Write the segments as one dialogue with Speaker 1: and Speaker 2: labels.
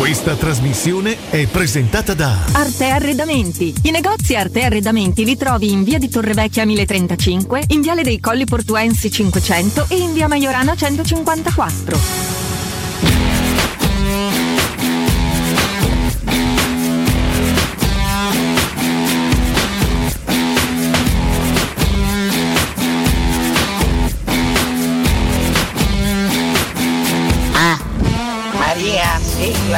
Speaker 1: Questa trasmissione è presentata da
Speaker 2: Arte Arredamenti. I negozi Arte Arredamenti li trovi in via di Torrevecchia 1035, in viale dei Colli Portuensi 500 e in via Maiorana 154.
Speaker 3: Maria, sigla.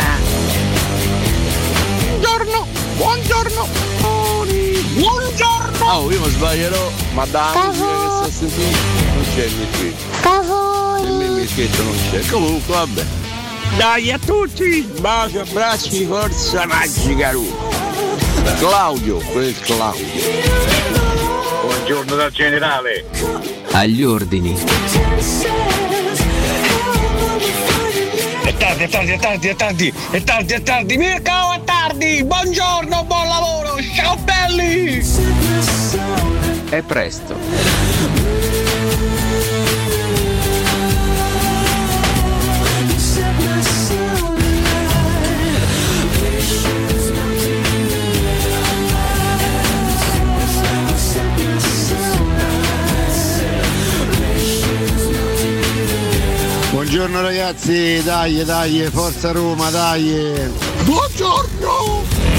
Speaker 3: Buongiorno.
Speaker 4: Oh, io mi sbaglierò, ma da musica che sto sentendo non c'è il mischetto. Il mischetto non c'è. Comunque, vabbè.
Speaker 3: Dai a tutti, bacio, abbracci, forza magica
Speaker 4: Claudio, quel Claudio.
Speaker 5: Buongiorno dal generale.
Speaker 6: Agli ordini.
Speaker 3: È tardi, Mirko, è tardi, buongiorno, buon lavoro, ciao belli!
Speaker 6: È presto.
Speaker 7: Buongiorno ragazzi, dai, forza Roma, dai!
Speaker 3: Buongiorno!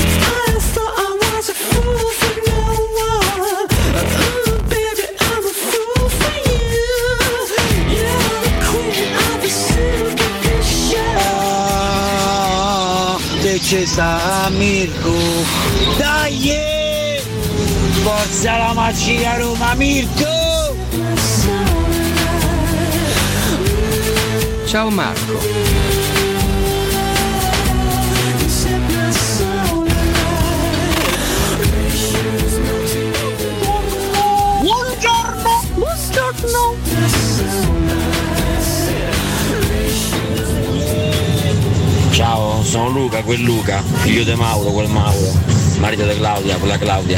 Speaker 8: Che ci sta Mirko, dai, forza la magica Roma, Mirko.
Speaker 6: Ciao Marco.
Speaker 3: Buongiorno.
Speaker 8: Ciao, sono Luca, quel Luca, figlio di Mauro, quel Mauro, marito di Claudia, quella Claudia.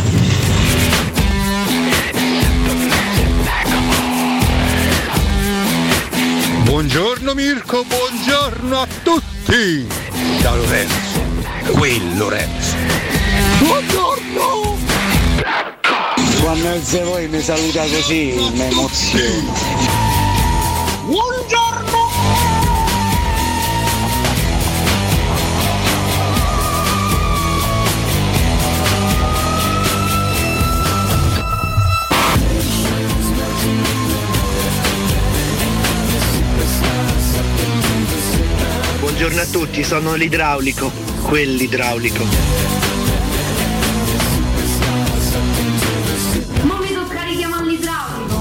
Speaker 7: Buongiorno Mirko, buongiorno a tutti!
Speaker 4: Da Lorenzo, quel Lorenzo.
Speaker 3: Buongiorno.
Speaker 8: Quando il se voi mi saluta così, mi emoziono.
Speaker 3: Buongiorno.
Speaker 9: Buongiorno a tutti, sono l'idraulico, quell'idraulico.
Speaker 10: Ma mi tocca richiamare l'idraulico.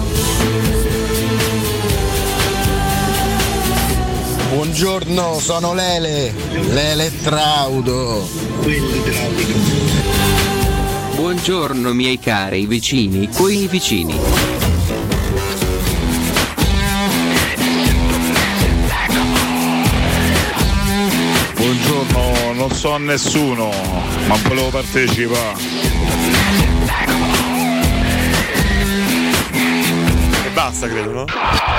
Speaker 7: Buongiorno, sono Lele Traudo.
Speaker 9: Quell'idraulico.
Speaker 6: Buongiorno miei cari vicini, quei vicini.
Speaker 5: Buongiorno, non so nessuno, ma volevo partecipare. E basta, credo, no?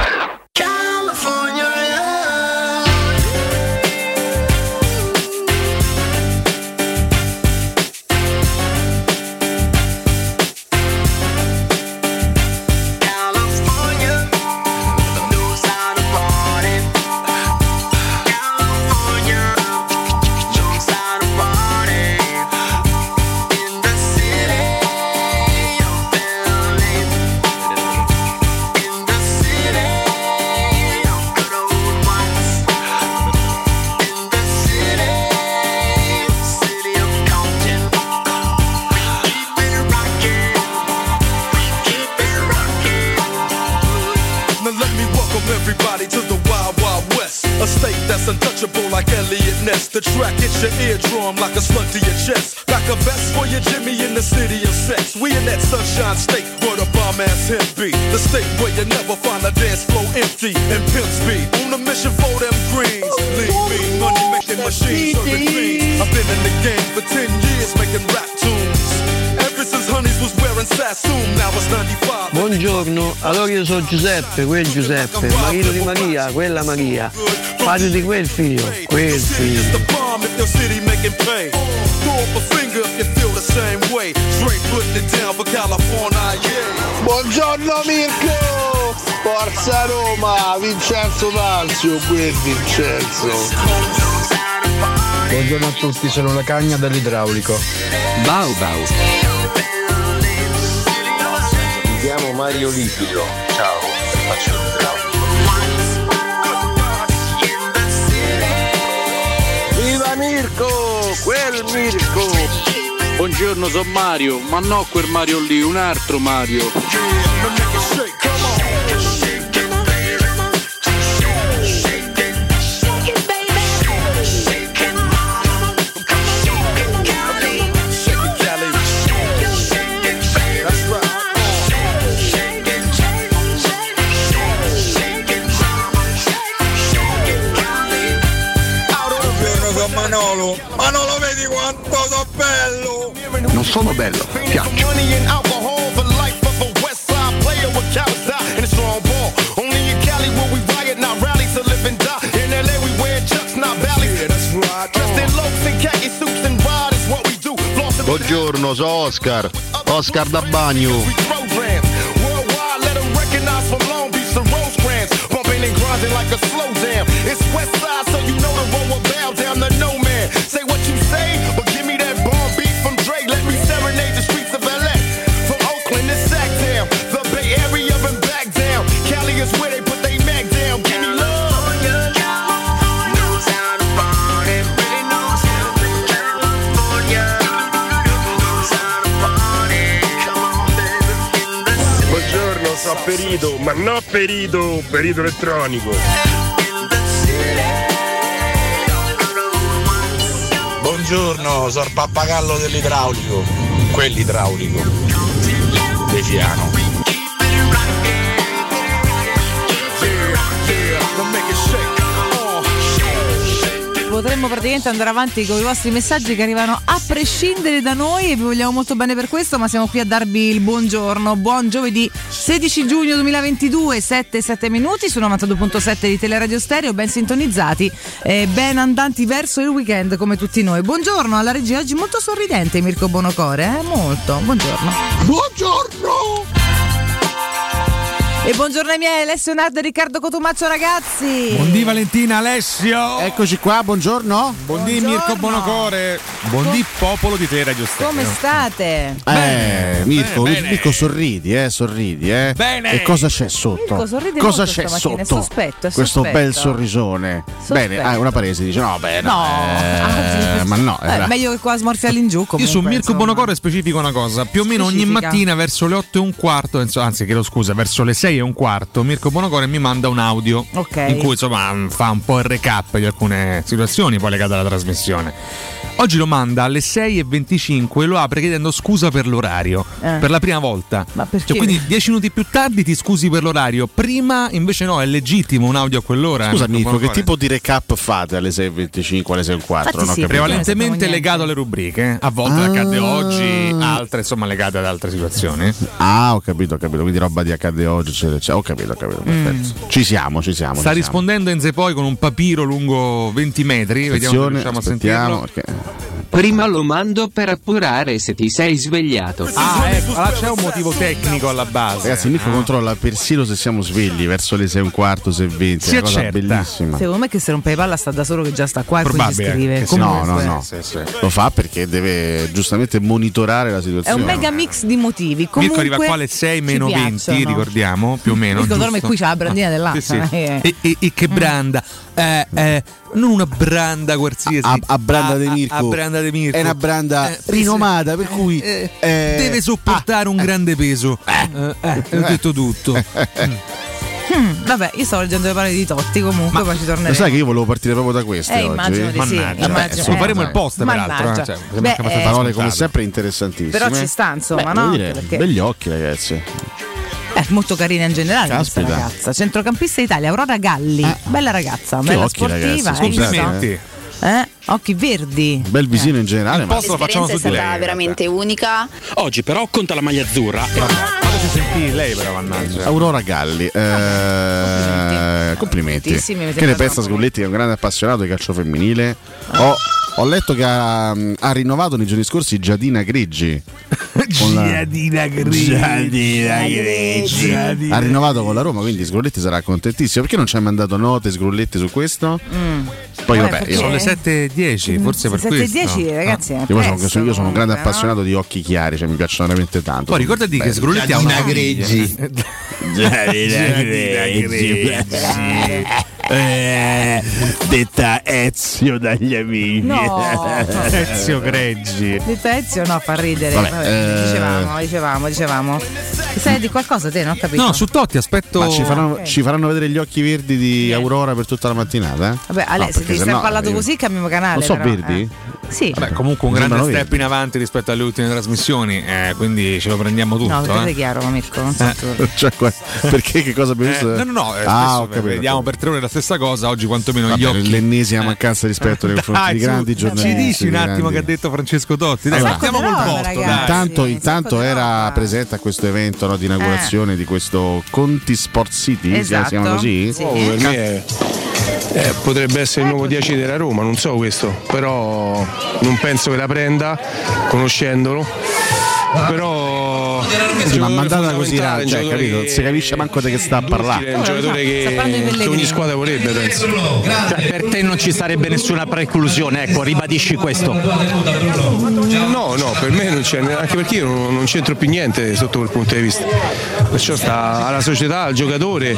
Speaker 11: The track hits your eardrum like a slug to your chest. Like a vest for your Jimmy in the city of sex. We in that sunshine state where the bomb ass him be. The state where you never find a dance floor empty and pimp speed. On a mission for them greens. Lean me, money making machines serving fiends. I've been in the game for 10 years making rap tunes. Ever since Honeys was wearing satin
Speaker 12: Buongiorno, allora io sono Giuseppe, quel Giuseppe, marito di Maria, quella Maria, padre di quel figlio, quel figlio.
Speaker 7: Buongiorno Mirko, forza Roma, Vincenzo D'Anzio, quel Vincenzo.
Speaker 13: Buongiorno a tutti, sono la Cagna dell'idraulico.
Speaker 6: Bau bau.
Speaker 14: Mi chiamo Mario Liquido, ciao, faccio l'idraulico.
Speaker 4: Viva Mirko, quel Mirko.
Speaker 5: Buongiorno, sono Mario, ma no quel Mario lì, un altro Mario.
Speaker 7: Manolo, vedi quanto sono bello!
Speaker 13: Non sono bello, piaccio.
Speaker 7: Buongiorno, sono Oscar da bagno.
Speaker 15: Say what you say, but give me that bomb beat from Dre. Let me serenade the streets of LA. From Oakland to Sacktown, the Bay Area and back down. Cali is where they put they mag down. Give me love.
Speaker 16: Buongiorno, so perito, ma no perito elettronico.
Speaker 17: Buongiorno, sono il pappagallo dell'idraulico, quell'idraulico, De Fiano.
Speaker 18: Potremmo praticamente andare avanti con i vostri messaggi che arrivano a prescindere da noi e vi vogliamo molto bene per questo, ma siamo qui a darvi il buongiorno. Buon giovedì 16 giugno 2022, 7 minuti su 92.7 di Teleradio Stereo, ben sintonizzati e ben andanti verso il weekend come tutti noi. Buongiorno alla regia, oggi molto sorridente Mirko Bonocore, molto, buongiorno.
Speaker 7: Buongiorno!
Speaker 18: E buongiorno ai miei Alessio Nardo e Riccardo Cotumaccio, ragazzi.
Speaker 19: Buondì Valentina, Alessio.
Speaker 20: Eccoci qua, buongiorno.
Speaker 19: Buondì Mirko Bonocore. Buondì popolo di Teleradio Stereo.
Speaker 18: Come state?
Speaker 20: Mirko sorridi, Bene. E cosa c'è sotto?
Speaker 18: Mirko, sorride
Speaker 20: cosa
Speaker 18: molto
Speaker 20: c'è
Speaker 18: stamattina,
Speaker 20: sotto?
Speaker 18: è sospetto.
Speaker 20: Questo bel sorrisone. Bene, una parese dice no, bene.
Speaker 18: No.
Speaker 20: Ma no,
Speaker 18: meglio che qua smorfia all'ingiù. Comunque,
Speaker 19: io su Mirko Bonocore specifico una cosa, più o meno ogni mattina verso le 8:15, anzi chiedo scusa, verso le 6:15 Mirko Bonocore mi manda un audio in cui insomma fa un po' il recap di alcune situazioni poi legate alla trasmissione. Oggi lo manda alle 6:25 e lo apre chiedendo scusa per l'orario per la prima volta.
Speaker 18: Ma perché?
Speaker 19: Cioè, quindi 10 minuti più tardi ti scusi per l'orario, prima invece no, è legittimo un audio a quell'ora.
Speaker 20: Scusa Mirko, che tipo di recap fate alle 6:25, alle 6:15?
Speaker 18: Non sì,
Speaker 19: prevalentemente legato alle rubriche, a volte accade oggi, altre insomma legate ad altre situazioni.
Speaker 20: Ho capito, quindi roba di accade oggi, eccetera. Ho capito, perfetto. Ci siamo.
Speaker 19: Sta rispondendo Enze poi con un papiro lungo 20 metri, vediamo se riusciamo a sentirlo.
Speaker 20: Perché...
Speaker 6: Prima lo mando per appurare se ti sei svegliato.
Speaker 19: Ecco, allora c'è un motivo tecnico alla base.
Speaker 20: Ragazzi, Mirko controlla persino se siamo svegli verso le 6:15, 6:20. È una cosa bellissima.
Speaker 18: Secondo me che se rompe palla sta da solo che già sta qua e quindi scrive.
Speaker 20: No. Sì. Lo fa perché deve giustamente monitorare la situazione.
Speaker 18: È un mega mix di motivi. Comunque,
Speaker 19: Mirko arriva qua alle 6:20, ricordiamo, più o meno.
Speaker 18: Mirko dorme qui, c'è la brandina dell'acqua.
Speaker 19: Sì. E che branda. Non una branda qualsiasi.
Speaker 20: A branda di Mirko. È una branda rinomata, per cui
Speaker 19: deve sopportare un grande peso. Ho detto tutto.
Speaker 18: Vabbè, io stavo leggendo le parole di Totti, comunque poi ci torneremo.
Speaker 20: Lo sai che io volevo partire proprio da queste oggi?
Speaker 18: Immagino di sì.
Speaker 19: Faremo il post peraltro.
Speaker 20: Parole come sempre interessantissime.
Speaker 18: Però ci sta, insomma, no?
Speaker 20: Perché... Begli occhi, ragazzi.
Speaker 18: Molto carina in generale questa ragazza. Centrocampista Italia, Aurora Galli. Bella ragazza, bella
Speaker 20: occhi,
Speaker 18: sportiva.
Speaker 20: Complimenti.
Speaker 18: Occhi verdi.
Speaker 7: Bel visino in generale,
Speaker 21: ma l'esperienza è stata veramente unica.
Speaker 5: Oggi però conta la maglia azzurra.
Speaker 19: Quando si sentì lei però, mannaggia.
Speaker 7: Aurora Galli, complimenti. Che ne pensa Sgrulletti, che è un grande appassionato di calcio femminile? Ho letto che ha rinnovato nei giorni scorsi Giadina Greggi.
Speaker 19: Giadina Greggi.
Speaker 7: Ha rinnovato con la Roma, quindi Sgrulletti sarà contentissimo. Perché non ci hai mandato note, Sgrulletti, su questo? Poi vabbè,
Speaker 19: sono le 7:10, forse per
Speaker 18: 7:10, ragazzi.
Speaker 7: Io sono un grande appassionato di occhi chiari, cioè mi piacciono veramente tanto.
Speaker 19: Poi ricordati che Sgrulletti ha una
Speaker 7: Greggi. Giadina Greggi. Detta Ezio dagli amici.
Speaker 18: No.
Speaker 19: Ezio Greggi.
Speaker 18: Detta Ezio no, fa ridere. Vabbè, dicevamo. Sai di qualcosa te, non ho capito?
Speaker 19: No, su Totti aspetto.
Speaker 7: Ma ci faranno vedere gli occhi verdi di Aurora per tutta la mattinata?
Speaker 18: Vabbè, Alessio, se ti stai parlando così cambiamo canale.
Speaker 7: Non so,
Speaker 18: però,
Speaker 7: verdi?
Speaker 18: Sì.
Speaker 19: Vabbè, comunque un grande step in avanti rispetto alle ultime trasmissioni, quindi ce lo prendiamo tutto.
Speaker 18: No, perché è chiaro, Mirko, non so
Speaker 7: cioè, perché che cosa abbiamo visto?
Speaker 19: No, vediamo per 3 ore la stessa cosa, oggi quantomeno gli occhi.
Speaker 7: L'ennesima mancanza di rispetto nei confronti di grandi giornalisti.
Speaker 19: Ci dici un attimo che ha detto Francesco Totti? Dai, partiamo col posto.
Speaker 7: Intanto era presente a questo evento di inaugurazione di questo Conti Sport City, si chiama così?
Speaker 16: Sì. Per me potrebbe essere il nuovo 10 della Roma, non so questo, però non penso che la prenda, conoscendolo. Però
Speaker 7: ma mandata così, cioè, capito? Non si capisce manco di che sta a parlare.
Speaker 16: È un giocatore che ogni squadra vorrebbe, penso.
Speaker 5: Cioè, per te non ci sarebbe nessuna preclusione, ecco, ribadisci questo.
Speaker 16: No, per me non c'è, anche perché io non c'entro più niente sotto quel punto di vista. Perciò sta alla società, al giocatore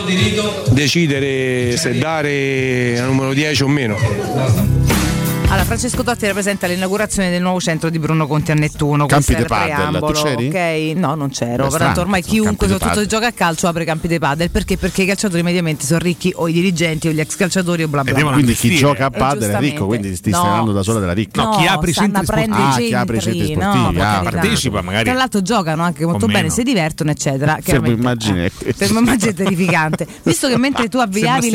Speaker 16: decidere se dare a numero 10 o meno.
Speaker 18: Allora, Francesco Totti rappresenta l'inaugurazione del nuovo centro di Bruno Conti a Nettuno.
Speaker 7: Campi de padel, tu c'eri?
Speaker 18: Ok, no, non c'ero. Pertanto ormai chiunque soprattutto gioca a calcio apre campi di padel. Perché i calciatori mediamente sono ricchi, o i dirigenti o gli ex calciatori o bla bla bla.
Speaker 7: Quindi chi gioca a padel è ricco, quindi ti stai dando da sola della ricca.
Speaker 18: No,
Speaker 19: chi apre i centri sportivi.
Speaker 7: Chi apre i centri sportivi,
Speaker 19: partecipa magari.
Speaker 18: Tra l'altro giocano anche molto bene, si divertono, eccetera.
Speaker 7: Immagine
Speaker 18: terrificante. Visto che mentre tu avviavi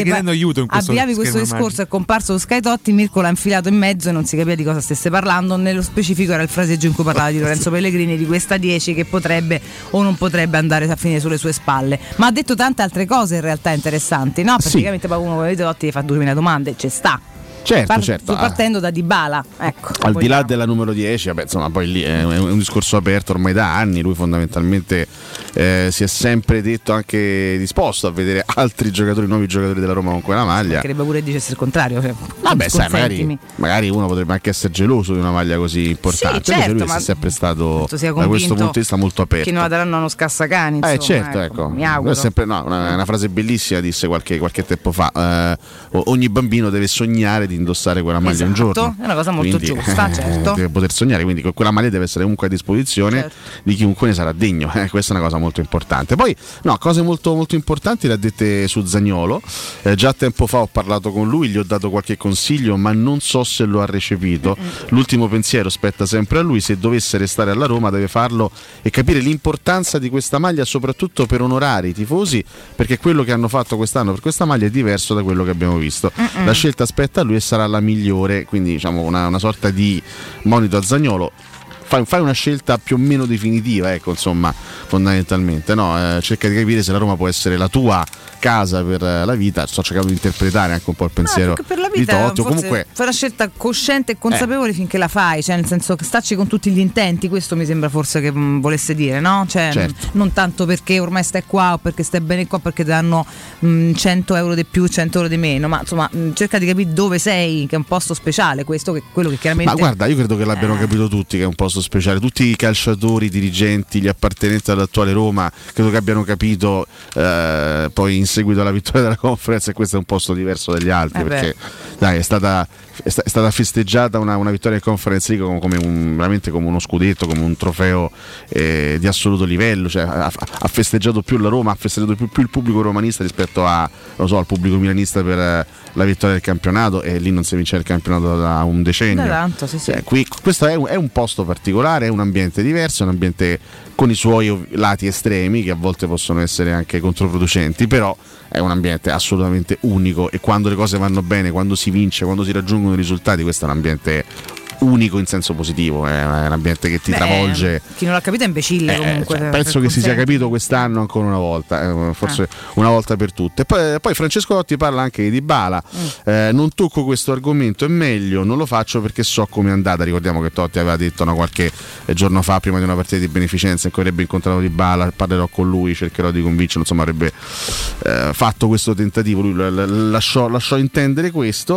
Speaker 18: questo discorso è comparso lo Sky Totti, Mirko l'ha infilato in mezzo e non si capiva di cosa stesse parlando. Nello specifico era il fraseggio in cui parlava di Lorenzo Pellegrini, di questa 10 che potrebbe o non potrebbe andare a finire sulle sue spalle, ma ha detto tante altre cose in realtà interessanti, no? Praticamente poi uno come Totti gli fa 2000 domande, ci sta.
Speaker 7: Certo.
Speaker 18: Partendo da Dybala, ecco.
Speaker 7: Al di là della numero 10, vabbè, insomma, poi lì è un discorso aperto ormai da anni. Lui fondamentalmente si è sempre detto anche disposto a vedere altri giocatori, nuovi giocatori della Roma con quella maglia.
Speaker 18: Sarebbe pure dicesse il contrario. Cioè,
Speaker 7: vabbè, sai, magari uno potrebbe anche essere geloso di una maglia così importante.
Speaker 18: Sì, certo,
Speaker 7: lui è sempre stato da questo punto di vista molto aperto.
Speaker 18: Che non la daranno uno scassacani. Insomma,
Speaker 7: certo, ecco.
Speaker 18: Mi auguro.
Speaker 7: È sempre, una frase bellissima disse qualche tempo fa. Ogni bambino deve sognare di indossare quella maglia un giorno.
Speaker 18: È una cosa molto giusta, certo.
Speaker 7: Deve poter sognare, quindi quella maglia deve essere comunque a disposizione di chiunque ne sarà degno. Questa è una cosa molto importante. Poi, cose molto, molto importanti le ha dette su Zaniolo. Già tempo fa ho parlato con lui, gli ho dato qualche consiglio, ma non so se lo ha recepito. L'ultimo pensiero spetta sempre a lui. Se dovesse restare alla Roma deve farlo e capire l'importanza di questa maglia, soprattutto per onorare i tifosi, perché quello che hanno fatto quest'anno per questa maglia è diverso da quello che abbiamo visto. La scelta spetta a lui e sarà la migliore, quindi diciamo una sorta di monito a Zaniolo. Fai una scelta più o meno definitiva, ecco, insomma, fondamentalmente, cerca di capire se la Roma può essere la tua casa per la vita. Sto cercando di interpretare anche un po' il pensiero
Speaker 18: per la vita,
Speaker 7: di Totti. Comunque
Speaker 18: fai una scelta cosciente e consapevole finché la fai, cioè nel senso che stacci con tutti gli intenti, questo mi sembra forse che volesse dire, no? Cioè, certo. Non tanto perché ormai stai qua o perché stai bene qua, perché ti danno 100 euro di più, 100 euro di meno, ma insomma cerca di capire dove sei, che è un posto speciale, questo che quello che chiaramente.
Speaker 7: Ma guarda, io credo che l'abbiano capito tutti, che è un posto speciale, tutti i calciatori, i dirigenti, gli appartenenti all'attuale Roma, credo che abbiano capito poi in seguito alla vittoria della Conference, e questo è un posto diverso dagli altri, perché dai, è stata festeggiata una vittoria in Conference League veramente come uno scudetto, come un trofeo di assoluto livello, cioè ha festeggiato più la Roma, ha festeggiato più il pubblico romanista rispetto al pubblico milanista per la vittoria del campionato, e lì non si vince il campionato da un decennio.
Speaker 18: Tanto, sì.
Speaker 7: Qui, questo è un posto particolare, è un ambiente diverso, è un ambiente con i suoi lati estremi che a volte possono essere anche controproducenti, però è un ambiente assolutamente unico, e quando le cose vanno bene, quando si vince, quando si raggiungono i risultati, questo è un ambiente unico in senso positivo, è un ambiente che ti travolge.
Speaker 18: Chi non l'ha capito è imbecille comunque.
Speaker 7: Penso che si sia capito quest'anno ancora una volta, forse una volta per tutte. Poi Francesco Totti parla anche di Dybala, non tocco questo argomento, è meglio, non lo faccio perché so come è andata. Ricordiamo che Totti aveva detto qualche giorno fa, prima di una partita di beneficenza in cui avrebbe incontrato Dybala, parlerò con lui, cercherò di convincerlo, insomma avrebbe fatto questo tentativo, lui lasciò intendere questo.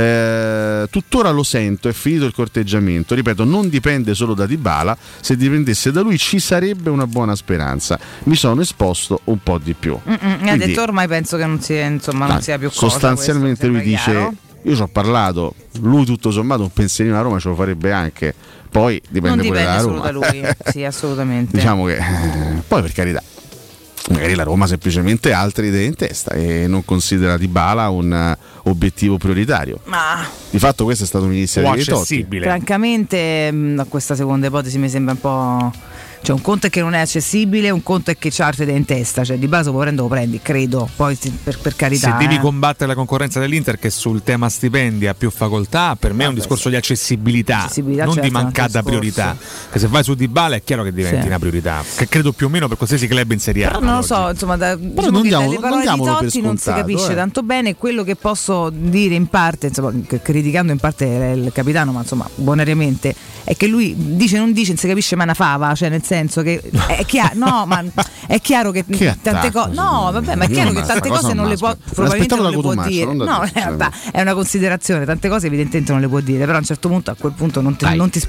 Speaker 7: Tuttora lo sento, è finito il corteggiamento, ripeto, non dipende solo da Dybala, se dipendesse da lui ci sarebbe una buona speranza, mi sono esposto un po' di più.
Speaker 18: Ha detto ormai penso che non sia, non sia più cosa.
Speaker 7: Sostanzialmente lui dice chiaro. Io ci ho parlato, lui tutto sommato un pensierino a Roma ce lo farebbe anche, poi dipende pure da Roma.
Speaker 18: Non dipende solo da lui, sì, assolutamente.
Speaker 7: Diciamo che poi, per carità, magari la Roma semplicemente ha altre idee in testa e non considera Dybala un obiettivo prioritario.
Speaker 18: Ma
Speaker 7: di fatto questo è stato un inizio
Speaker 19: accessibile.
Speaker 18: Francamente questa seconda ipotesi mi sembra un po', cioè un conto è che non è accessibile, un conto è che c'ha altre idee in testa, cioè Dybala se lo prendi, credo, poi per carità.
Speaker 19: Se devi combattere la concorrenza dell'Inter che sul tema stipendi ha più facoltà, per me è un discorso di accessibilità non certo, di mancata priorità, che se vai su Dybala è chiaro che diventi una priorità, che credo più o meno per qualsiasi club in Serie A.
Speaker 18: Però non lo so, insomma, diciamo che dalle parole di Totti non si capisce tanto bene. Quello che posso dire in parte, insomma, criticando in parte il capitano, ma insomma bonariamente, è che lui dice non si capisce mai una fava, cioè nel senso che è chiaro, no, ma è chiaro che tante cose, no, vabbè, ma è chiaro che tante cose non le può, probabilmente non le può dire. No, in realtà è una considerazione, tante cose evidentemente non le può dire, però a un certo punto, a quel punto non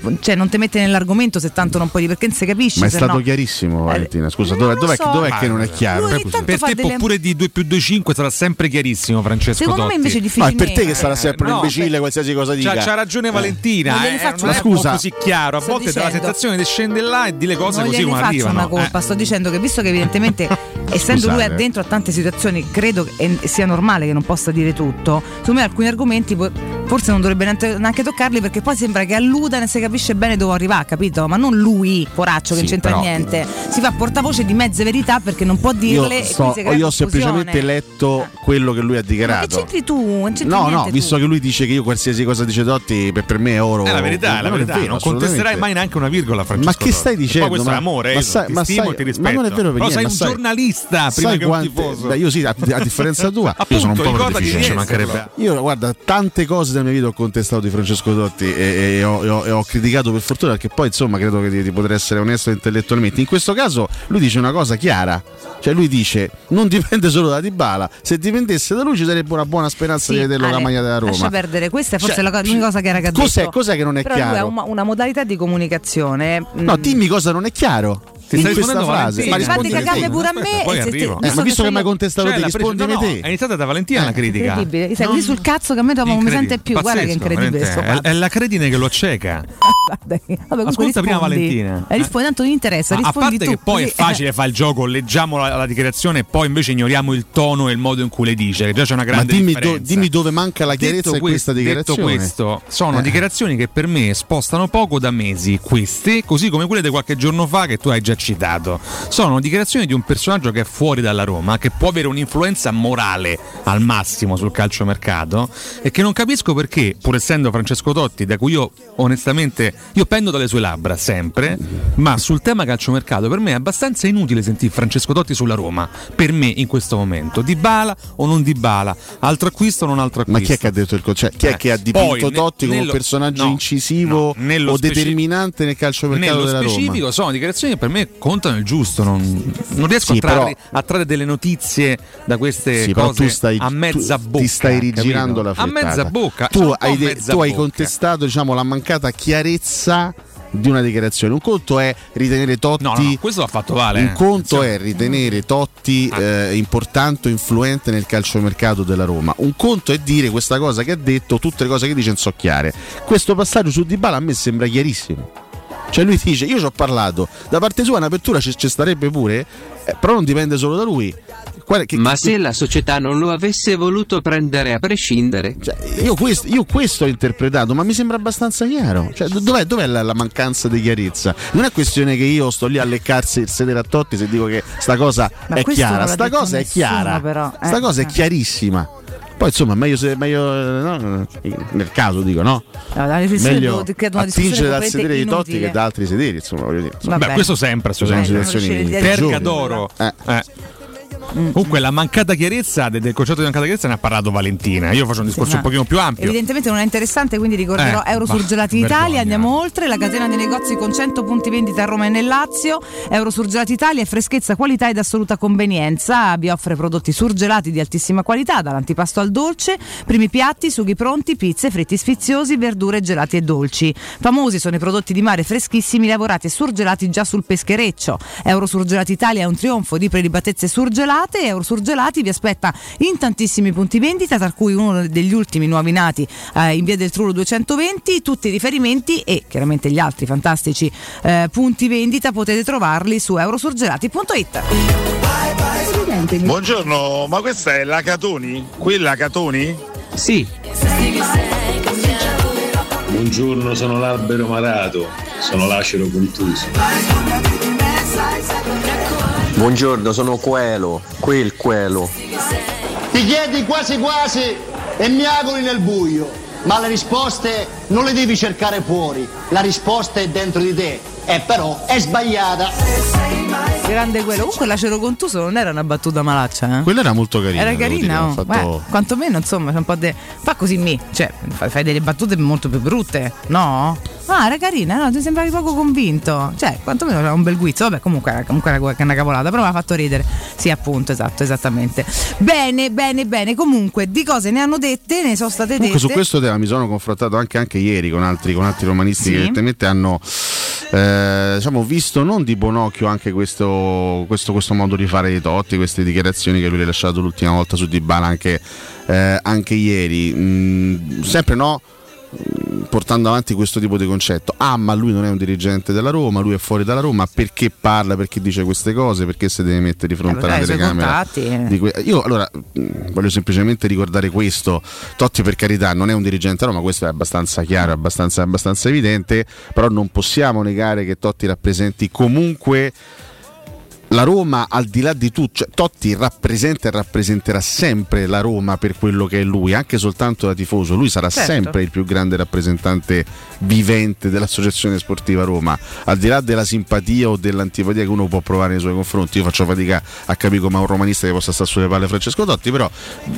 Speaker 18: ti mette nell'argomento se tanto non puoi dire, perché non si capisce.
Speaker 7: Ma è stato chiarissimo, Valentina, scusa, dov'è che non è chiaro?
Speaker 19: Per te pure di 2+2=5 sarà sempre chiarissimo, Francesco
Speaker 18: Secondo
Speaker 19: Totti.
Speaker 18: Me invece è difficile.
Speaker 7: Ma è per te che sarà sempre un imbecille qualsiasi cosa dica.
Speaker 19: C'ha ragione Valentina, non è così chiaro, a volte dà la sensazione di scendere là e di le cose così come arrivano.
Speaker 18: Una colpa, sto dicendo che visto che evidentemente essendo lui addentro a tante situazioni, credo che sia normale che non possa dire tutto. Secondo me alcuni argomenti forse non dovrebbe neanche toccarli, perché poi sembra che alluda, ne si capisce bene dove arriva, capito? Ma non lui, poraccio, che non c'entra niente. Si fa portavoce di mezze verità perché non può dirle.
Speaker 7: Io ho semplicemente letto quello che lui ha dichiarato.
Speaker 18: Ma che c'entri tu?
Speaker 7: No, visto che lui dice che io qualsiasi cosa dice Totti per me è oro.
Speaker 19: È la verità, non contesterai mai neanche una virgola, Francesco.
Speaker 7: Ma che stai dicendo?
Speaker 19: Ma questo è amore, ti stimo e ti rispetto.
Speaker 7: Ma non è vero,
Speaker 19: però sei un giornalista prima che un tifoso.
Speaker 7: Io sì, a differenza tua. Io sono un po' deficiente, mancherebbe. Io guarda, tante cose della mia vita ho contestato di Francesco Totti e ho criticato, per fortuna, perché poi insomma credo che ti potrei essere onesto intellettualmente. In questo caso lui dice una cosa chiara, cioè lui dice non dipende solo da Dybala, se dipendesse da lui ci sarebbe una buona speranza di vederlo con la maglia della Roma.
Speaker 18: Lascia perdere, questa è forse l'unica cosa che era caduta.
Speaker 7: Cos'è che non è
Speaker 18: però
Speaker 7: chiaro?
Speaker 18: Lui ha una modalità di comunicazione.
Speaker 7: No, dimmi cosa non è chiaro.
Speaker 19: In
Speaker 7: questa frase,
Speaker 18: ma fate cagare pure a me.
Speaker 7: Ma visto che mi hai contestato te, rispondimi te.
Speaker 19: È iniziata da Valentina la critica.
Speaker 18: Incredibile. Sei così sul cazzo che a me dopo non mi sente più. Guarda che incredibile.
Speaker 19: È la credine che lo acceca. Ascolta prima Valentina.
Speaker 18: Rispondi, tanto non interessa.
Speaker 19: A parte che poi è facile fare il gioco, leggiamo la dichiarazione e poi invece ignoriamo il tono e il modo in cui le dice, che già c'è una grande differenza.
Speaker 7: Dimmi dove manca la chiarezza in questa dichiarazione.
Speaker 19: Detto questo, sono dichiarazioni che per me spostano poco da mesi, queste, così come quelle di qualche giorno fa che tu hai già citato. Sono dichiarazioni di un personaggio che è fuori dalla Roma, che può avere un'influenza morale al massimo sul calciomercato e che non capisco perché, pur essendo Francesco Totti, da cui io onestamente pendo dalle sue labbra sempre, ma sul tema calciomercato per me è abbastanza inutile sentire Francesco Totti sulla Roma, per me in questo momento. Dybala o non Dybala, altro acquisto o non altro acquisto.
Speaker 7: Ma chi è che ha detto il concetto? Chi è che ha dipinto Totti come un personaggio incisivo o determinante nel calciomercato della Roma?
Speaker 19: Nello specifico sono dichiarazioni che per me contano il giusto, non riesco a trarre delle notizie da queste cose a mezza bocca.
Speaker 7: Ti stai rigirando la frittata.
Speaker 19: A mezza bocca.
Speaker 7: Tu hai contestato, diciamo, la mancata chiarezza di una dichiarazione. Un conto è ritenere Totti,
Speaker 19: no, questo l'ha fatto Vale.
Speaker 7: Un conto è ritenere Totti importante o influente nel calciomercato della Roma. Un conto è dire questa cosa che ha detto, tutte le cose che dice non so chiare. Questo passaggio su Dybala a me sembra chiarissimo. Cioè lui dice, io ci ho parlato, da parte sua un'apertura ci starebbe pure, però non dipende solo da lui.
Speaker 6: Ma se la società non lo avesse voluto prendere a prescindere?
Speaker 7: Cioè, io questo ho interpretato, ma mi sembra abbastanza chiaro. Cioè, dov'è la mancanza di chiarezza? Non è questione che io sto lì a leccarsi il sedere a Totti se dico che sta cosa è chiara. Sta cosa è chiara.
Speaker 18: Però,
Speaker 7: sta cosa è chiarissima. Poi insomma meglio no? Nel caso dico no. Meglio attingere dal sedere di Totti che da altri sederi, insomma, voglio dire.
Speaker 19: Beh, questo sempre sono situazioni terga d'oro. Comunque la mancata chiarezza del concetto di mancata chiarezza ne ha parlato Valentina. Io faccio un discorso un pochino più ampio.
Speaker 18: Evidentemente non è interessante, quindi ricorderò Eurosurgelati Italia. Andiamo oltre, la catena di negozi con 100 punti vendita a Roma e nel Lazio. Eurosurgelati Italia è freschezza, qualità ed assoluta convenienza. Vi offre prodotti surgelati di altissima qualità, dall'antipasto al dolce, primi piatti, sughi pronti, pizze, fritti sfiziosi, verdure, gelati e dolci. Famosi sono i prodotti di mare freschissimi, lavorati e surgelati già sul peschereccio. Eurosurgelati Italia è un trionfo di prelibatezze surgelate. Eurosurgelati vi aspetta in tantissimi punti vendita, tra cui uno degli ultimi nuovi nati in via del Trullo 220. Tutti i riferimenti e chiaramente gli altri fantastici punti vendita potete trovarli su eurosurgelati.it.
Speaker 17: Buongiorno, ma questa è la Catoni? Quella Catoni?
Speaker 6: Sì.
Speaker 1: Buongiorno, sono l'albero malato, sono l'acero contuso.
Speaker 14: Buongiorno, sono Quello.
Speaker 22: Ti chiedi quasi quasi e miagoli nel buio, ma le risposte non le devi cercare fuori, la risposta è dentro di te, e però è sbagliata.
Speaker 18: Grande quello. Comunque l'acero contuso non era una battuta malaccia, eh?
Speaker 7: Quella era molto carina.
Speaker 18: Era carina, oh. Fatto... quantomeno insomma c'è un po' fa così cioè fai delle battute molto più brutte, no? Ah, era carina, no? Ti sembravi poco convinto. Cioè, quantomeno era un bel guizzo. Vabbè, comunque era una cavolata, però mi ha fatto ridere. Sì, appunto, esattamente. Bene. Comunque, di cose ne hanno dette, ne sono state dette.
Speaker 7: Su questo tema mi sono confrontato anche ieri con altri romanisti che evidentemente hanno visto non di buon occhio anche questo modo di fare di Totti, queste dichiarazioni che lui ha rilasciato l'ultima volta su Dybala anche ieri. Sempre no, portando avanti questo tipo di concetto. Ma lui non è un dirigente della Roma, lui è fuori dalla Roma, perché parla, perché dice queste cose, perché si deve mettere di fronte alla telecamera io allora voglio semplicemente ricordare questo: Totti per carità non è un dirigente della Roma, questo è abbastanza chiaro, abbastanza evidente, però non possiamo negare che Totti rappresenti comunque la Roma, al di là di tutto. Cioè, Totti rappresenta e rappresenterà sempre la Roma per quello che è lui, anche soltanto da tifoso. Lui sarà sempre il più grande rappresentante vivente dell'associazione sportiva Roma, al di là della simpatia o dell'antipatia che uno può provare nei suoi confronti. Io faccio fatica a capire come un romanista che possa stare sulle palle Francesco Totti, però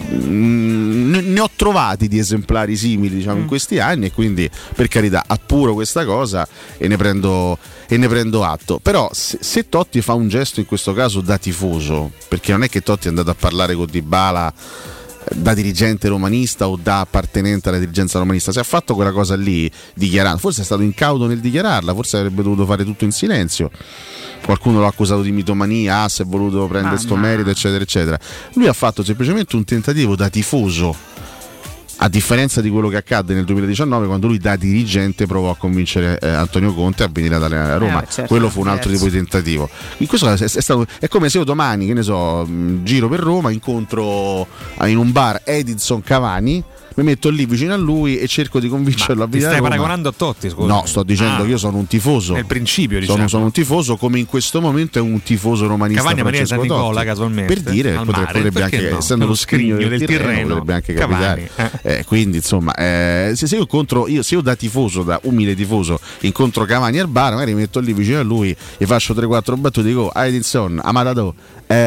Speaker 7: ne ho trovati di esemplari simili, diciamo, in questi anni, e quindi per carità appuro questa cosa e ne prendo atto. Però se Totti fa un gesto in questo caso da tifoso, perché non è che Totti è andato a parlare con Dybala da dirigente romanista o da appartenente alla dirigenza romanista, se ha fatto quella cosa lì dichiarando, forse è stato incauto nel dichiararla, forse avrebbe dovuto fare tutto in silenzio. Qualcuno l'ha accusato di mitomania, si è voluto prendere sto merito, eccetera eccetera. Lui ha fatto semplicemente un tentativo da tifoso, a differenza di quello che accadde nel 2019, quando lui da dirigente provò a convincere Antonio Conte a venire ad allenare a Roma. Quello fu un altro tipo di tentativo. In questo caso è come se io domani, che ne so, giro per Roma, incontro in un bar Edinson Cavani, mi metto lì vicino a lui e cerco di convincerlo a venire a Roma.
Speaker 19: Ti stai paragonando a Totti, scusa?
Speaker 7: No, sto dicendo che io sono un tifoso.
Speaker 19: Nel principio, diciamo.
Speaker 7: Sono un tifoso, come in questo momento è un tifoso romanista.
Speaker 19: Cavani Maria San Nicola, casualmente.
Speaker 7: Per dire, potrebbe anche,
Speaker 19: no?
Speaker 7: Essendo lo scrigno del Tirreno, potrebbe anche capitare. Quindi, insomma, se io da tifoso, da umile tifoso, incontro Cavani al bar, magari mi metto lì vicino a lui, gli faccio 3-4 battute, dico Edinson, Amadado,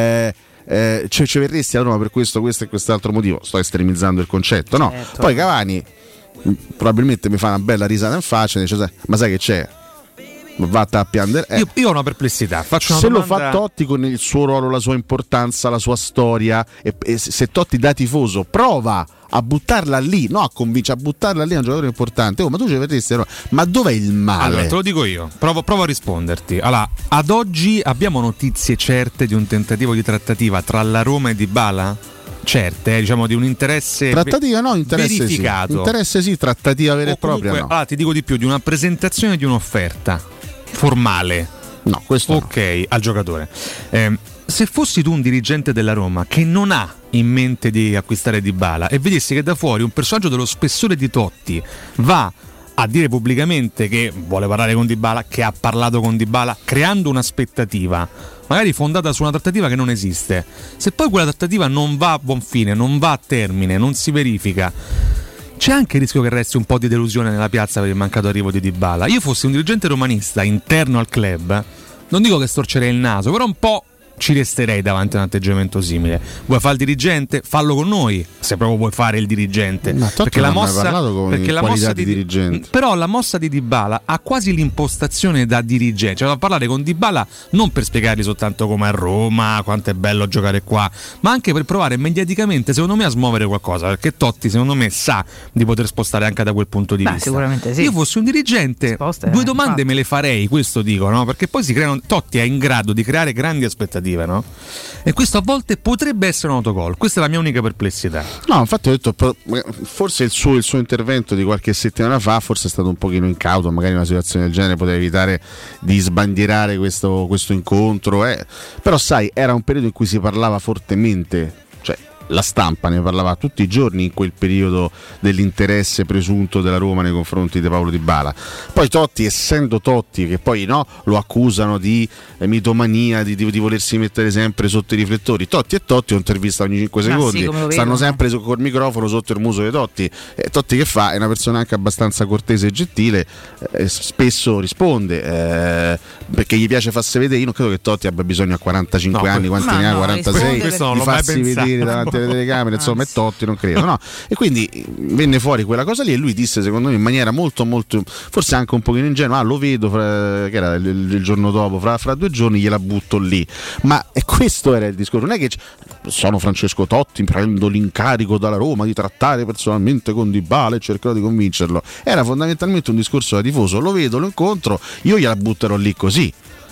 Speaker 7: ci verresti a Roma per questo e quest'altro motivo. Sto estremizzando il concetto, no? Poi Cavani probabilmente mi fa una bella risata in faccia e dice: ma sai che c'è? Vatta a piangere.
Speaker 19: Io ho una perplessità. Faccio una
Speaker 7: se
Speaker 19: domanda...
Speaker 7: lo fa Totti con il suo ruolo, la sua importanza, la sua storia, e se Totti da tifoso prova a buttarla lì, no a convincere, a buttarla lì a un giocatore importante. Ma tu ci vedresti, ma dov'è il male?
Speaker 19: Allora, te lo dico io, provo a risponderti. Allora, ad oggi abbiamo notizie certe di un tentativo di trattativa tra la Roma e Dybala? Certe, diciamo, di un interesse
Speaker 7: trattativa, no, interesse verificato. Interesse sì, trattativa vera e propria, no.
Speaker 19: Allora, ti dico di più, di una presentazione di un'offerta. formale.
Speaker 7: No, questo
Speaker 19: ok, al giocatore. Se fossi tu un dirigente della Roma che non ha in mente di acquistare Dybala e vedessi che da fuori un personaggio dello spessore di Totti va a dire pubblicamente che vuole parlare con Dybala, che ha parlato con Dybala, creando un'aspettativa magari fondata su una trattativa che non esiste, se poi quella trattativa non va a buon fine, non va a termine, non si verifica, c'è anche il rischio che resti un po' di delusione nella piazza per il mancato arrivo di Dybala. Io fossi un dirigente romanista interno al club, non dico che storcerei il naso, però un po' ci resterei davanti a un atteggiamento simile. Vuoi fare il dirigente? Fallo con noi, se proprio vuoi fare il dirigente.
Speaker 7: Ma perché la mossa, perché la mossa di dirigente.
Speaker 19: Però la mossa di Dybala ha quasi l'impostazione da dirigente, cioè da parlare con Dybala non per spiegargli soltanto come a Roma, quanto è bello giocare qua, ma anche per provare mediaticamente, secondo me, a smuovere qualcosa, perché Totti secondo me sa di poter spostare anche da quel punto di vista.
Speaker 18: Sicuramente sì.
Speaker 19: Io fossi un dirigente, due domande me le farei, questo dico, no? Perché poi si creano, Totti è in grado di creare grandi aspettative, no? E questo a volte potrebbe essere un autogol. Questa è la mia unica perplessità.
Speaker 7: No, infatti ho detto, forse il suo intervento di qualche settimana fa forse è stato un pochino incauto, magari in una situazione del genere poteva evitare di sbandierare questo incontro, però sai, era un periodo in cui si parlava fortemente, cioè la stampa ne parlava tutti i giorni in quel periodo dell'interesse presunto della Roma nei confronti di Paulo Dybala. Poi Totti, essendo Totti, che poi lo accusano di mitomania, di volersi mettere sempre sotto i riflettori, Totti è Totti, ho intervista ogni 5 secondi, stanno sempre col microfono sotto il muso di Totti. Totti che fa? È una persona anche abbastanza cortese e gentile, spesso risponde, perché gli piace farsi vedere. Io non credo che Totti abbia bisogno a 45 anni, quanti ne ha? 46, di farsi vedere davanti alle telecamere, insomma è Totti, non credo, no? E quindi venne fuori quella cosa lì e lui disse, secondo me in maniera molto molto, forse anche un pochino ingenua, lo vedo che era il giorno dopo, fra 2 giorni gliela butto lì. Ma questo era il discorso, non è che sono Francesco Totti, prendo l'incarico dalla Roma di trattare personalmente con Dybala e cercherò di convincerlo. Era fondamentalmente un discorso da tifoso, lo vedo, lo incontro, io gliela butterò lì così.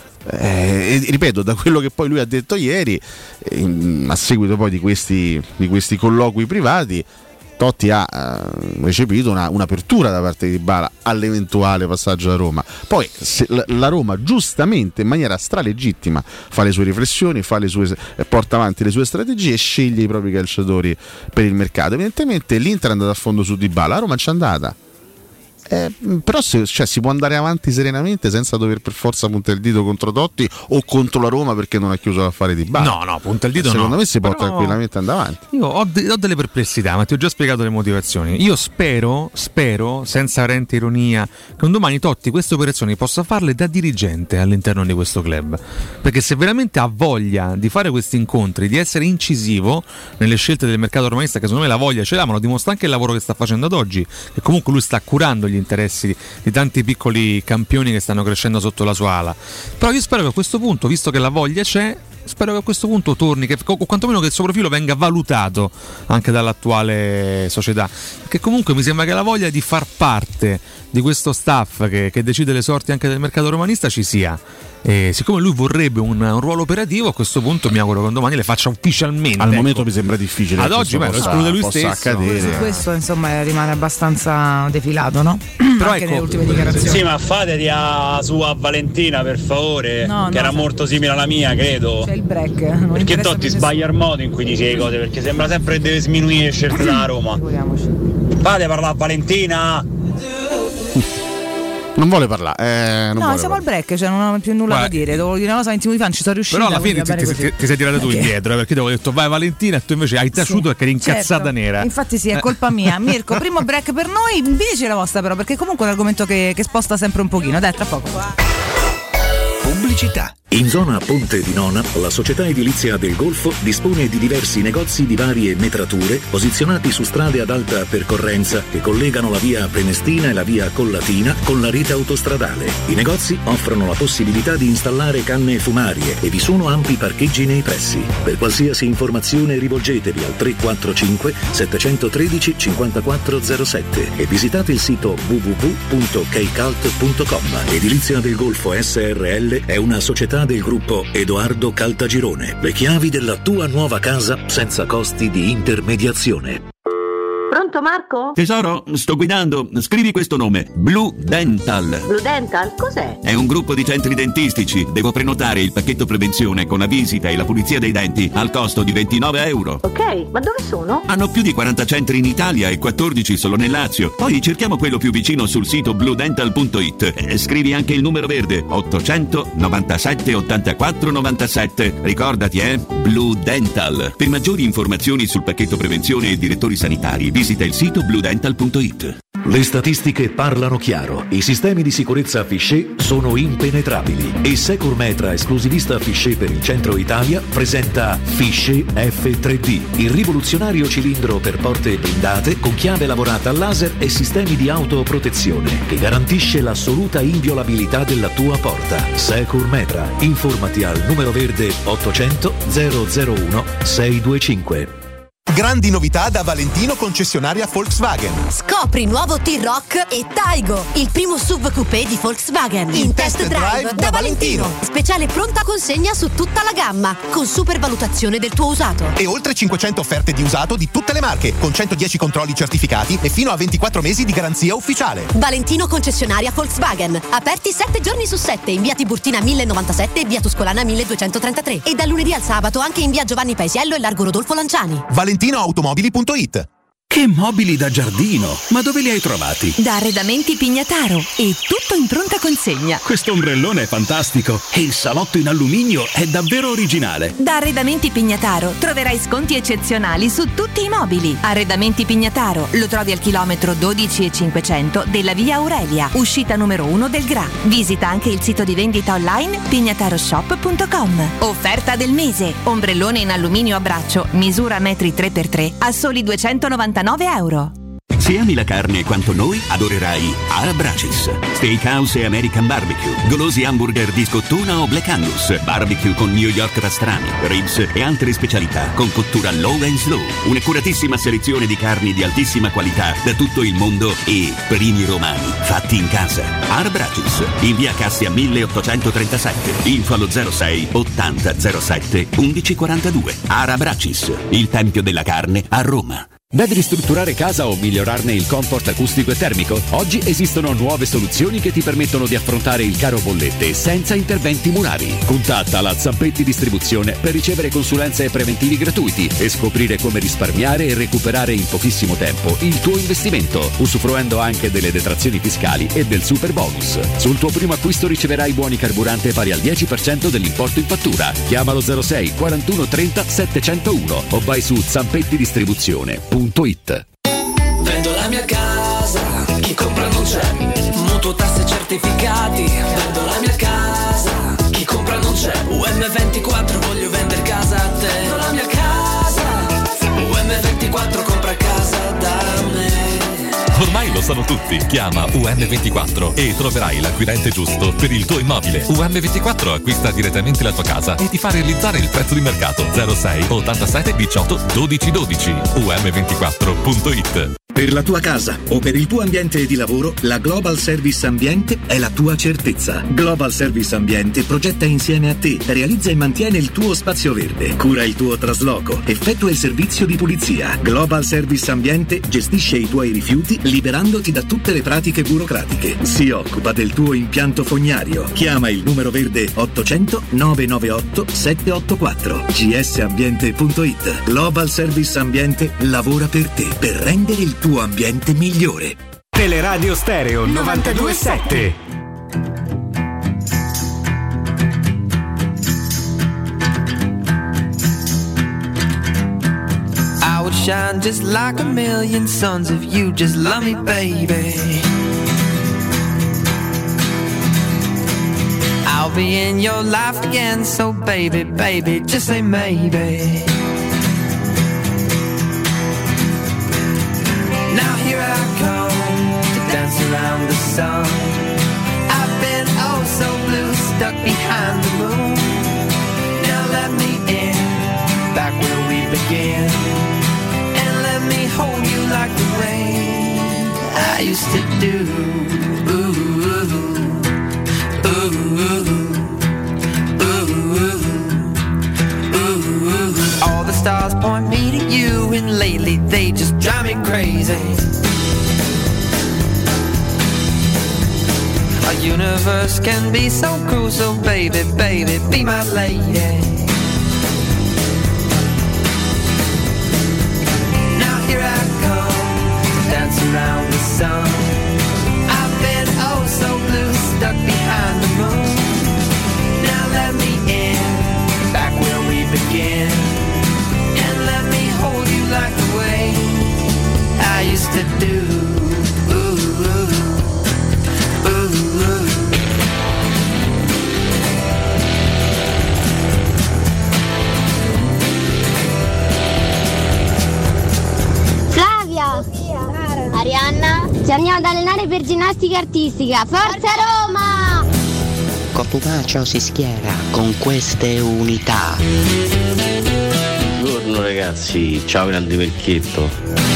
Speaker 7: E ripeto, da quello che poi lui ha detto ieri, a seguito poi di questi colloqui privati, Totti ha recepito un'apertura da parte di Dybala all'eventuale passaggio da Roma. Poi la Roma giustamente, in maniera stralegittima, fa le sue riflessioni, porta avanti le sue strategie e sceglie i propri calciatori per il mercato. Evidentemente l'Inter è andata a fondo su Dybala, la Roma c'è andata. Però si può andare avanti serenamente senza dover per forza puntare il dito contro Totti o contro la Roma perché non ha chiuso l'affare di Dybala.
Speaker 19: No, punta il dito.
Speaker 7: Secondo me si può
Speaker 19: però
Speaker 7: tranquillamente andare avanti.
Speaker 19: Io ho delle perplessità, ma ti ho già spiegato le motivazioni. Io spero, senza apparente ironia, che un domani Totti queste operazioni possa farle da dirigente all'interno di questo club, perché se veramente ha voglia di fare questi incontri, di essere incisivo nelle scelte del mercato romanista, che secondo me la voglia ce l'ha, ma lo dimostra anche il lavoro che sta facendo ad oggi, che comunque lui sta curando gli interessi di tanti piccoli campioni che stanno crescendo sotto la sua ala. Però io spero che a questo punto, visto che la voglia c'è, spero che a questo punto torni, o quantomeno che il suo profilo venga valutato anche dall'attuale società, che comunque mi sembra che la voglia di far parte di questo staff che decide le sorti anche del mercato romanista ci sia. E siccome lui vorrebbe un ruolo operativo, a questo punto mi auguro che domani le faccia ufficialmente.
Speaker 7: Al momento mi sembra difficile.
Speaker 19: Ad oggi lo esclude lui stesso.
Speaker 7: Accadere.
Speaker 18: Questo insomma rimane abbastanza defilato, no?
Speaker 19: Però
Speaker 18: anche nelle ultime dichiarazioni.
Speaker 3: Sì, ma fatevi su a Valentina per favore, che era molto simile alla mia, credo.
Speaker 18: C'è il break.
Speaker 3: Perché Totti sbaglia il modo in cui dice le cose, perché sembra sempre che deve sminuire scelte dalla Roma. Fate parlare a Valentina.
Speaker 7: Non vuole parlare.
Speaker 18: Siamo al break, cioè non ho più nulla da dire. Devo dire una cosa, 20 minuti fa non ci sono riuscita.
Speaker 19: Però alla fine ti sei tirata tu indietro, perché ti avevo detto vai Valentina e tu invece hai taciuto perché eri incazzata nera.
Speaker 18: Infatti sì, è colpa mia. Mirko, primo break per noi, dici la vostra però, perché comunque è un argomento che sposta sempre un pochino. Dai, tra poco.
Speaker 2: Pubblicità. In zona Ponte di Nona, la società edilizia del Golfo dispone di diversi negozi di varie metrature posizionati su strade ad alta percorrenza che collegano la via Prenestina e la via Collatina con la rete autostradale. I negozi offrono la possibilità di installare canne fumarie e vi sono ampi parcheggi nei pressi. Per qualsiasi informazione rivolgetevi al 345 713 5407 e visitate il sito www.keicalt.com. Edilizia del Golfo SRL è una società del gruppo Edoardo Caltagirone. Le chiavi della tua nuova casa senza costi di intermediazione.
Speaker 8: Pronto? Pronto Marco?
Speaker 10: Tesoro, sto guidando. Scrivi questo nome: Blue Dental.
Speaker 8: Blue Dental? Cos'è?
Speaker 10: È un gruppo di centri dentistici. Devo prenotare il pacchetto prevenzione con la visita e la pulizia dei denti al costo di €29.
Speaker 8: Ok, ma dove sono?
Speaker 10: Hanno più di 40 centri in Italia e 14 solo nel Lazio. Poi cerchiamo quello più vicino sul sito bluedental.it. Scrivi anche il numero verde: 800 97 84 97. Ricordati, Blue Dental. Per maggiori informazioni sul pacchetto prevenzione e direttori sanitari, visita il sito bluedental.it.
Speaker 2: Le statistiche parlano chiaro. I sistemi di sicurezza Fichet sono impenetrabili e Securmetra, esclusivista Fichet per il centro Italia, presenta Fichet F3D, il rivoluzionario cilindro per porte blindate con chiave lavorata a laser e sistemi di autoprotezione che garantisce l'assoluta inviolabilità della tua porta. Securmetra. Informati al numero verde 800 001 625.
Speaker 23: Grandi novità da Valentino concessionaria Volkswagen.
Speaker 24: Scopri nuovo T-Roc e Taigo, il primo SUV coupé di Volkswagen. In test drive da Valentino. Speciale pronta consegna su tutta la gamma, con super valutazione del tuo usato.
Speaker 23: E oltre 500 offerte di usato di tutte le marche, con 110 controlli certificati e fino a 24 mesi di garanzia ufficiale.
Speaker 24: Valentino concessionaria Volkswagen. Aperti 7 giorni su 7 in via Tiburtina 1097 e via Tuscolana 1233. E da lunedì al sabato anche in via Giovanni Paesiello e largo Rodolfo Lanciani.
Speaker 23: ValentinoAutomobili.it.
Speaker 25: Che mobili da giardino! Ma dove li hai trovati?
Speaker 24: Da Arredamenti Pignataro. E tutto in pronta consegna.
Speaker 25: Questo ombrellone è fantastico e il salotto in alluminio è davvero originale.
Speaker 24: Da Arredamenti Pignataro troverai sconti eccezionali su tutti i mobili. Arredamenti Pignataro lo trovi al chilometro 12,500 della via Aurelia, uscita numero 1 del GRA. Visita anche il sito di vendita online pignataroshop.com. Offerta del mese: ombrellone in alluminio a braccio, misura metri 3x3 a soli €299.
Speaker 10: Se ami la carne quanto noi, adorerai Arabracis. Steakhouse e American Barbecue, golosi hamburger di scottuna o Black Angus, barbecue con New York pastrami, ribs e altre specialità con cottura low and slow. Un'accuratissima selezione di carni di altissima qualità da tutto il mondo e primi romani fatti in casa. Arabracis, in via Cassia 1837, info allo 06 80 07 1142. Arabracis, il tempio della carne a Roma.
Speaker 26: Devi ristrutturare casa o migliorarne il comfort acustico e termico? Oggi esistono nuove soluzioni che ti permettono di affrontare il caro bollette senza interventi murari. Contatta la Zampetti Distribuzione per ricevere consulenze e preventivi gratuiti e scoprire come risparmiare e recuperare in pochissimo tempo il tuo investimento, usufruendo anche delle detrazioni fiscali e del super bonus. Sul tuo primo acquisto riceverai buoni carburante pari al 10% dell'importo in fattura. Chiamalo 06 41 30 701 o vai su zampettidistribuzione.it.
Speaker 27: Vendo la mia casa, chi compra non c'è. Mutuo, tasse, certificati. Vendo la mia casa, chi compra non c'è. UM24 voglio vendere casa a te. Vendo la mia casa, UM24 compra casa da me.
Speaker 28: Ormai lo sanno tutti. Chiama UM24 e troverai l'acquirente giusto per il tuo immobile. UM24 acquista direttamente la tua casa e ti fa realizzare il prezzo di mercato. 06 87 18 12 12. UM24.it.
Speaker 2: Per la tua casa o per il tuo ambiente di lavoro, la Global Service Ambiente è la tua certezza. Global Service Ambiente progetta insieme a te, realizza e mantiene il tuo spazio verde, cura il tuo trasloco, effettua il servizio di pulizia. Global Service Ambiente gestisce i tuoi rifiuti liberandoti da tutte le pratiche burocratiche. Si occupa del tuo impianto fognario. Chiama il numero verde 800 998 784. gsambiente.it. Global Service Ambiente lavora per te, per rendere il tuo ambiente migliore.
Speaker 29: Teleradio Stereo 92.7.
Speaker 27: I would shine just like a million suns if you just love me, baby. I'll be in your life again, so baby, baby, just say maybe. Now here I come to dance around the sun. I've been oh so blue, stuck behind the moon. Now let me in, back where we began, and let me hold you like the rain I used to do. Ooh, ooh, ooh, ooh, ooh, ooh. easy. Our universe can be so cruel, so baby, baby, be my lady. Now here I come, dance around the sun. I've been oh so blue, stuck behind the moon. Now let me in, back where we begin, and let me hold you like the way I used to do.
Speaker 4: Arianna, ci andiamo ad allenare per ginnastica artistica. Forza Roma!
Speaker 5: Cotumaccio si schiera con queste unità.
Speaker 9: Buongiorno ragazzi, ciao grande Perchietto.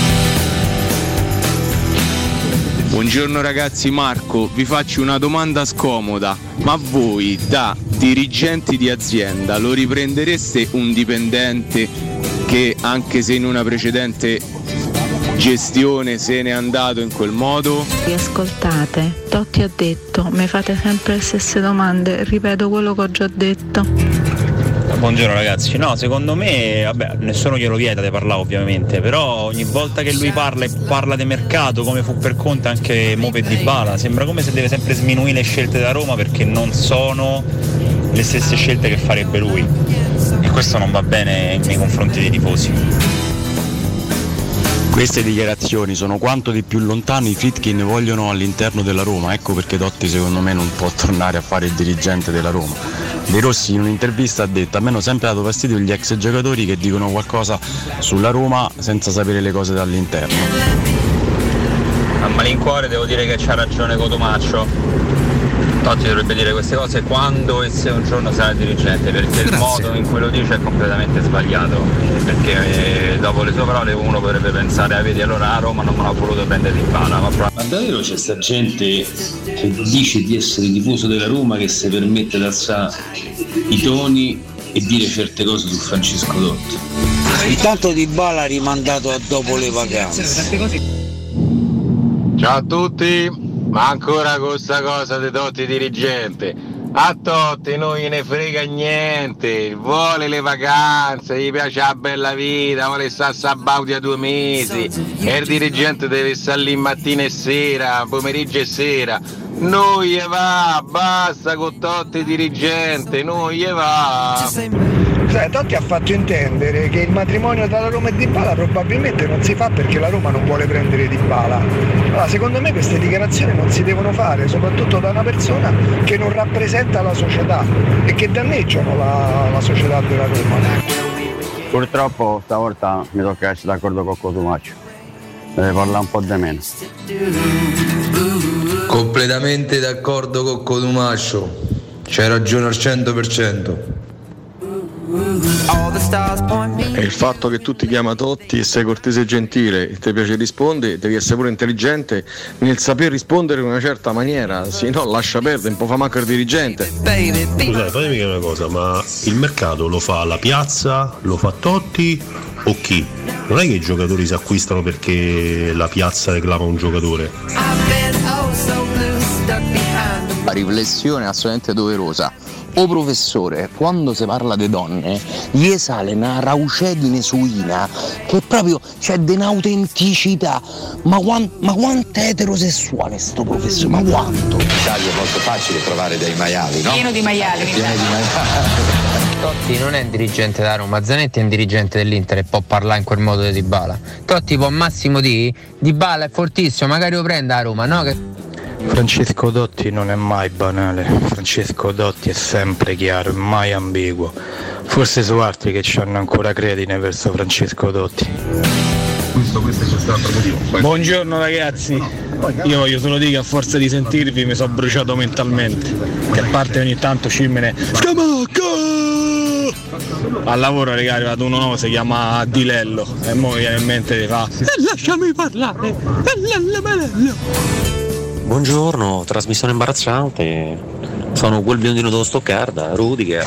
Speaker 11: Buongiorno ragazzi, Marco, vi faccio una domanda scomoda, ma voi da dirigenti di azienda lo riprendereste un dipendente che anche se in una precedente gestione se n'è andato in quel modo?
Speaker 12: Ascoltate, Totti ha detto, mi fate sempre le stesse domande, ripeto quello che ho già detto.
Speaker 3: Buongiorno ragazzi, no, secondo me, vabbè, nessuno glielo vieta di parlare ovviamente, però ogni volta che lui parla e parla di mercato, come fu per Conte anche Mo per Dybala, sembra come se deve sempre sminuire le scelte da Roma perché non sono le stesse scelte che farebbe lui, e questo non va bene nei confronti dei tifosi.
Speaker 13: Queste dichiarazioni sono quanto di più lontano i Friedkin vogliono all'interno della Roma, ecco perché Totti secondo me non può tornare a fare il dirigente della Roma. De Rossi in un'intervista ha detto: a me hanno sempre dato fastidio gli ex giocatori che dicono qualcosa sulla Roma senza sapere le cose dall'interno.
Speaker 3: A malincuore devo dire che c'ha ragione Cotumaccio. Totti dovrebbe dire queste cose quando e se un giorno sarà dirigente, perché il modo in cui lo dice è completamente sbagliato, perché dopo le sue parole uno potrebbe pensare vedi allora a Roma non me l'ha voluto prendere di bala, ma
Speaker 1: davvero c'è sta gente che dice di essere tifoso della Roma che si permette di alzare i toni e dire certe cose su Francesco Totti.
Speaker 15: Intanto Dybala rimandato a dopo le vacanze.
Speaker 13: Ciao a tutti. Ma ancora con questa cosa di Totti dirigente. A Totti non gliene frega niente, vuole le vacanze, gli piace la bella vita, vuole stare a Sabaudia 2 mesi e il dirigente deve stare lì mattina e sera, pomeriggio e sera. Non gli va, basta con Totti dirigente, non gli va.
Speaker 20: Totti ha fatto intendere che il matrimonio tra la Roma e Dybala probabilmente non si fa perché la Roma non vuole prendere Dybala. Allora, secondo me queste dichiarazioni non si devono fare, soprattutto da una persona che non rappresenta la società e che danneggiano la società della Roma.
Speaker 21: Purtroppo stavolta mi tocca essere d'accordo con Cotumaccio, deve parlare un po' di meno.
Speaker 30: Completamente d'accordo con Cotumaccio, c'hai ragione al 100%.
Speaker 13: E il fatto che tu ti chiama Totti e sei cortese e gentile e ti piace rispondere, devi essere pure intelligente nel saper rispondere in una certa maniera, se no lascia perdere, un po' fa manco il dirigente.
Speaker 31: Scusate, fatemi chiedere una cosa, ma il mercato lo fa la piazza, lo fa Totti o chi? Non è che i giocatori si acquistano perché la piazza reclama un giocatore.
Speaker 32: La riflessione è assolutamente doverosa. O professore, quando si parla di donne, gli sale una raucedine suina che proprio c'è un'autenticità. Ma quanto è eterosessuale sto professore? Ma quanto?
Speaker 33: In Italia è molto facile trovare dei maiali, no?
Speaker 12: Pieno di maiali.
Speaker 34: Totti non è un dirigente da Roma, Zanetti è un dirigente dell'Inter e può parlare in quel modo di Dybala. Totti può massimo di Dybala è fortissimo, magari lo prenda a Roma, no?
Speaker 35: Francesco Totti non è mai banale, Francesco Totti è sempre chiaro, è mai ambiguo. Forse su altri che ci hanno ancora credine verso Francesco Totti.
Speaker 31: Questo è quest'altro motivo.
Speaker 35: Buongiorno ragazzi, io voglio solo dire che a forza di sentirvi mi sono bruciato mentalmente, che a parte ogni tanto cimmene Scamacca! Al lavoro è arrivato uno nuovo, si chiama Dilello e mo' mi viene in mente di fa lasciami parlare,
Speaker 36: Buongiorno, trasmissione imbarazzante. Sono quel biondino dello Stoccarda, Rudiger.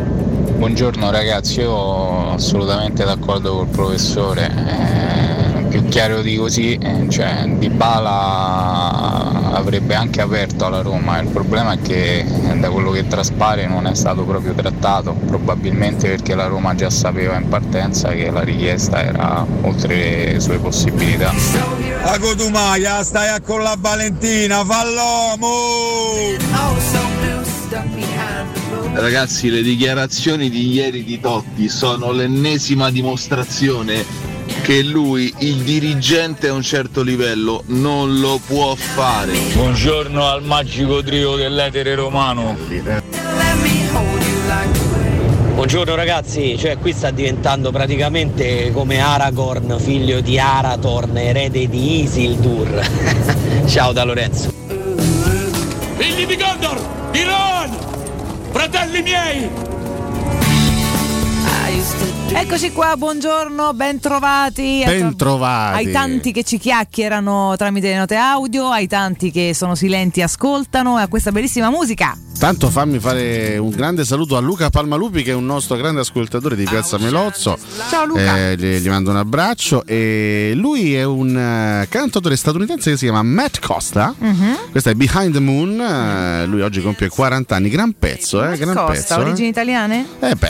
Speaker 37: Buongiorno ragazzi, io assolutamente d'accordo col professore.
Speaker 2: più chiaro di così, cioè Dybala avrebbe anche aperto alla Roma. Il problema è che da quello che traspare non è stato proprio trattato, probabilmente perché la Roma già sapeva in partenza che la richiesta era oltre le sue possibilità.
Speaker 6: A Cotumaccio stai con la Valentina, fall'uomo!
Speaker 7: Ragazzi, le dichiarazioni di ieri di Totti sono l'ennesima dimostrazione che lui, il dirigente a un certo livello, non lo può fare.
Speaker 35: Buongiorno al magico trio dell'etere romano.
Speaker 8: Buongiorno ragazzi, cioè qui sta diventando praticamente come Aragorn, figlio di Arathorn, erede di Isildur. Ciao da Lorenzo.
Speaker 10: Figli di Gondor, di Rohan, fratelli miei!
Speaker 14: Eccoci qua, buongiorno, bentrovati. Ai tanti che ci chiacchierano tramite le note audio, ai tanti che sono silenti e ascoltano, a questa bellissima musica.
Speaker 16: Tanto fammi fare un grande saluto a Luca Palmalupi, che è un nostro grande ascoltatore di Piazza Melozzo.
Speaker 14: Ciao Luca.
Speaker 16: Gli mando un abbraccio. E lui è un cantautore statunitense che si chiama Matt Costa. Questo è Behind the Moon. Lui oggi compie 40 anni, gran pezzo, gran
Speaker 14: Costa,
Speaker 16: pezzo.
Speaker 14: Origini italiane?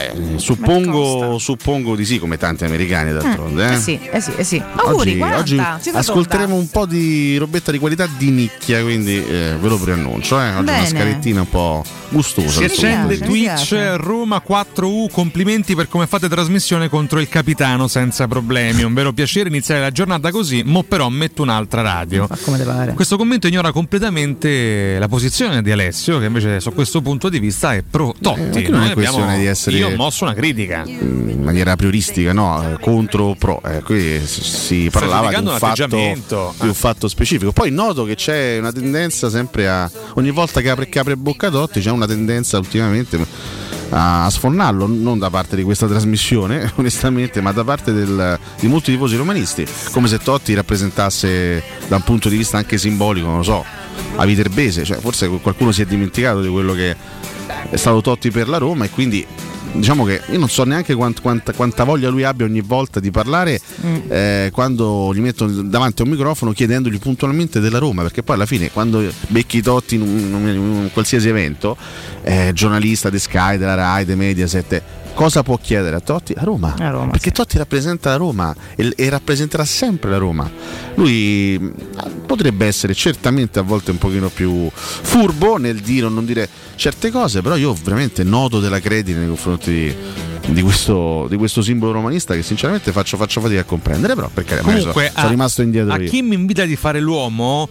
Speaker 16: Suppongo di sì, come tanti americani d'altronde.
Speaker 14: Sì. Auguri, 40,
Speaker 16: oggi ascolteremo un po' di robetta di qualità di nicchia, quindi ve lo preannuncio. Oggi
Speaker 14: Bene.
Speaker 16: una scalettina un po' gustosa.
Speaker 17: Si accende
Speaker 14: Mi
Speaker 17: Twitch
Speaker 14: piace.
Speaker 17: Roma 4U, complimenti per come fate trasmissione contro il capitano senza problemi, un vero piacere iniziare la giornata così, mo però metto un'altra radio.
Speaker 14: Ma come te pare?
Speaker 17: Questo commento ignora completamente la posizione di Alessio, che invece su questo punto di vista è pro Totti.
Speaker 16: Non è questione di essere,
Speaker 17: io ho mosso una critica
Speaker 16: in maniera a prioristica, no, contro o pro. Qui si parlava di un fatto specifico. Poi noto che c'è una tendenza sempre a, ogni volta che apre bocca Totti, c'è una tendenza ultimamente a sfornarlo, non da parte di questa trasmissione onestamente, ma da parte di molti tifosi romanisti, come se Totti rappresentasse da un punto di vista anche simbolico, non lo so, a Viterbese. Cioè, forse qualcuno si è dimenticato di quello che è stato Totti per la Roma, e quindi diciamo che io non so neanche quanta voglia lui abbia ogni volta di parlare quando gli mettono davanti a un microfono chiedendogli puntualmente della Roma, perché poi alla fine quando becchi Totti in un qualsiasi evento, giornalista di Sky, della Rai, dei Mediaset, cosa può chiedere a Totti? A Roma, perché Totti rappresenta la Roma e rappresenterà sempre la Roma. Lui potrebbe essere certamente a volte un pochino più furbo nel dire o non dire certe cose, però io veramente noto della credine nei confronti di questo simbolo romanista che sinceramente faccio fatica a comprendere, però perché
Speaker 17: comunque
Speaker 16: sono rimasto indietro
Speaker 17: a
Speaker 16: io.
Speaker 17: chi mi invita di fare l'uomo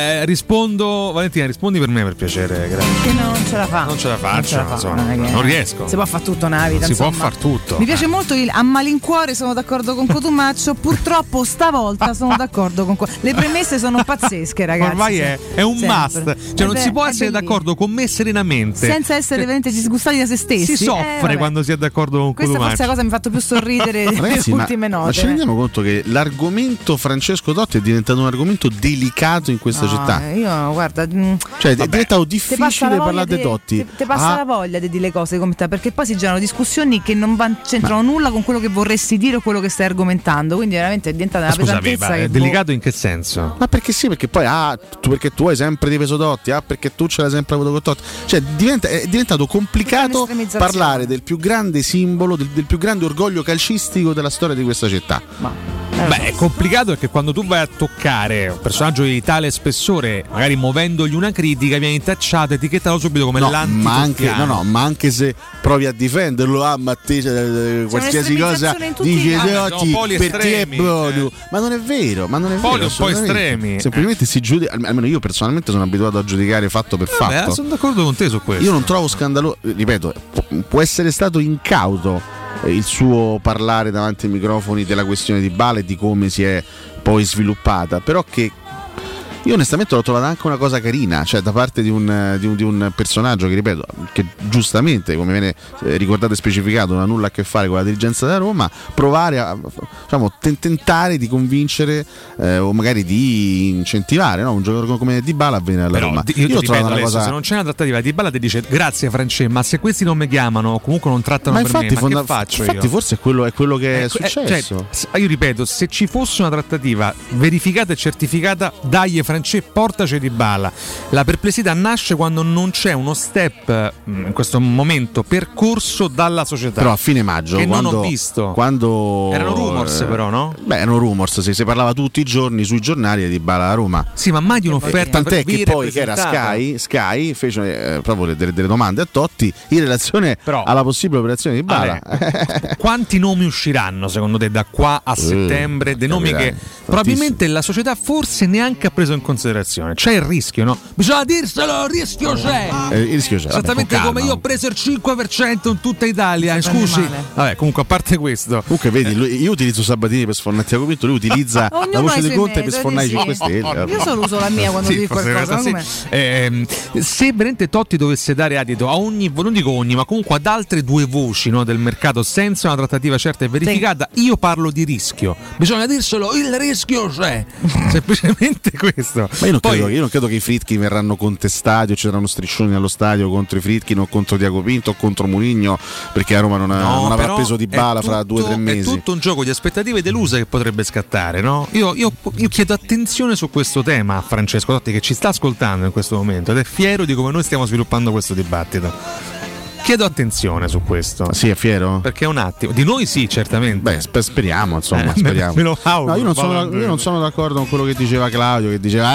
Speaker 17: rispondo, Valentina, rispondi per me per piacere, grazie.
Speaker 14: Che non ce la fa.
Speaker 17: Non ce la faccio, non riesco.
Speaker 14: Si può fare tutto nella vita,
Speaker 17: si
Speaker 14: insomma.
Speaker 17: può far tutto.
Speaker 14: Mi piace molto il a malincuore sono d'accordo con Cotumaccio, purtroppo stavolta sono d'accordo con le premesse sono pazzesche, ragazzi.
Speaker 17: Ormai è un must, cioè non si può essere d'accordo con me serenamente
Speaker 14: senza essere veramente disgustati da se stessi.
Speaker 17: Si soffre quando si è d'accordo con
Speaker 14: questa
Speaker 17: Cotumaccio.
Speaker 14: forse è la cosa che mi ha fatto più sorridere delle ultime note.
Speaker 16: Ma ci rendiamo conto che l'argomento Francesco Totti è diventato un argomento delicato in questa città?
Speaker 14: Io guarda,
Speaker 16: cioè è diventato difficile parlare di Totti.
Speaker 14: Te passa la voglia di dire le cose come te, perché poi si generano discussioni che non c'entrano nulla con quello che vorresti dire o quello che stai argomentando, quindi veramente è diventata una pesantezza.
Speaker 17: È delicato in che senso?
Speaker 16: Ma perché sì, perché poi perché tu hai sempre difeso Totti, perché tu ce l'hai sempre avuto con Totti, cioè è diventato complicato parlare del più grande simbolo, del più grande orgoglio calcistico della storia di questa città.
Speaker 17: Beh, è complicato perché quando tu vai a toccare un personaggio di tale spessore, magari muovendogli una critica, vieni tacciato, etichettato subito come l'antitottiano.
Speaker 16: Ma anche se provi a difenderlo, ma te qualsiasi cosa dice Totti perché è Bono. Ma non è vero,
Speaker 17: un po' estremi.
Speaker 16: Semplicemente si giudica, almeno io personalmente sono abituato a giudicare fatto per fatto.
Speaker 17: Sono d'accordo con te su questo.
Speaker 16: Io non trovo scandaloso, ripeto, può essere stato incauto il suo parlare davanti ai microfoni della questione di Dybala e di come si è poi sviluppata, però che io onestamente l'ho trovata anche una cosa carina, cioè da parte di un personaggio che, ripeto, che giustamente, come viene ricordato e specificato, non ha nulla a che fare con la dirigenza della Roma, provare a, diciamo, tentare di convincere o magari di incentivare, no, un giocatore come Dybala a venire alla Roma.
Speaker 17: Io ti ripeto, una cosa... se non c'è una trattativa, Dybala ti dice grazie Francesco, ma se questi non mi chiamano o comunque non trattano
Speaker 16: ma
Speaker 17: per
Speaker 16: infatti,
Speaker 17: me, ma che faccio
Speaker 16: infatti
Speaker 17: io?
Speaker 16: Forse è quello che è successo.
Speaker 17: Io ripeto, se ci fosse una trattativa verificata e certificata, dai Francesco, portaci Dybala. La perplessità nasce quando non c'è uno step in questo momento percorso dalla società.
Speaker 16: Però a fine maggio,
Speaker 17: che
Speaker 16: quando,
Speaker 17: non ho visto.
Speaker 16: Quando
Speaker 17: erano rumors, però, no?
Speaker 16: Beh, erano rumors, si parlava tutti i giorni sui giornali di Dybala a Roma.
Speaker 17: Sì, ma mai di un'offerta.
Speaker 16: Tant'è che poi che era Sky fece proprio delle domande a Totti in relazione alla possibile operazione di Dybala.
Speaker 17: Quanti nomi usciranno secondo te da qua a settembre? Dei nomi che probabilmente la società forse neanche ha preso in considerazione. C'è il rischio, no? Bisogna dirselo, il rischio c'è.
Speaker 16: Il rischio c'è.
Speaker 17: Esattamente come io ho preso il 5% in tutta Italia. Scusi. Vabbè, comunque a parte questo.
Speaker 16: Comunque vedi, io utilizzo Sabatini per sfornare Tiago Pinto, lui utilizza la voce di Conte per sfornare i 5 Stelle.
Speaker 14: Io solo uso la mia quando dico qualcosa.
Speaker 17: Se veramente Totti dovesse dare adito a ogni, non dico ogni, ma comunque ad altre due voci, no, del mercato senza una trattativa certa e verificata, io parlo di rischio. Bisogna dirselo, il rischio c'è. Semplicemente questo.
Speaker 16: Ma io non credo che i Friedkin verranno contestati o ci saranno striscioni allo stadio contro i Friedkin o contro Tiago Pinto o contro Mourinho perché a Roma non avrà preso Dybala fra 2 o 3 mesi.
Speaker 17: È tutto un gioco di aspettative deluse che potrebbe scattare, no? Io chiedo attenzione su questo tema a Francesco Totti, che ci sta ascoltando in questo momento ed è fiero di come noi stiamo sviluppando questo dibattito. Chiedo attenzione su questo.
Speaker 16: Sì, è fiero?
Speaker 17: Perché è un attimo. Di noi sì, certamente.
Speaker 16: Beh, speriamo, insomma, speriamo.
Speaker 17: Me lo auguro.
Speaker 16: No, io non sono d'accordo con quello che diceva Claudio, che diceva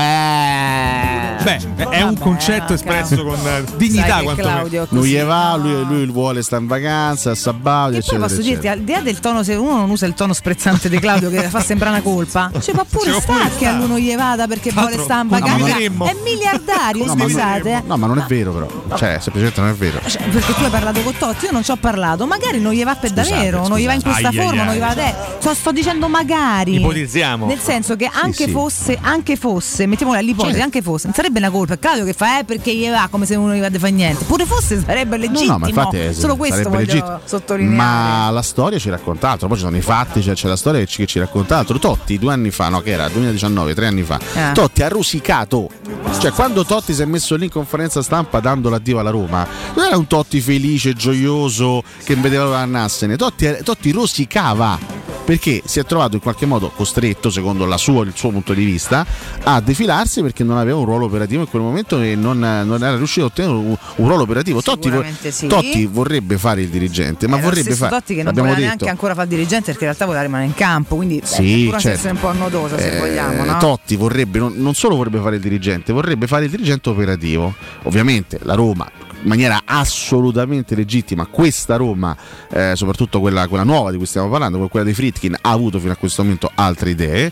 Speaker 17: è un concetto espresso con dignità quanto
Speaker 16: non gli va, lui vuole sta in vacanza, a sabato, eccetera.
Speaker 14: Posso dirti, al di là del tono, se uno non usa il tono sprezzante di Claudio che fa sembrare una colpa, cioè, ma pure sta che a lui non gli vada perché vuole sta in vacanza. È miliardario, scusate.
Speaker 16: No, ma non è vero però. Cioè, semplicemente non è vero.
Speaker 14: Perché tu hai parlato con Totti, io non ci ho parlato, magari non gli va per davvero, non gli va in questa forma, non gli va adesso. Sto dicendo magari.
Speaker 17: Ipotizziamo.
Speaker 14: Nel senso che anche fosse, mettiamola all'ipotesi, anche fosse, non sarebbe una colpa. Claudio che fa perché gli va come se uno non gli va a fare niente. Pure fosse sarebbe legittimo.
Speaker 16: No, ma infatti
Speaker 14: solo questo voglio sottolineare.
Speaker 16: Ma la storia ci racconta altro, poi ci sono i fatti, c'è la storia che ci racconta altro. Totti 2 anni fa, no, che era 2019, 3 anni fa, Totti ha rosicato. Cioè, quando Totti si è messo lì in conferenza stampa dando l'addio alla Roma, non era un Totti felice, gioioso, che vedeva l'ora andarsene. Totti rosicava perché si è trovato in qualche modo costretto, secondo il suo punto di vista, a defilarsi perché non aveva un ruolo operativo in quel momento e non era riuscito a ottenere un ruolo operativo. Totti vorrebbe fare il dirigente, ma vorrebbe fare.
Speaker 14: Totti che non voleva neanche ancora fare il dirigente perché in realtà voleva rimanere in campo, quindi pure essere un po' nodosa se vogliamo. No?
Speaker 16: Totti vorrebbe non solo vorrebbe fare il dirigente, vorrebbe fare il dirigente operativo. Ovviamente la Roma, in maniera assolutamente legittima, questa Roma, soprattutto quella nuova di cui stiamo parlando, quella dei Friedkin, ha avuto fino a questo momento altre idee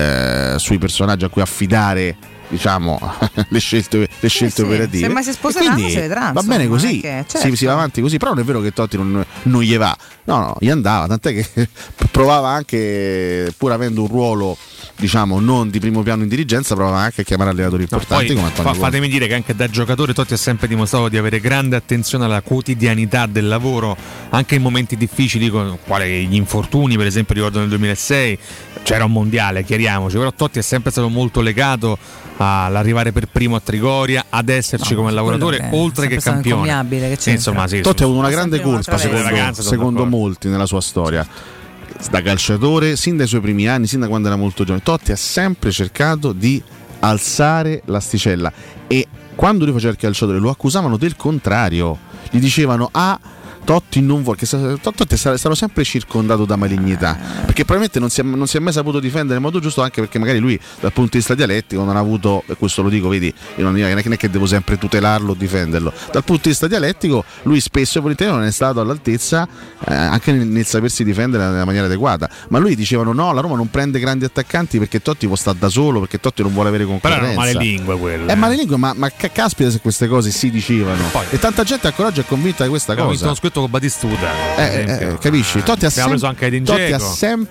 Speaker 16: sui personaggi a cui affidare, diciamo, le scelte operative.
Speaker 14: Se mai si sposeranno se vedranno.
Speaker 16: Va bene così, si va avanti così, però non è vero che Totti non gli va, no, gli andava, tant'è che provava anche, pur avendo un ruolo, diciamo, non di primo piano in dirigenza, provava anche a chiamare allenatori importanti come Antonio Conte.
Speaker 17: Fatemi dire che anche da giocatore Totti ha sempre dimostrato di avere grande attenzione alla quotidianità del lavoro, anche in momenti difficili, quale gli infortuni, per esempio ricordo nel 2006 c'era un mondiale, chiariamoci, però Totti è sempre stato molto legato all'arrivare per primo a Trigoria, ad esserci come lavoratore oltre che campione.
Speaker 14: Insomma,
Speaker 16: Totti ha avuto una grande colpa secondo molti nella sua storia. Da calciatore, sin dai suoi primi anni, sin da quando era molto giovane, Totti ha sempre cercato di alzare l'asticella e quando lui faceva il calciatore lo accusavano del contrario, gli dicevano Totti non vuole, Totti è stato sempre circondato da malignità, perché probabilmente non si è mai saputo difendere in modo giusto, anche perché magari lui dal punto di vista dialettico non ha avuto, e questo lo dico, vedi, io non è che devo sempre tutelarlo o difenderlo, dal punto di vista dialettico lui spesso e volentieri non è stato all'altezza anche nel sapersi difendere nella maniera adeguata, ma lui dicevano no, la Roma non prende grandi attaccanti perché Totti può stare da solo, perché Totti non vuole avere concorrenza.
Speaker 17: Però erano malelingue quelle.
Speaker 16: È malelingue, ma caspita se queste cose si dicevano. E tanta gente ancora oggi è convinta di questa cosa.
Speaker 17: Con Batistuta,
Speaker 16: capisci? Totti ha
Speaker 17: preso anche Edin Dzeko.
Speaker 16: Totti ha sempre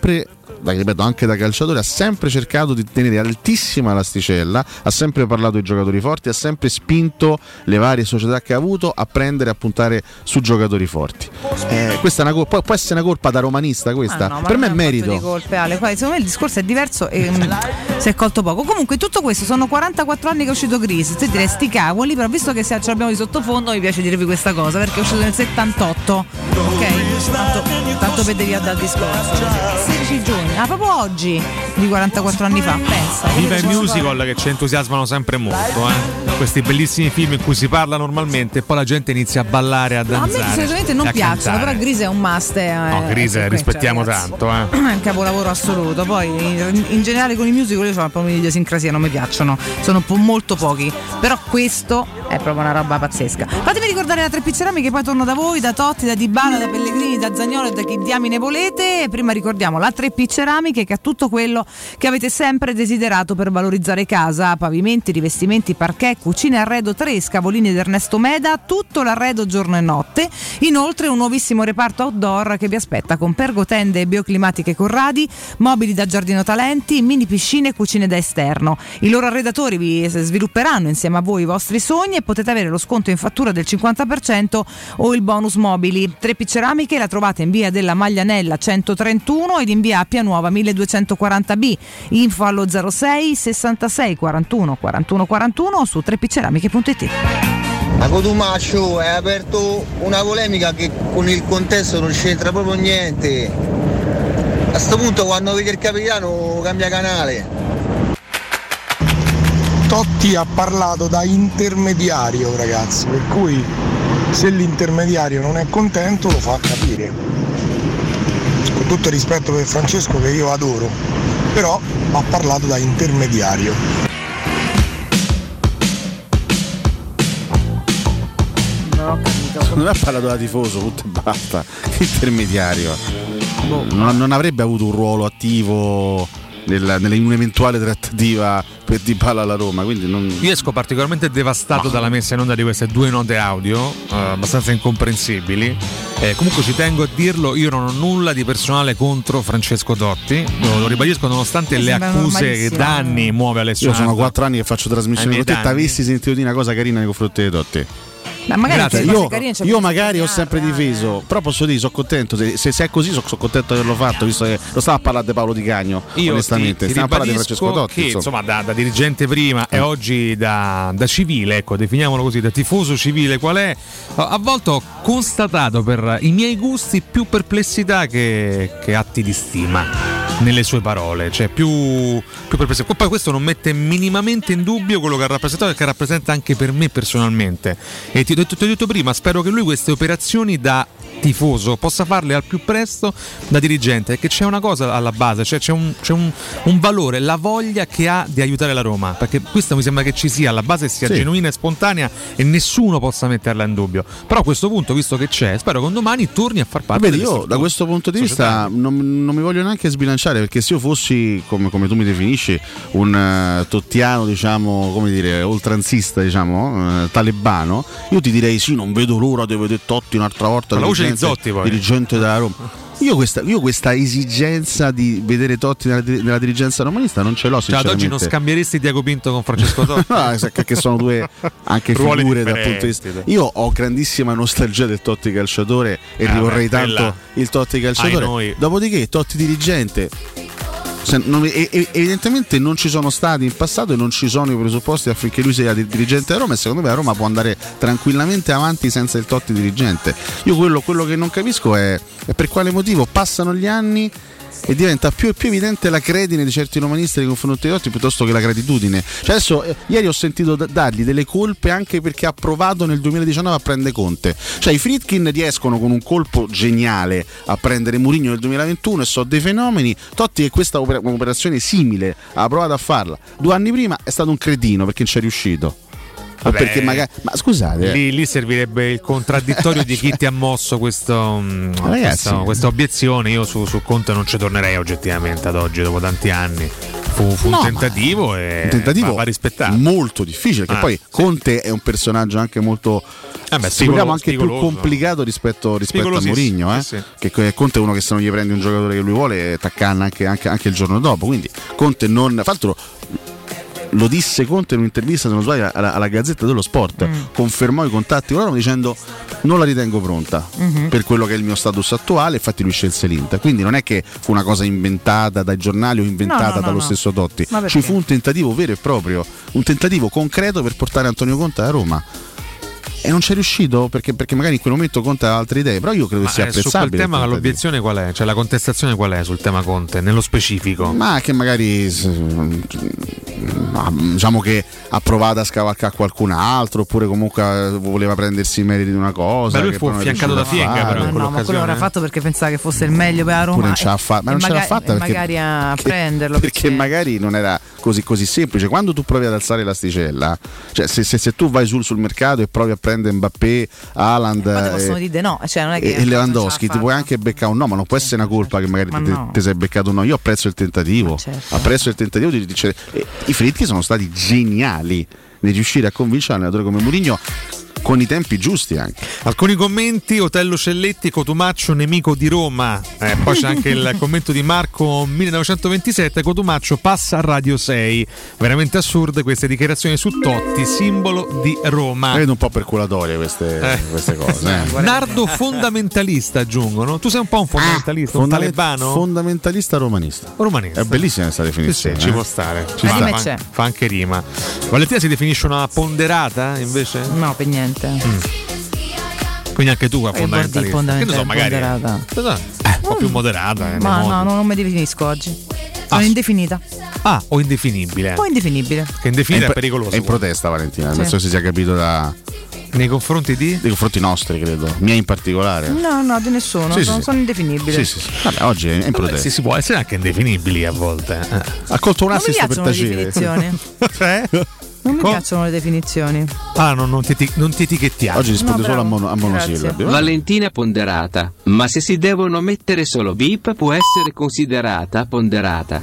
Speaker 16: ripeto, anche da calciatore, ha sempre cercato di tenere altissima l'asticella, ha sempre parlato di giocatori forti, ha sempre spinto le varie società che ha avuto a prendere, a puntare su giocatori forti. Questa è una può essere una colpa da romanista questa?
Speaker 14: No,
Speaker 16: per me è merito.
Speaker 14: Di colpe, Ale. Secondo me il discorso è diverso e si è colto poco. Comunque tutto questo sono 44 anni che è uscito Grease. Te direi sti cavoli, però visto che ce l'abbiamo di sottofondo mi piace dirvi questa cosa perché è uscito nel 78. Ok? Tanto per deviare dal discorso. 16 giugno, proprio oggi di 44 anni fa, pensa.
Speaker 17: Viva i musical che ci entusiasmano sempre molto, questi bellissimi film in cui si parla normalmente e poi la gente inizia a ballare, a danzare.
Speaker 14: A me solitamente non piacciono, però Grease è un must.
Speaker 17: No, Grease rispettiamo tanto.
Speaker 14: È un capolavoro assoluto. Poi in generale con i musical io ho un po' di idiosincrasia, non mi piacciono, sono molto pochi. Però questo è proprio una roba pazzesca. Fatemi ricordare la 3P Ceramiche, poi torno da voi, da Totti, da Dybala, da Pellegrini, da Zaniolo e da chi diamine volete. E prima ricordiamo la 3P Ceramiche che ha tutto quello che avete sempre desiderato per valorizzare casa: pavimenti, rivestimenti, parquet, cucine, arredo 3, Scavoline ed Ernesto Meda, tutto l'arredo giorno e notte. Inoltre un nuovissimo reparto outdoor che vi aspetta con pergotende bioclimatiche Corradi, mobili da giardino talenti, mini piscine e cucine da esterno. I loro arredatori vi svilupperanno insieme a voi i vostri sogni e potete avere lo sconto in fattura del 50% o il bonus mobili. 3P Ceramiche la trovate in via della Maglianella 131 ed in via Appia Nuova 1240B. Info allo 06 66 41 41 41 o su 3pceramiche.it.
Speaker 15: Ma Cotumaccio hai aperto una polemica che con il contesto non c'entra proprio niente. A questo punto quando vedi il capitano cambia canale.
Speaker 20: Totti ha parlato da intermediario, ragazzi, per cui se l'intermediario non è contento lo fa capire. Con tutto il rispetto per Francesco che io adoro, però ha parlato da intermediario.
Speaker 16: Non ha parlato da tifoso, tutto e basta. Intermediario. Non avrebbe avuto un ruolo attivo nell'eventuale trattativa per Dybala alla Roma, quindi non...
Speaker 17: Io esco particolarmente devastato dalla messa in onda di queste due note audio abbastanza incomprensibili. Comunque ci tengo a dirlo, io non ho nulla di personale contro Francesco Totti, lo ribadisco, nonostante le accuse che da anni muove Alessio.
Speaker 16: Io sono 4 anni che faccio trasmissioni con te, avessi sentito di una cosa carina nei confronti di Totti.
Speaker 14: Ma magari
Speaker 16: io magari ho sempre difeso, però posso dire, sono contento. Se è così, sono contento di averlo fatto, visto che lo stavo a parlare di Paolo Di Cagno. Io onestamente, stiamo a parlare di Francesco Totti.
Speaker 17: Che, insomma, da dirigente prima e oggi da civile, ecco, definiamolo così, da tifoso civile qual è, a volte ho constatato per i miei gusti più perplessità che atti di stima nelle sue parole, cioè più perplessità. Poi questo non mette minimamente in dubbio quello che ha rappresentato e che rappresenta anche per me personalmente. E ti ho detto prima, spero che lui queste operazioni da tifoso possa farle al più presto da dirigente, perché c'è una cosa alla base, cioè c'è un valore, la voglia che ha di aiutare la Roma, perché questo mi sembra che ci sia alla base, sia genuina e spontanea e nessuno possa metterla in dubbio. Però a questo punto, visto che c'è, spero che un domani torni a far parte.
Speaker 16: Vedi, io da questo punto di vista non mi voglio neanche sbilanciare, perché se io fossi, come tu mi definisci, un tottiano, diciamo, come dire, oltranzista, diciamo, talebano, io ti direi sì, non vedo l'ora di vedere Totti un'altra volta dirigente della Roma. Io questa esigenza di vedere Totti nella dirigenza romanista non ce l'ho, sinceramente.
Speaker 17: Cioè, ad oggi non scambieresti Diego Pinto con Francesco Totti?
Speaker 16: No, che sono due anche figure dal punto di vista. Io ho grandissima nostalgia del Totti calciatore e rivorrei tanto il Totti calciatore. Dopodiché Totti dirigente, evidentemente non ci sono stati in passato e non ci sono i presupposti affinché lui sia dirigente della Roma, e secondo me la Roma può andare tranquillamente avanti senza il Totti dirigente. Io quello che non capisco è per quale motivo passano gli anni e diventa più e più evidente la credine di certi romanisti nei confronti di Totti piuttosto che la gratitudine. Cioè adesso ieri ho sentito dargli delle colpe anche perché ha provato nel 2019 a prendere Conte. Cioè i Friedkin riescono con un colpo geniale a prendere Mourinho nel 2021 e sono dei fenomeni. Totti, che questa un'operazione simile ha provato a farla 2 anni prima, è stato un cretino perché non ci è riuscito.
Speaker 17: Vabbè,
Speaker 16: perché magari, ma scusate,
Speaker 17: lì servirebbe il contraddittorio di chi ti ha mosso questa obiezione. Io su Conte non ci tornerei oggettivamente ad oggi, dopo tanti anni. fu un tentativo e
Speaker 16: un tentativo
Speaker 17: va rispettato.
Speaker 16: Molto difficile, perché poi Conte è un personaggio anche molto speriamo anche più complicato rispetto a Mourinho, che Conte è uno che se non gli prendi un giocatore che lui vuole t'accanna anche il giorno dopo, quindi Conte non, fra l'altro lo disse Conte in un'intervista, se non sbaglio, alla Gazzetta dello Sport, confermò i contatti con Roma dicendo non la ritengo pronta per quello che è il mio status attuale, infatti lui scelse l'Inter, quindi non è che fu una cosa inventata dai giornali o inventata dallo stesso Totti, ci fu un tentativo vero e proprio, un tentativo concreto per portare Antonio Conte a Roma. E non c'è riuscito perché magari in quel momento Conte aveva altre idee, però io credo che sia apprezzabile.
Speaker 17: Su quel tema l'obiezione qual è? Cioè la contestazione qual è sul tema Conte, nello specifico?
Speaker 16: Ma che magari diciamo che ha provato a scavalcare qualcun altro, oppure comunque voleva prendersi i meriti di una cosa.
Speaker 17: Ma lui fu affiancato da Fienga però in
Speaker 14: ma quello l'aveva fatto perché pensava che fosse il meglio per la Roma.
Speaker 16: Ma non ce l'ha fatta perché
Speaker 14: magari a prenderlo
Speaker 16: perché magari non era così semplice. Quando tu provi ad alzare l'asticella, cioè se tu vai sul mercato e provi a prendere Mbappé, Haaland e Lewandowski, ti puoi anche beccare un no, ma non può essere una colpa che magari ti sei beccato un no. Io apprezzo il tentativo, apprezzo il tentativo di dire i Fritti sono stati geniali di riuscire a convincere un allenatore come Mourinho con i tempi giusti anche.
Speaker 17: Alcuni commenti: Otello Celletti, Cotumaccio nemico di Roma. Poi c'è anche il commento di Marco 1927, Cotumaccio passa a Radio 6. Veramente assurde queste dichiarazioni su Totti, simbolo di Roma.
Speaker 16: Vedo un po' perculatorie queste cose.
Speaker 17: Nardo fondamentalista aggiungono. Tu sei un po' un fondamentalista, un talebano?
Speaker 16: Fondamentalista romanista.
Speaker 17: È
Speaker 16: bellissima questa definizione.
Speaker 17: Sì, ci può stare. Fa anche rima. Valentina si definisce una ponderata invece?
Speaker 14: No, per niente.
Speaker 17: Quindi anche tu fondamentalista. Che ne so, magari
Speaker 14: moderata.
Speaker 17: Un po' più moderata.
Speaker 14: Ma no, non mi definisco oggi. Sono indefinita.
Speaker 17: O indefinibile.
Speaker 14: O indefinibile.
Speaker 17: Che indefinita è pericoloso.
Speaker 16: È in protesta Valentina, penso si sia capito
Speaker 17: nei confronti
Speaker 16: dei confronti nostri, credo, miei in particolare.
Speaker 14: No, di nessuno, sono indefinibili.
Speaker 16: Sì. Vabbè, oggi è in protesta.
Speaker 17: Si può essere anche indefinibili a volte.
Speaker 16: Ha colto un assist per tacere.
Speaker 14: Non mi piacciono le definizioni.
Speaker 17: Non ti etichettiamo.
Speaker 16: Oggi risponde solo a monosillabi.
Speaker 1: Valentina ponderata. Ma se si devono mettere solo bip, può essere considerata ponderata.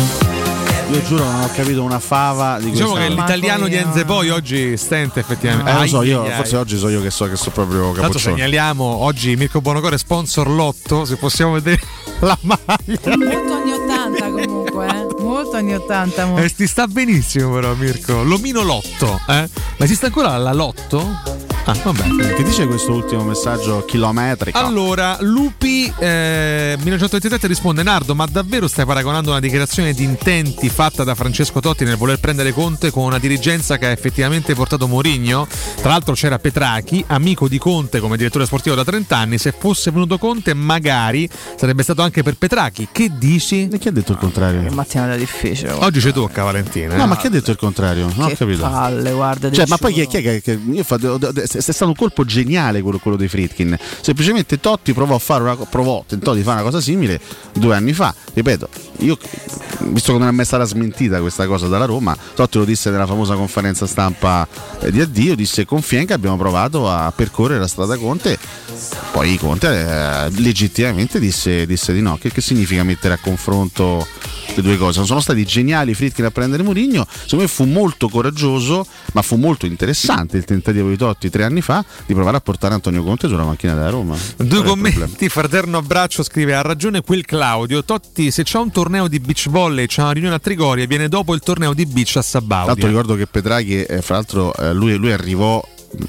Speaker 16: Io giuro non ho capito una fava di
Speaker 17: diciamo che l'italiano di Enze poi oggi stenta effettivamente.
Speaker 16: Lo so, forse oggi so io che so proprio capoccione.
Speaker 17: Tanto segnaliamo oggi Mirko Bonocore sponsor Lotto, se possiamo vedere la maglia.
Speaker 14: Molto anni 80 comunque, molto anni 80.
Speaker 17: Ti sta benissimo però Mirko. L'omino Lotto, Ma esiste ancora la Lotto? Vabbè.
Speaker 16: Che dice questo ultimo messaggio chilometrico?
Speaker 17: Allora, Lupi 1927 risponde: Nardo, ma davvero stai paragonando una dichiarazione di intenti fatta da Francesco Totti nel voler prendere Conte con una dirigenza che ha effettivamente portato Mourinho? Tra l'altro c'era Petrachi, amico di Conte come direttore sportivo da 30 anni. Se fosse venuto Conte magari sarebbe stato anche per Petrachi. Che dici?
Speaker 16: E chi ha detto il contrario?
Speaker 14: Mattina è difficile.
Speaker 17: Oggi ci tocca Valentina.
Speaker 16: No, ma chi ha detto il contrario? Non ho capito.
Speaker 14: Palle, guarda.
Speaker 16: Cioè, ma poi chi è che io è stato un colpo geniale quello dei Friedkin. Semplicemente Totti tentò di fare una cosa simile 2 anni fa. Ripeto, io visto che non è mai stata smentita questa cosa dalla Roma, Totti lo disse nella famosa conferenza stampa di addio, disse con Fienga abbiamo provato a percorrere la strada Conte, poi Conte legittimamente disse di no. Che significa mettere a confronto le due cose? Sono stati geniali i Friedkin a prendere Mourinho, secondo me fu molto coraggioso ma fu molto interessante il tentativo di Totti 3 anni fa di provare a portare Antonio Conte sulla macchina della Roma.
Speaker 17: 2 commenti, fraterno abbraccio, scrive: ha ragione quel Claudio, Totti se c'è un torneo di beach volley, c'è una riunione a Trigoria, viene dopo il torneo di beach a Sabaudia.
Speaker 16: Tanto ricordo che Petrachi fra l'altro lui arrivò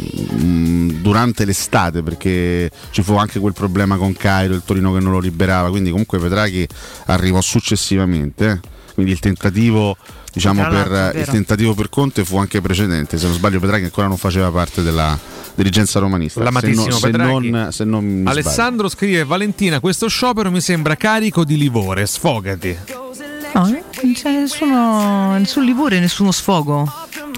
Speaker 16: durante l'estate, perché ci fu anche quel problema con Cairo, il Torino che non lo liberava, quindi comunque Petrachi arrivò successivamente, quindi il tentativo il tentativo per Conte fu anche precedente, se non sbaglio Petrachi ancora non faceva parte della dirigenza romanista.
Speaker 17: L'amatissimo Petrachi.
Speaker 16: Se non
Speaker 17: Alessandro scrive: Valentina, questo sciopero mi sembra carico di livore, sfogati.
Speaker 14: No, non c'è nessun livore, nessuno sfogo.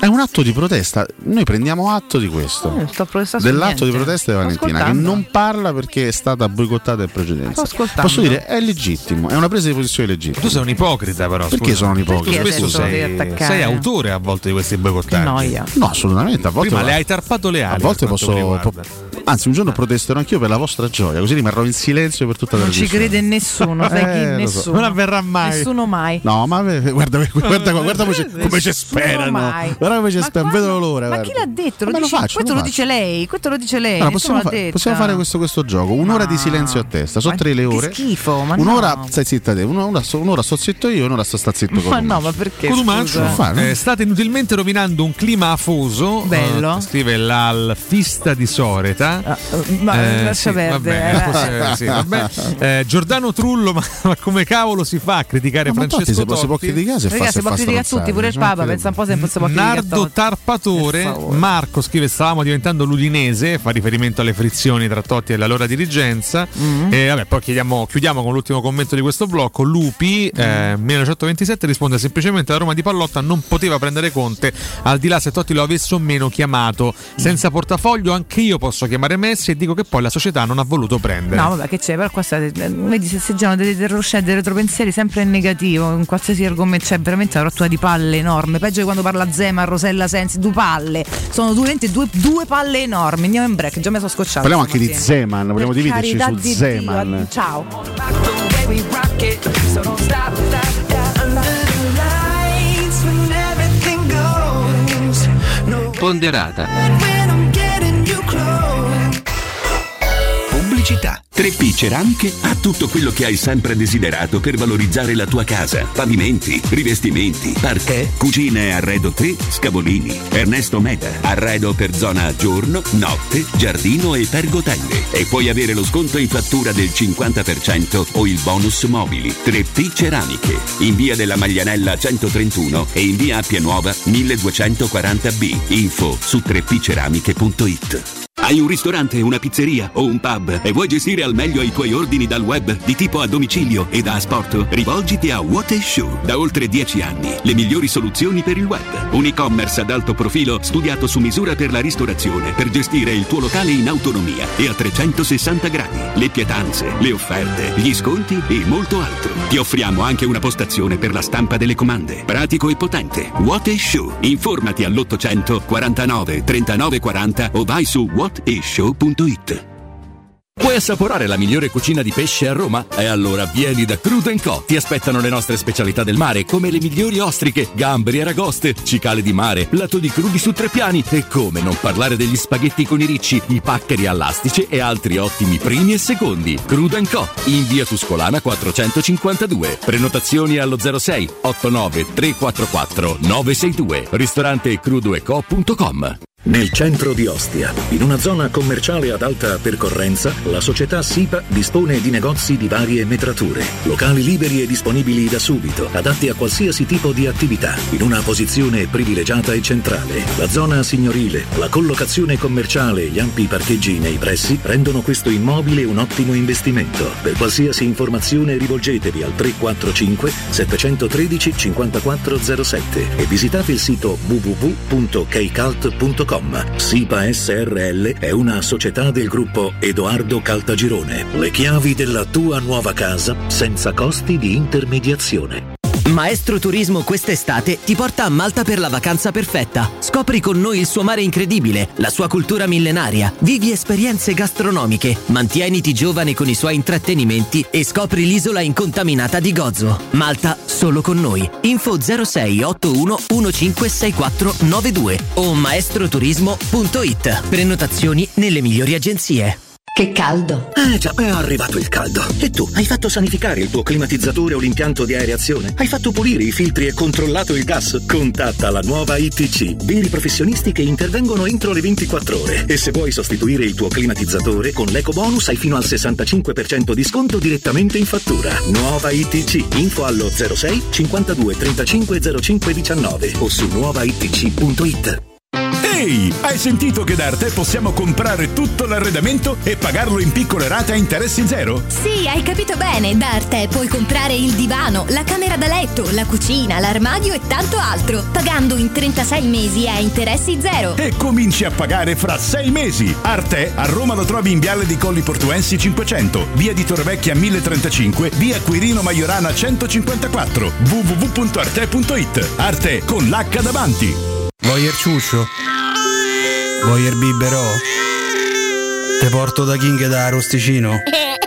Speaker 16: È un atto di protesta, noi prendiamo atto di questo, dell'atto di protesta di Valentina, che non parla perché è stata boicottata in precedenza. Posso dire, è legittimo, è una presa di posizione legittima.
Speaker 17: Tu sei un ipocrita, però.
Speaker 16: Perché sono un ipocrita?
Speaker 17: Spesso sei autore a volte di questi boicottaggi.
Speaker 14: Noia.
Speaker 16: No, assolutamente. A volte
Speaker 17: prima le hai tarpato le ali.
Speaker 16: A volte anzi, un giorno protesterò anch'io per la vostra gioia, così rimarrò in silenzio per tutta la
Speaker 14: trasmissione. Non ci crede nessuno, sai chi? Nessuno.
Speaker 17: Non avverrà mai.
Speaker 14: Nessuno mai.
Speaker 16: No, ma guarda come ci sperano. Guarda come ci sperano, vedo l'ora.
Speaker 14: Ma chi l'ha detto? Questo lo dice lei.
Speaker 16: Allora, possiamo fare questo gioco. Un'ora di silenzio a testa. Sono 3 le ore.
Speaker 14: Che schifo, ma
Speaker 16: un'ora
Speaker 14: no.
Speaker 16: Stai zitta te. Un'ora sto zitto io, un'ora sta zitto
Speaker 14: Ma no, ma perché?
Speaker 17: State inutilmente rovinando un clima afoso.
Speaker 14: Bello.
Speaker 17: Scrive l'Alfista di Soreta.
Speaker 14: Lascia perdere.
Speaker 17: Giordano Trullo, ma come cavolo si fa a criticare Francesco Totti?
Speaker 16: Si può criticare se
Speaker 14: si può criticare tutti, pure il Papa. Pensa un po' se si può criticare.
Speaker 17: Nardo Tarpatore, Marco scrive: stavamo diventando l'Udinese, fa riferimento alle frizioni tra Totti e la loro dirigenza. E poi chiudiamo con l'ultimo commento di questo blocco. Lupi 1927 risponde semplicemente: la Roma di Pallotta non poteva prendere Conte, al di là se Totti lo avesse o meno chiamato. Senza portafoglio anche io posso chiamare Messi, e dico che poi la società non ha voluto prendere.
Speaker 14: No, vabbè, che c'è, però qua vedi, se seggiano dei retropensieri sempre in negativo in qualsiasi argomento. C'è veramente una rottura di palle enorme, peggio di quando parla Zeman, Rosella Sensi, due palle, sono due palle enormi. Andiamo in break, già mi sono scocciato.
Speaker 16: Parliamo anche di Zeman, vogliamo dividerci su Zeman.
Speaker 14: Ciao.
Speaker 1: Ponderata.
Speaker 3: Pubblicità. 3P Ceramiche ha tutto quello che hai sempre desiderato per valorizzare la tua casa: pavimenti, rivestimenti, parquet, cucina e arredo 3, Scavolini. Ernesto Meda, arredo per zona giorno, notte, giardino e pergotelle. E puoi avere lo sconto in fattura del 50% o il bonus mobili. 3P Ceramiche, in via della Maglianella 131 e in via Appia Nuova 1240B. Info su 3pceramiche.it. Hai un ristorante, una pizzeria o un pub e vuoi gestire al meglio i tuoi ordini dal web, di tipo a domicilio e da asporto? Rivolgiti a What is Shoe. Da oltre 10 anni, le migliori soluzioni per il web. Un e-commerce ad alto profilo studiato su misura per la ristorazione, per gestire il tuo locale in autonomia e a 360 gradi. Le pietanze, le offerte, gli sconti e molto altro. Ti offriamo anche una postazione per la stampa delle comande. Pratico e potente. What is Shoe. Informati all'800 49 39 40 o vai su whatishow.it.
Speaker 4: Puoi assaporare la migliore cucina di pesce a Roma? E allora vieni da Crudo & Co. Ti aspettano le nostre specialità del mare, come le migliori ostriche, gamberi e aragoste, cicale di mare, platò crudi su 3 piani e come non parlare degli spaghetti con i ricci, i paccheri all'astice e altri ottimi primi e secondi. Crudo & Co. in via Tuscolana 452. Prenotazioni allo 06 89 344 962. Ristorante crudoeco.com.
Speaker 5: Nel centro di Ostia, in una zona commerciale ad alta percorrenza, la società SIPA dispone di negozi di varie metrature, locali liberi e disponibili da subito, adatti a qualsiasi tipo di attività, in una posizione privilegiata e centrale. La zona signorile, la collocazione commerciale e gli ampi parcheggi nei pressi rendono questo immobile un ottimo investimento. Per qualsiasi informazione rivolgetevi al 345 713 5407 e visitate il sito www.keicalt.com. SIPA SRL è una società del gruppo Edoardo Caltagirone. Le chiavi della tua nuova casa senza costi di intermediazione.
Speaker 9: Maestro Turismo quest'estate ti porta a Malta per la vacanza perfetta. Scopri con noi il suo mare incredibile, la sua cultura millenaria, vivi esperienze gastronomiche, mantieniti giovane con i suoi intrattenimenti e scopri l'isola incontaminata di Gozo. Malta solo con noi. Info 06 81 156492 o maestroturismo.it. Prenotazioni nelle migliori agenzie.
Speaker 11: Che caldo!
Speaker 5: Già, è arrivato il caldo. E tu, hai fatto sanificare il tuo climatizzatore o l'impianto di aerazione? Hai fatto pulire i filtri e controllato il gas? Contatta la nuova ITC, veri professionisti che intervengono entro le 24 ore. E se vuoi sostituire il tuo climatizzatore, con l'ecobonus hai fino al 65% di sconto direttamente in fattura. Nuova ITC, info allo 06 52 35 05 19 o su nuovaitc.it.
Speaker 11: Ehi, hai sentito che da Arte possiamo comprare tutto l'arredamento e pagarlo in piccole rate a interessi zero?
Speaker 13: Sì, hai capito bene, da Arte puoi comprare il divano, la camera da letto, la cucina, l'armadio e tanto altro, pagando in 36 mesi a interessi zero.
Speaker 11: E cominci a pagare fra 6 mesi. Arte a Roma lo trovi in Viale di Colli Portuensi 500, via di Torrevecchia 1035, via Quirino Maiorana 154, www.arte.it. Arte con l'H davanti.
Speaker 18: Vuoi il ciuscio? Vuoi il biberò? Te porto da King da Arosticino?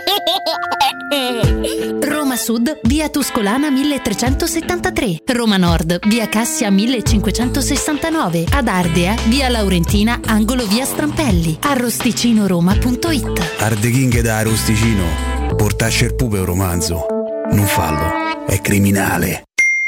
Speaker 13: Roma Sud, via Tuscolana 1373. Roma Nord, via Cassia 1569. Ad Ardea, via Laurentina, angolo via Strampelli. Arrosticinoroma.it.
Speaker 18: Arde King da Arosticino. Portasce il pupe un romanzo. Non fallo, è criminale.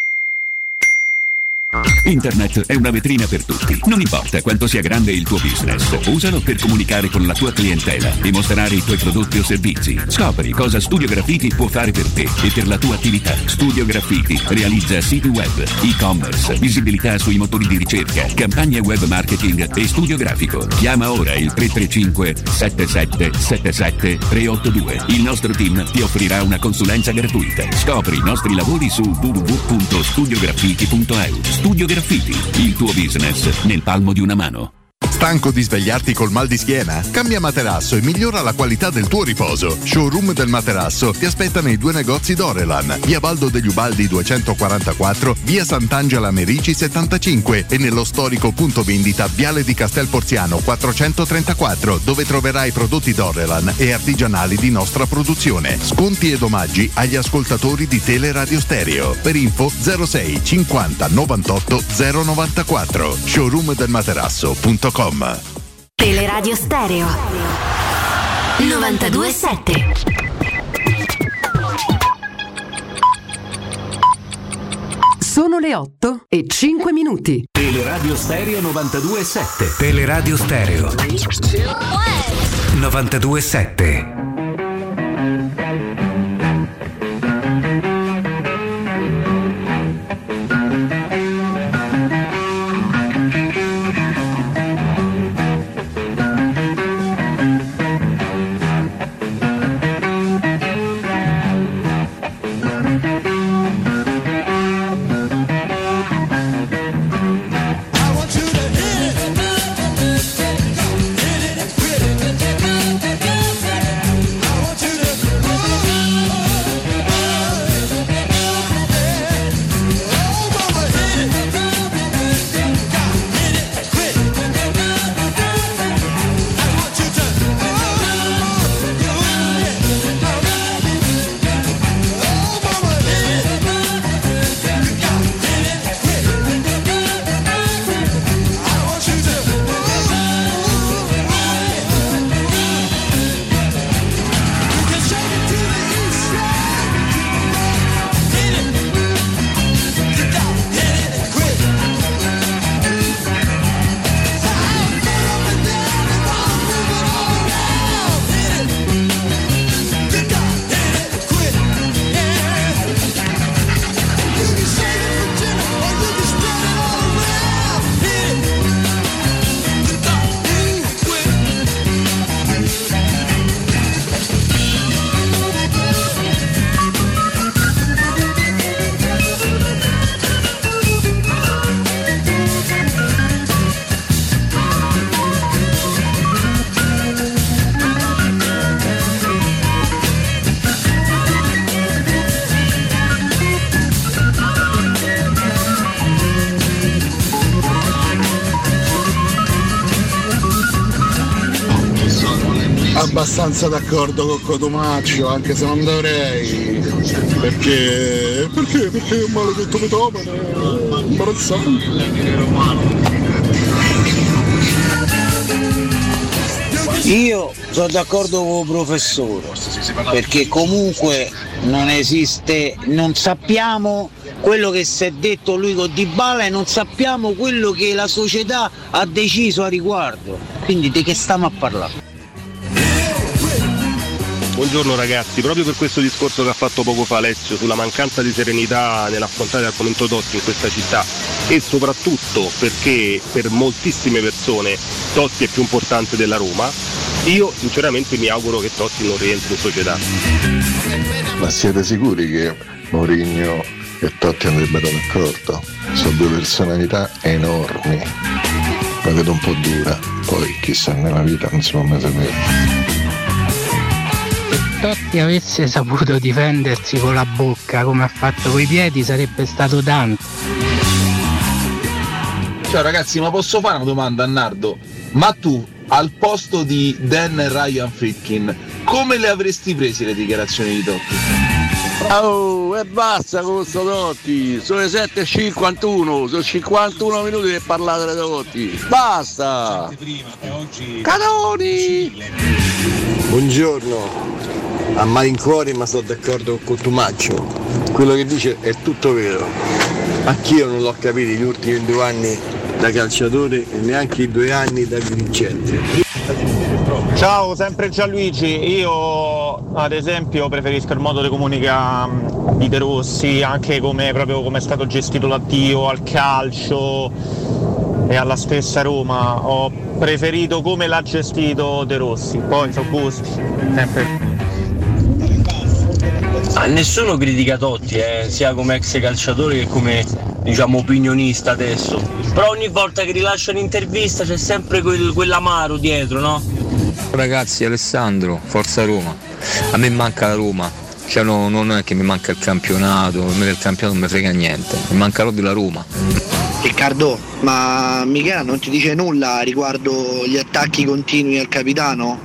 Speaker 3: Internet è una vetrina per tutti. Non importa quanto sia grande il tuo business, usalo per comunicare con la tua clientela e mostrare i tuoi prodotti o servizi. Scopri cosa Studio Graffiti può fare per te e per la tua attività. Studio Graffiti realizza siti web, e-commerce, visibilità sui motori di ricerca, campagne web marketing e studio grafico. Chiama ora il 335 7777 382. Il nostro team ti offrirà una consulenza gratuita. Scopri i nostri lavori su www.studiograffiti.eu. Studio Graffiti, il tuo business nel palmo di una mano.
Speaker 19: Stanco di svegliarti col mal di schiena? Cambia materasso e migliora la qualità del tuo riposo. Showroom del Materasso ti aspetta nei 2 negozi Dorelan, via Baldo degli Ubaldi 244, via Sant'Angela Merici 75 e nello storico punto vendita Viale di Castel Porziano 434, dove troverai prodotti Dorelan e artigianali di nostra produzione. Sconti ed omaggi agli ascoltatori di Teleradio Stereo. Per info 06 50 98 094. showroomdelmaterasso.com.
Speaker 13: Teleradio Stereo 92.7.
Speaker 21: Sono le 8:05.
Speaker 3: Teleradio Stereo 92.7.
Speaker 18: Teleradio Stereo 92.7.
Speaker 20: Abbastanza d'accordo con Cotumaccio, anche se non dovrei, perché è un maledetto mitomane, imbarazzante.
Speaker 15: Io sono d'accordo con il professore, perché comunque non esiste, non sappiamo quello che si è detto lui con Dybala e non sappiamo quello che la società ha deciso a riguardo, quindi di che stiamo a parlare?
Speaker 31: Buongiorno ragazzi, proprio per questo discorso che ha fatto poco fa Alessio sulla mancanza di serenità nell'affrontare l'argomento Totti in questa città, e soprattutto perché per moltissime persone Totti è più importante della Roma, io sinceramente mi auguro che Totti non rientri in società.
Speaker 7: Ma siete sicuri che Mourinho e Totti andrebbero d'accordo? Sono due personalità enormi, la vedo un po' dura, poi chissà, nella vita non si può mai sapere.
Speaker 2: Se Totti avesse saputo difendersi con la bocca come ha fatto coi piedi sarebbe stato tanto.
Speaker 7: Ciao ragazzi, ma posso fare una domanda a Nardo? Ma tu, al posto di Dan e Ryan Friedkin, come le avresti presi le dichiarazioni di Totti?
Speaker 6: Oh, e basta con sto Totti, sono le 7:51, sono 51 minuti che parlate di Totti, basta! Canoni!
Speaker 12: Buongiorno, a malincuore ma sono d'accordo con Cotumaccio, quello che dice è tutto vero, anch'io non l'ho capito gli ultimi 2 anni da calciatore e neanche i 2 anni da dirigente.
Speaker 35: Ciao, sempre Gianluigi, io ad esempio preferisco il modo di comunica di De Rossi, anche proprio come è stato gestito l'addio al calcio e alla stessa Roma, ho preferito come l'ha gestito De Rossi, poi sono gusti, sempre.
Speaker 8: Nessuno critica Totti, sia come ex calciatore che come opinionista adesso, però ogni volta che rilascia un'intervista c'è sempre quell'amaro dietro, no?
Speaker 22: Ragazzi, Alessandro, forza Roma, a me manca la Roma, cioè non è che mi manca il campionato, a me del campionato non mi frega niente, mi manca l'odio della Roma.
Speaker 20: Riccardo, ma Michela non ti dice nulla riguardo gli attacchi continui al capitano?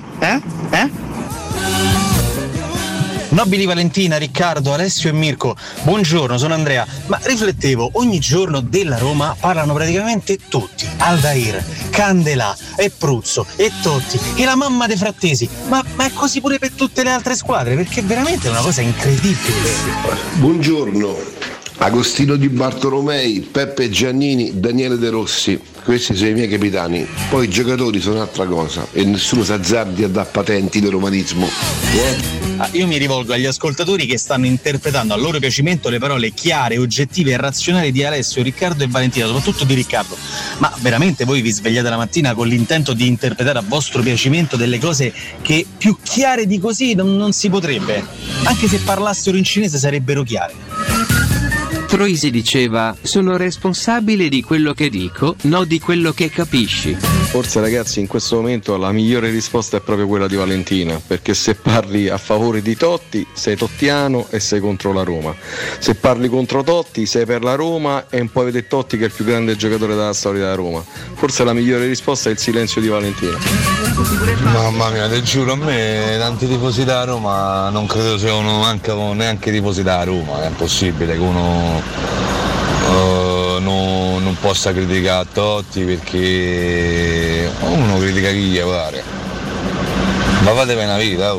Speaker 23: Nobili Valentina, Riccardo, Alessio e Mirko, buongiorno, sono Andrea. Ma riflettevo, ogni giorno della Roma parlano praticamente tutti. Aldair, Candelà, e Pruzzo, e Totti, e la mamma dei Frattesi. Ma è così pure per tutte le altre squadre, perché veramente è una cosa incredibile.
Speaker 24: Buongiorno, Agostino Di Bartolomei, Peppe Giannini, Daniele De Rossi. Questi sono i miei capitani, poi i giocatori sono un'altra cosa e nessuno s'azzardi a dar patenti del romanismo.
Speaker 23: Io mi rivolgo agli ascoltatori che stanno interpretando a loro piacimento le parole chiare, oggettive e razionali di Alessio, Riccardo e Valentina, soprattutto di Riccardo. Ma veramente voi vi svegliate la mattina con l'intento di interpretare a vostro piacimento delle cose che più chiare di così non si potrebbe? Anche se parlassero in cinese sarebbero chiare.
Speaker 1: Troisi diceva: sono responsabile di quello che dico, non di quello che capisci.
Speaker 31: Forse ragazzi in questo momento la migliore risposta è proprio quella di Valentina, perché se parli a favore di Totti sei tottiano e sei contro la Roma, se parli contro Totti sei per la Roma e poi vedi Totti che è il più grande giocatore della storia della Roma. Forse la migliore risposta è il silenzio di Valentina.
Speaker 25: Mamma mia, te giuro, a me tanti tifosi da Roma non credo siano neanche tifosi da Roma, è impossibile che uno non possa criticare Totti, perché uno critica chi gli pare, ma fatevi una vita.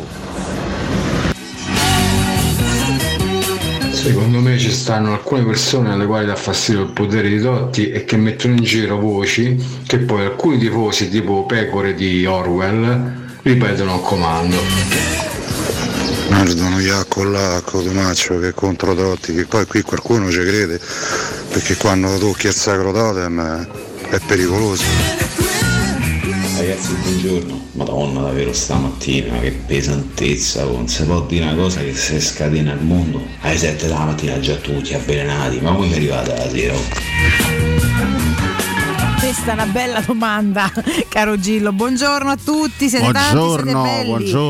Speaker 26: Secondo me ci stanno alcune persone alle quali dà fastidio il potere di Totti e che mettono in giro voci che poi alcuni tifosi, tipo pecore di Orwell, ripetono a comando.
Speaker 24: Nardo, non gli ha collato Cotumaccio che è contro Totti, che poi qui qualcuno ci crede, perché quando tocchi il sacro totem è pericoloso.
Speaker 27: Ragazzi, buongiorno. Madonna, davvero stamattina che pesantezza, non si può dire una cosa che si scatena il mondo. Alle 7 della mattina già tutti avvelenati, ma come è arrivata la sera?
Speaker 14: Questa è una bella domanda, caro Gillo. Buongiorno a tutti, siete tanti, siete belli.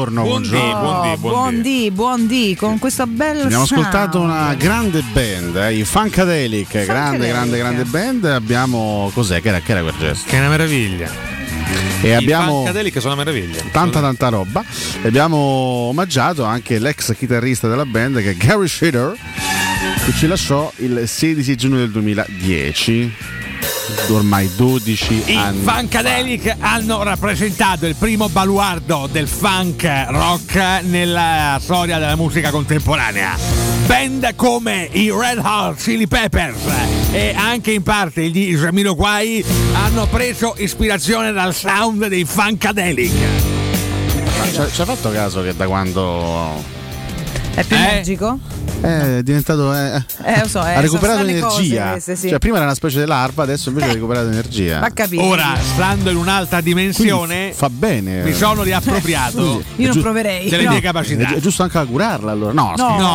Speaker 14: Buondì, con questo bello
Speaker 16: abbiamo
Speaker 14: sound.
Speaker 16: Ascoltato una grande band, i Funkadelic, grande band. Abbiamo, cos'è? Che era quel gesto?
Speaker 17: Che è una meraviglia.
Speaker 16: E abbiamo
Speaker 17: Funkadelic sono una meraviglia.
Speaker 16: Tanta roba. E abbiamo omaggiato anche l'ex chitarrista della band, che è Gary Shader, che ci lasciò il 16 giugno del 2010. Ormai 12 anni.
Speaker 28: I Funkadelic hanno rappresentato il primo baluardo del funk rock nella storia della musica contemporanea. Band come i Red Hot Chili Peppers e anche in parte gli Jamiroquai hanno preso ispirazione dal sound dei Funkadelic.
Speaker 16: Ma ci hai fatto caso che da quando
Speaker 14: È più magico?
Speaker 16: È diventato.
Speaker 14: Lo so,
Speaker 16: ha recuperato energia.
Speaker 14: Queste, sì.
Speaker 16: Cioè, prima era una specie di larva, adesso invece ha recuperato energia.
Speaker 14: Ma capito.
Speaker 28: Ora, stando in un'altra dimensione,
Speaker 16: quindi fa bene.
Speaker 28: Mi sono riappropriato.
Speaker 14: Io non proverei.
Speaker 28: Delle mie capacità.
Speaker 16: È giusto anche a curarla allora. No.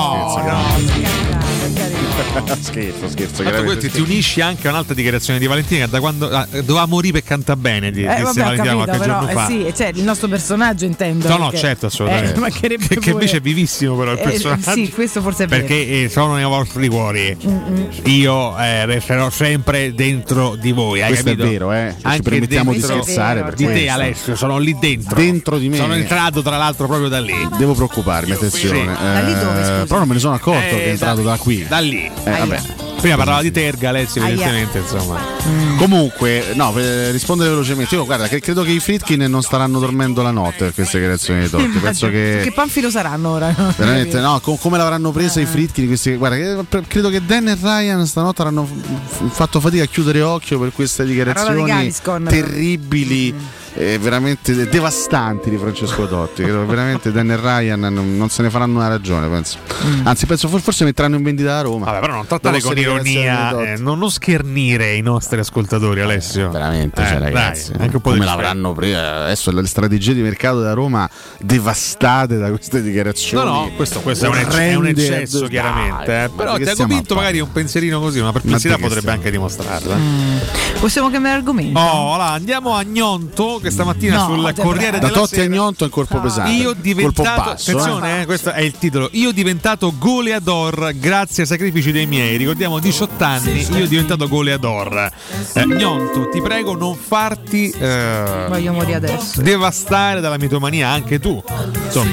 Speaker 16: Scherzo.
Speaker 28: Tanto questo ti unisci anche a un'altra dichiarazione di Valentina che da quando doveva morire per canta bene disse Valentina qualche giorno fa.
Speaker 14: Sì, cioè il nostro personaggio intendo.
Speaker 28: No, certo, assolutamente. Che invece è vivissimo però il personaggio.
Speaker 14: Sì, questo forse è vero.
Speaker 28: Perché sono nei vostri cuori. Io resterò sempre dentro di voi.
Speaker 16: Questo
Speaker 28: capito?
Speaker 16: è vero, Ci permettiamo di scherzare
Speaker 28: di te, Alessio, sono lì dentro.
Speaker 16: Dentro di me.
Speaker 28: Sono entrato tra l'altro proprio da lì.
Speaker 16: Devo preoccuparmi, attenzione.
Speaker 14: Da lì dove, scusa?
Speaker 16: Però non me ne sono accorto che è entrato da qui.
Speaker 28: Da lì.
Speaker 16: Vabbè.
Speaker 28: Prima parlava di Terga, Alessio, evidentemente, insomma.
Speaker 16: Comunque, no, per rispondere velocemente, io guarda che credo che i Friedkin non staranno dormendo la notte per queste creazioni di Totti. Penso che
Speaker 14: panfilo saranno ora?
Speaker 16: Veramente, no, come l'avranno presa i Friedkin questi, guarda, credo che Dan e Ryan stanotte avranno fatto fatica a chiudere occhio per queste dichiarazioni terribili. Veramente devastanti di Francesco Totti. Credo veramente Dan e Ryan non se ne faranno una ragione, penso. Anzi, penso forse metteranno in vendita a Roma.
Speaker 28: Vabbè, però non trattare con ironia, non schernire i nostri ascoltatori, Alessio.
Speaker 16: Veramente, ragazzi,
Speaker 28: anche un po'
Speaker 16: come l'avranno presa adesso le strategie di mercato da Roma devastate da queste dichiarazioni.
Speaker 28: No, questo è un eccesso, chiaramente. Però ti ha convinto magari un pensierino così, una perplessità potrebbe anche dimostrarla.
Speaker 14: Possiamo cambiare argomento?
Speaker 28: Allora, andiamo a Gnonto che stamattina sul Corriere della Sera.
Speaker 16: Da Totti a Gnonto è corpo pesante.
Speaker 28: Io diventato attenzione, questo è il titolo. Io diventato goleador grazie ai sacrifici dei miei. Ricordiamo 18 anni, io diventato goleador. Gnonto, ti prego non farti
Speaker 14: voglio morire adesso.
Speaker 28: Devastare dalla mitomania anche tu. Insomma,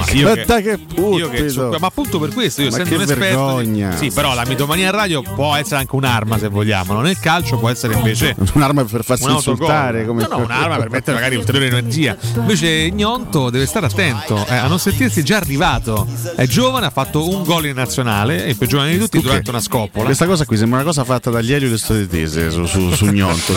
Speaker 28: ma appunto per questo io essendo un esperto sì, però la mitomania in radio può essere anche un'arma se vogliamo, no? Nel calcio può essere invece
Speaker 16: un'arma per farsi insultare come
Speaker 28: un'arma per mettere magari ulteriore energia. Invece Gnonto deve stare attento a non sentirsi già arrivato. È giovane, ha fatto un gol in nazionale, è il più giovane di tutti durante una scoppola.
Speaker 16: Questa cosa qui sembra una cosa fatta dagli Elio e le storie tese su Gnonto.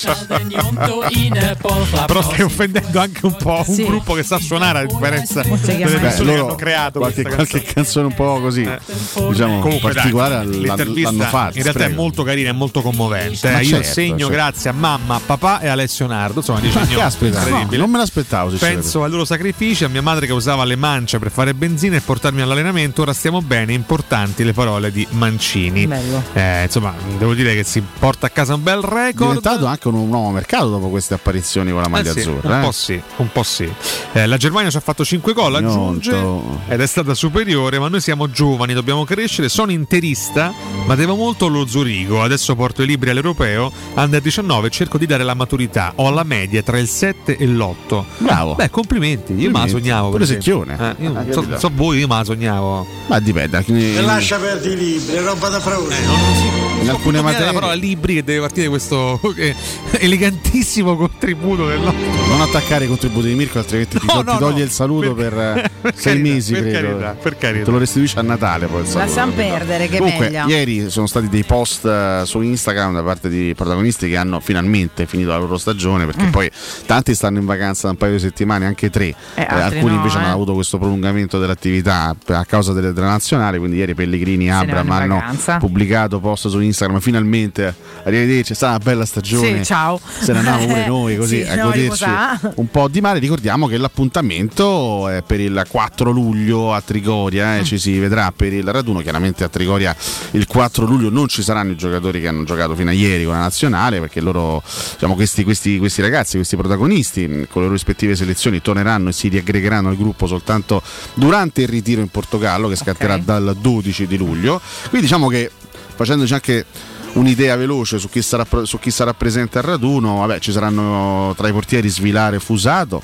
Speaker 28: Però stai offendendo anche un po' un gruppo che sa suonare, a differenza delle persone che hanno creato
Speaker 16: qualche canzone un po' così, diciamo,
Speaker 28: comunque,
Speaker 16: particolare
Speaker 28: l'hanno
Speaker 16: fatta.
Speaker 28: In realtà è molto carina, è molto commovente. Io segno grazie a mamma, papà e Alessio Nardo. Insomma, dice incredibile.
Speaker 16: Non me l'aspettavo.
Speaker 28: Penso ai loro sacrifici, a mia madre che usava le mance per fare benzina e portarmi all'allenamento. Ora stiamo bene, importanti le parole di Mancini. Insomma, devo dire che si porta a casa un bel record. È
Speaker 16: diventato anche un nuovo mercato dopo queste apparizioni con la maglia azzurra.
Speaker 28: Un po' sì. La Germania ci ha fatto 5 gol, aggiunge, ed è stata superiore, ma noi siamo giovani, dobbiamo crescere. Sono interista, ma devo molto allo Zurigo. Adesso porto i libri all'Europeo Under 19 e cerco di dare la maturità. Ho la media tra il 7 e l'8.
Speaker 16: Bravo.
Speaker 28: Beh, complimenti. Io me la sognavo.
Speaker 16: Pure secchione.
Speaker 28: So voi, io me la sognavo.
Speaker 16: Ma dipende.
Speaker 20: E lascia perdere i libri, è roba da frode.
Speaker 16: In alcune materie
Speaker 28: la parola libri che deve partire questo elegantissimo contributo del nostro.
Speaker 16: Non attaccare i contributi di Mirko, altrimenti ti toglie il saluto per 6 mesi, credo.
Speaker 28: Per carità.
Speaker 16: Te lo restituisci a Natale poi il saluto.
Speaker 14: Lasciamo perdere, che
Speaker 16: comunque,
Speaker 14: meglio.
Speaker 16: Ieri sono stati dei post su Instagram da parte di protagonisti che hanno finalmente finito la loro stagione, perché poi tanti stanno in vacanza da un paio di settimane, anche 3. Alcuni invece hanno avuto questo prolungamento dell'attività a causa della nazionale, quindi ieri Pellegrini e Abram hanno pubblicato post su Instagram, finalmente arrivederci, è stata una bella stagione,
Speaker 14: ciao,
Speaker 16: se ne andiamo pure noi così a goderci un po' di mare. Ricordiamo che l'appuntamento è per il 4 luglio a Trigoria, ci si vedrà per il raduno. Chiaramente a Trigoria il 4 luglio non ci saranno i giocatori che hanno giocato fino a ieri con la nazionale, perché loro, diciamo, questi ragazzi, questi protagonisti con le loro rispettive selezioni torneranno e si riaggregheranno al gruppo soltanto durante il ritiro in Portogallo, che scatterà dal 12 di luglio. Quindi diciamo che, facendoci anche un'idea veloce su chi sarà presente al raduno, vabbè, ci saranno tra i portieri Svilare e Fusato,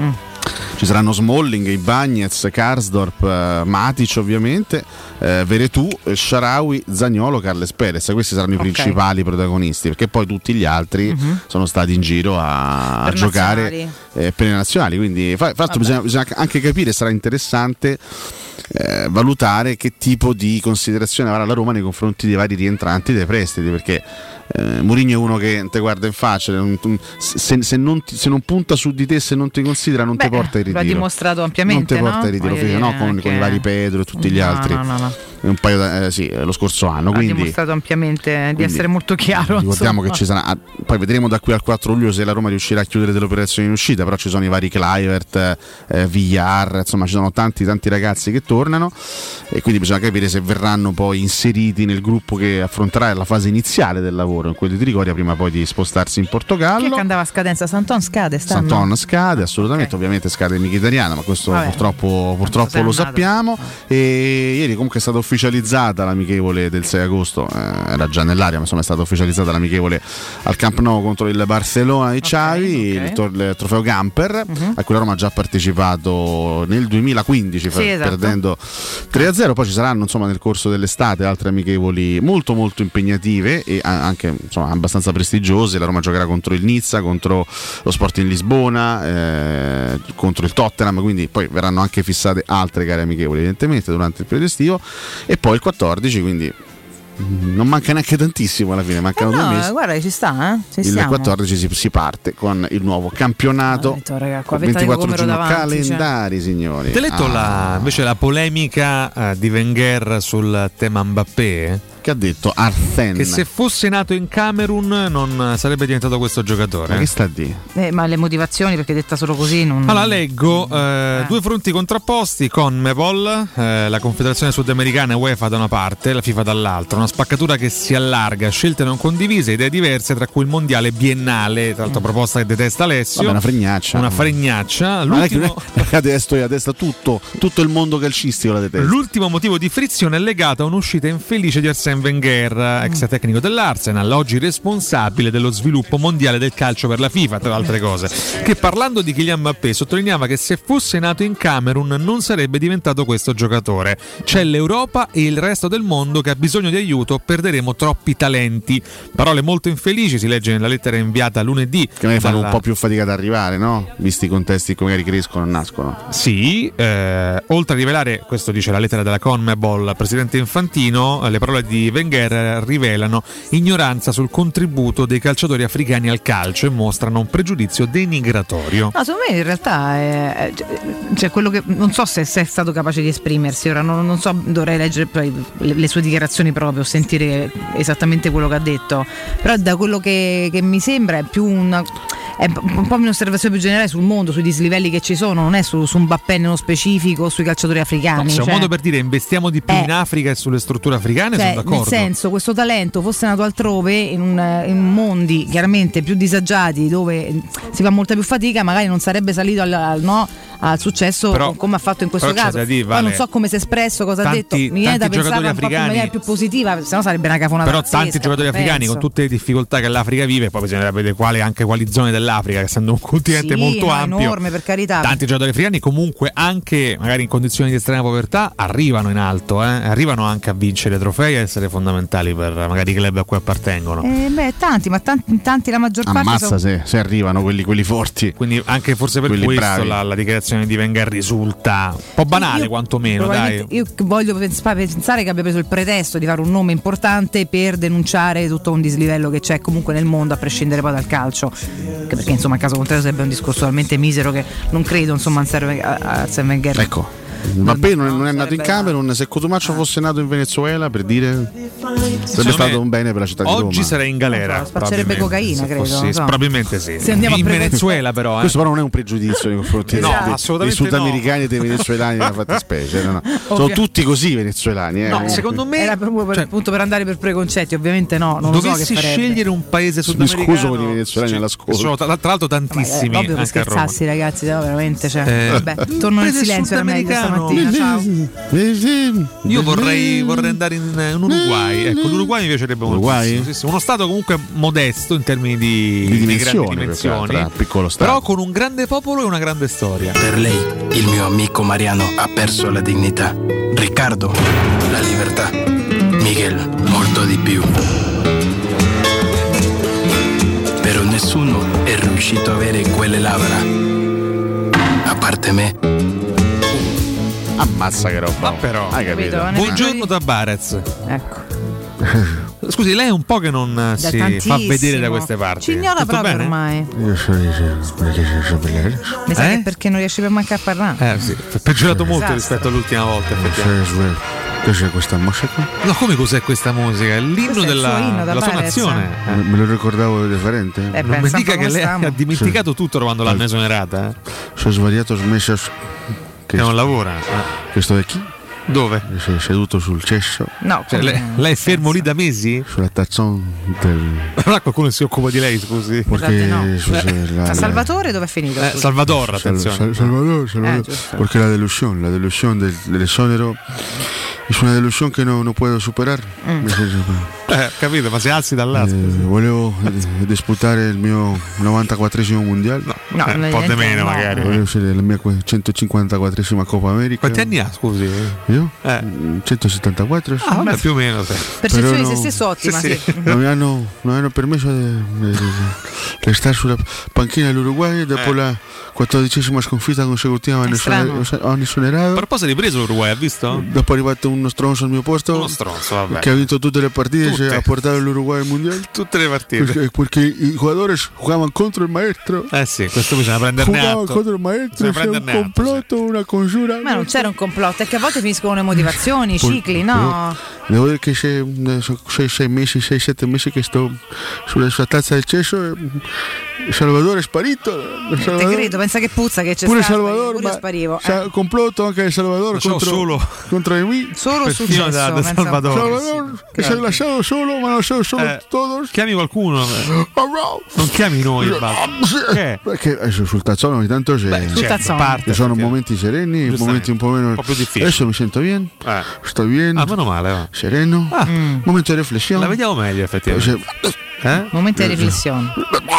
Speaker 16: ci saranno Smalling, Ibañez, Karsdorp, Matic ovviamente, Veretù, Shaarawy, Zaniolo, Carles Perez. Questi saranno i principali protagonisti, perché poi tutti gli altri sono stati in giro a giocare per le nazionali. Quindi fra l'altro bisogna anche capire, sarà interessante valutare che tipo di considerazione avrà la Roma nei confronti dei vari rientranti dei prestiti, perché Mourinho è uno che te guarda in faccia, se non punta su di te, se non ti considera, non ti porta in ritiro.
Speaker 14: L'ha dimostrato ampiamente,
Speaker 16: non ti porta in ritiro, con i vari Pedro e tutti gli altri. Un paio lo scorso anno.
Speaker 14: Ha dimostrato ampiamente di essere molto chiaro.
Speaker 16: Ricordiamo che ci sarà, poi vedremo da qui al 4 luglio se la Roma riuscirà a chiudere delle operazioni in uscita, però ci sono i vari Kluivert, Villar, insomma ci sono tanti ragazzi che tornano e quindi bisogna capire se verranno poi inseriti nel gruppo che affronterà la fase iniziale del lavoro in quello di Trigoria prima poi di spostarsi in Portogallo.
Speaker 14: Chi è che andava a scadenza? Santon scade
Speaker 16: scade assolutamente, ovviamente scade Mkhitaryan, ma questo purtroppo lo sappiamo. E ieri comunque è stata ufficializzata l'amichevole del 6 agosto, era già nell'aria, ma insomma è stata ufficializzata l'amichevole al Camp Nou contro il Barcellona di Xavi, il trofeo Gamper, a cui la Roma ha già partecipato nel 2015 perdendo 3-0. Poi ci saranno insomma nel corso dell'estate altre amichevoli molto molto impegnative e anche insomma abbastanza prestigiose. La Roma giocherà contro il Nizza, contro lo Sporting Lisbona, contro il Tottenham, quindi poi verranno anche fissate altre gare amichevoli evidentemente durante il periodo estivo, e poi il 14, quindi non manca neanche tantissimo alla fine, mancano 2 mesi.
Speaker 14: Guarda, ci sta,
Speaker 16: il 14 si parte con il nuovo campionato, 24 giorni calendari, signori.
Speaker 17: Ti hai letto invece la polemica di Wenger sul tema Mbappé?
Speaker 16: Che ha detto Arsène
Speaker 17: che se fosse nato in Camerun non sarebbe diventato questo giocatore.
Speaker 16: Ma che sta a dire?
Speaker 14: Ma le motivazioni, perché detta solo così non...
Speaker 17: Allora leggo 2 fronti contrapposti, CONMEBOL, la Confederazione Sudamericana, UEFA da una parte, la FIFA dall'altra, una spaccatura che si allarga, scelte non condivise, idee diverse, tra cui il mondiale biennale, tra l'altro proposta che detesta Alessio.
Speaker 16: Vabbè, una fregnaccia.
Speaker 17: L'ultimo...
Speaker 16: detesta tutto il mondo calcistico la detesta.
Speaker 17: L'ultimo motivo di frizione è legato a un'uscita infelice di Arsène Wenger, ex tecnico dell'Arsenal, oggi responsabile dello sviluppo mondiale del calcio per la FIFA, tra altre cose, che parlando di Kylian Mbappé sottolineava che se fosse nato in Camerun non sarebbe diventato questo giocatore. C'è l'Europa e il resto del mondo che ha bisogno di aiuto, perderemo troppi talenti. Parole molto infelici, si legge nella lettera inviata lunedì.
Speaker 16: Che magari fanno un po' più fatica ad arrivare, no? Visti i contesti che magari crescono e nascono.
Speaker 17: Sì, oltre a rivelare, questo dice la lettera della CONMEBOL, presidente Infantino, le parole di Wenger rivelano ignoranza sul contributo dei calciatori africani al calcio e mostrano un pregiudizio denigratorio.
Speaker 14: No, secondo me in realtà cioè quello che non so se è stato capace di esprimersi, ora non so, dovrei leggere poi le sue dichiarazioni proprio, sentire esattamente quello che ha detto, però da quello che mi sembra è più è un po' un'osservazione più generale sul mondo, sui dislivelli che ci sono, non è su Mbappé nello specifico, sui calciatori africani.
Speaker 17: No, c'è un modo per dire investiamo di più in Africa e sulle strutture africane, sono d'accordo.
Speaker 14: Nel senso, questo talento fosse nato altrove, in mondi chiaramente più disagiati, dove si fa molta più fatica, magari non sarebbe salito al successo, però, come ha fatto in questo caso. Poi non so come si è espresso, cosa ha detto. Mi viene da pensare un po' in maniera più positiva, sennò sarebbe una cafonata.
Speaker 17: Però
Speaker 14: pazzesca,
Speaker 17: tanti giocatori africani con tutte le difficoltà che l'Africa vive, poi bisogna vedere quali zone dell'Africa, essendo un continente molto ampio,
Speaker 14: enorme, per carità.
Speaker 17: Tanti giocatori africani comunque anche magari in condizioni di estrema povertà arrivano in alto, arrivano anche a vincere trofei e essere fondamentali per magari i club a cui appartengono.
Speaker 14: Tanti la maggior parte.
Speaker 16: Ammazza se arrivano quelli forti.
Speaker 17: Quindi anche forse per questo la dichiarazione di Wenger risulta un po' banale, quantomeno. Dai.
Speaker 14: Io voglio pensare che abbia preso il pretesto di fare un nome importante per denunciare tutto un dislivello che c'è comunque nel mondo, a prescindere poi dal calcio, perché insomma in caso contrario sarebbe un discorso talmente misero che non credo insomma a Wenger.
Speaker 16: Ecco, Mbappé non è nato in Camerun. Se Cotumaccio fosse nato in Venezuela, per dire, sarebbe stato un bene per la città di Roma.
Speaker 17: Oggi sarei in galera.
Speaker 14: Spaccerebbe cocaina, credo.
Speaker 17: Sì, probabilmente sì.
Speaker 14: Se andiamo
Speaker 17: in Venezuela, però.
Speaker 16: Questo però non è un pregiudicio nei confronti dei sudamericani e dei venezuelani nella fattispecie. No. Sono tutti così venezuelani.
Speaker 17: No, secondo me
Speaker 14: era proprio appunto per andare per preconcetti, ovviamente no. Non
Speaker 17: dovessi
Speaker 14: so che
Speaker 17: scegliere un paese sudamericano.
Speaker 16: Mi scuso con i venezuelani all'ascolto.
Speaker 17: Sono tra l'altro tantissimi.
Speaker 14: Ovvio per scherzarsi, ragazzi, veramente. Vabbè, torno nel silenzio, era meglio stamattina. Ciao.
Speaker 17: Io vorrei andare in Uruguay. Ecco, l'Uruguay mi piacerebbe molto. Sì, uno stato comunque modesto in termini di grandi dimensioni,
Speaker 16: piccolo stato,
Speaker 17: però con un grande popolo e una grande storia.
Speaker 3: Per lei, il mio amico Mariano ha perso la dignità. Riccardo, la libertà. Miguel, molto di più. Però nessuno è riuscito a avere quelle labbra, a parte me.
Speaker 16: Ammazza che roba.
Speaker 17: Ma però,
Speaker 16: hai capito?
Speaker 17: Buongiorno Tabarez.
Speaker 14: Ecco.
Speaker 17: Scusi, lei è un po' che non si fa vedere da queste parti.
Speaker 14: Ci ignora
Speaker 17: Tutto
Speaker 14: proprio
Speaker 17: bene?
Speaker 14: ormai.
Speaker 16: Io
Speaker 14: Mi sa che perché non riesci per manca a parlare.
Speaker 17: Sì, è peggiorato molto rispetto all'ultima volta.
Speaker 16: Cos'è questa musica?
Speaker 17: No, come cos'è questa musica? È l'inno della sua nazione.
Speaker 16: Me lo ricordavo differente.
Speaker 17: Non mi dica che lei ha dimenticato tutto quando l'hanno esonerata.
Speaker 16: Sono svariato meses
Speaker 17: che non lavora.
Speaker 16: Che sto qui.
Speaker 17: Dove?
Speaker 16: Seduto sul cesso.
Speaker 14: No,
Speaker 17: cioè, lei è fermo lì da mesi?
Speaker 16: Sulla tazzone del.
Speaker 17: Allora qualcuno si occupa di lei, scusi.
Speaker 16: Perché
Speaker 14: Ma Salvatore dove è finito?
Speaker 17: Salvador, attenzione.
Speaker 16: Salvador. Porque la delusión del esonero es una delusión que no puedo superar.
Speaker 17: Capito, ma si alzi dall'alto.
Speaker 16: Volevo disputare il mio 94esimo mondiale.
Speaker 14: No,
Speaker 17: un po' di meno magari.
Speaker 16: Volevo essere la mia 154esima Coppa America.
Speaker 17: Quanti anni ha, scusi?
Speaker 16: Io? 174.
Speaker 17: Vabbè, più o meno.
Speaker 14: Percezione di se stesso ottima, sì.
Speaker 16: Non mi hanno permesso di restare sulla panchina dell'Uruguay dopo la 14esima sconfitta consecutiva hanno esonerato.
Speaker 17: A proposito di preso l'Uruguay, ha visto?
Speaker 16: Dopo è arrivato uno stronzo al mio posto.
Speaker 17: Uno stronzo, vabbè.
Speaker 16: Che ha vinto tutte le partite e ha portato l'Uruguay al mondiale.
Speaker 17: Tutte le partite.
Speaker 16: Perché i giocatori giocavano contro il maestro.
Speaker 17: Sì, questo bisogna prenderne atto.
Speaker 16: Giocavano contro il maestro, c'è un complotto, una congiura.
Speaker 14: Ma non c'era un complotto, è che a volte finiscono le motivazioni, i cicli, no?
Speaker 16: Devo dire che 6 mesi, 6-7 mesi che sto sulla tazza del cesso e Salvador è sparito.
Speaker 14: Te credo, pensa che puzza che c'è
Speaker 16: pure
Speaker 14: stato.
Speaker 16: Salvador,
Speaker 14: pure
Speaker 16: ma
Speaker 14: sparivo.
Speaker 16: complotto anche di Salvador contro di me.
Speaker 14: Solo successo
Speaker 17: da
Speaker 16: Salvador che si è lasciato solo, ma non sono solo todos.
Speaker 17: Chiami qualcuno. Non chiami noi.
Speaker 16: Perché adesso sul tazzone ogni tanto ci sono momenti sereni, momenti un po' meno.
Speaker 17: Un po' più difficili.
Speaker 16: Adesso mi sento bene. Sto bene.
Speaker 17: Meno male, va.
Speaker 16: Sereno. Momento di riflessione.
Speaker 17: La vediamo meglio effettivamente.
Speaker 14: Momento di riflessione.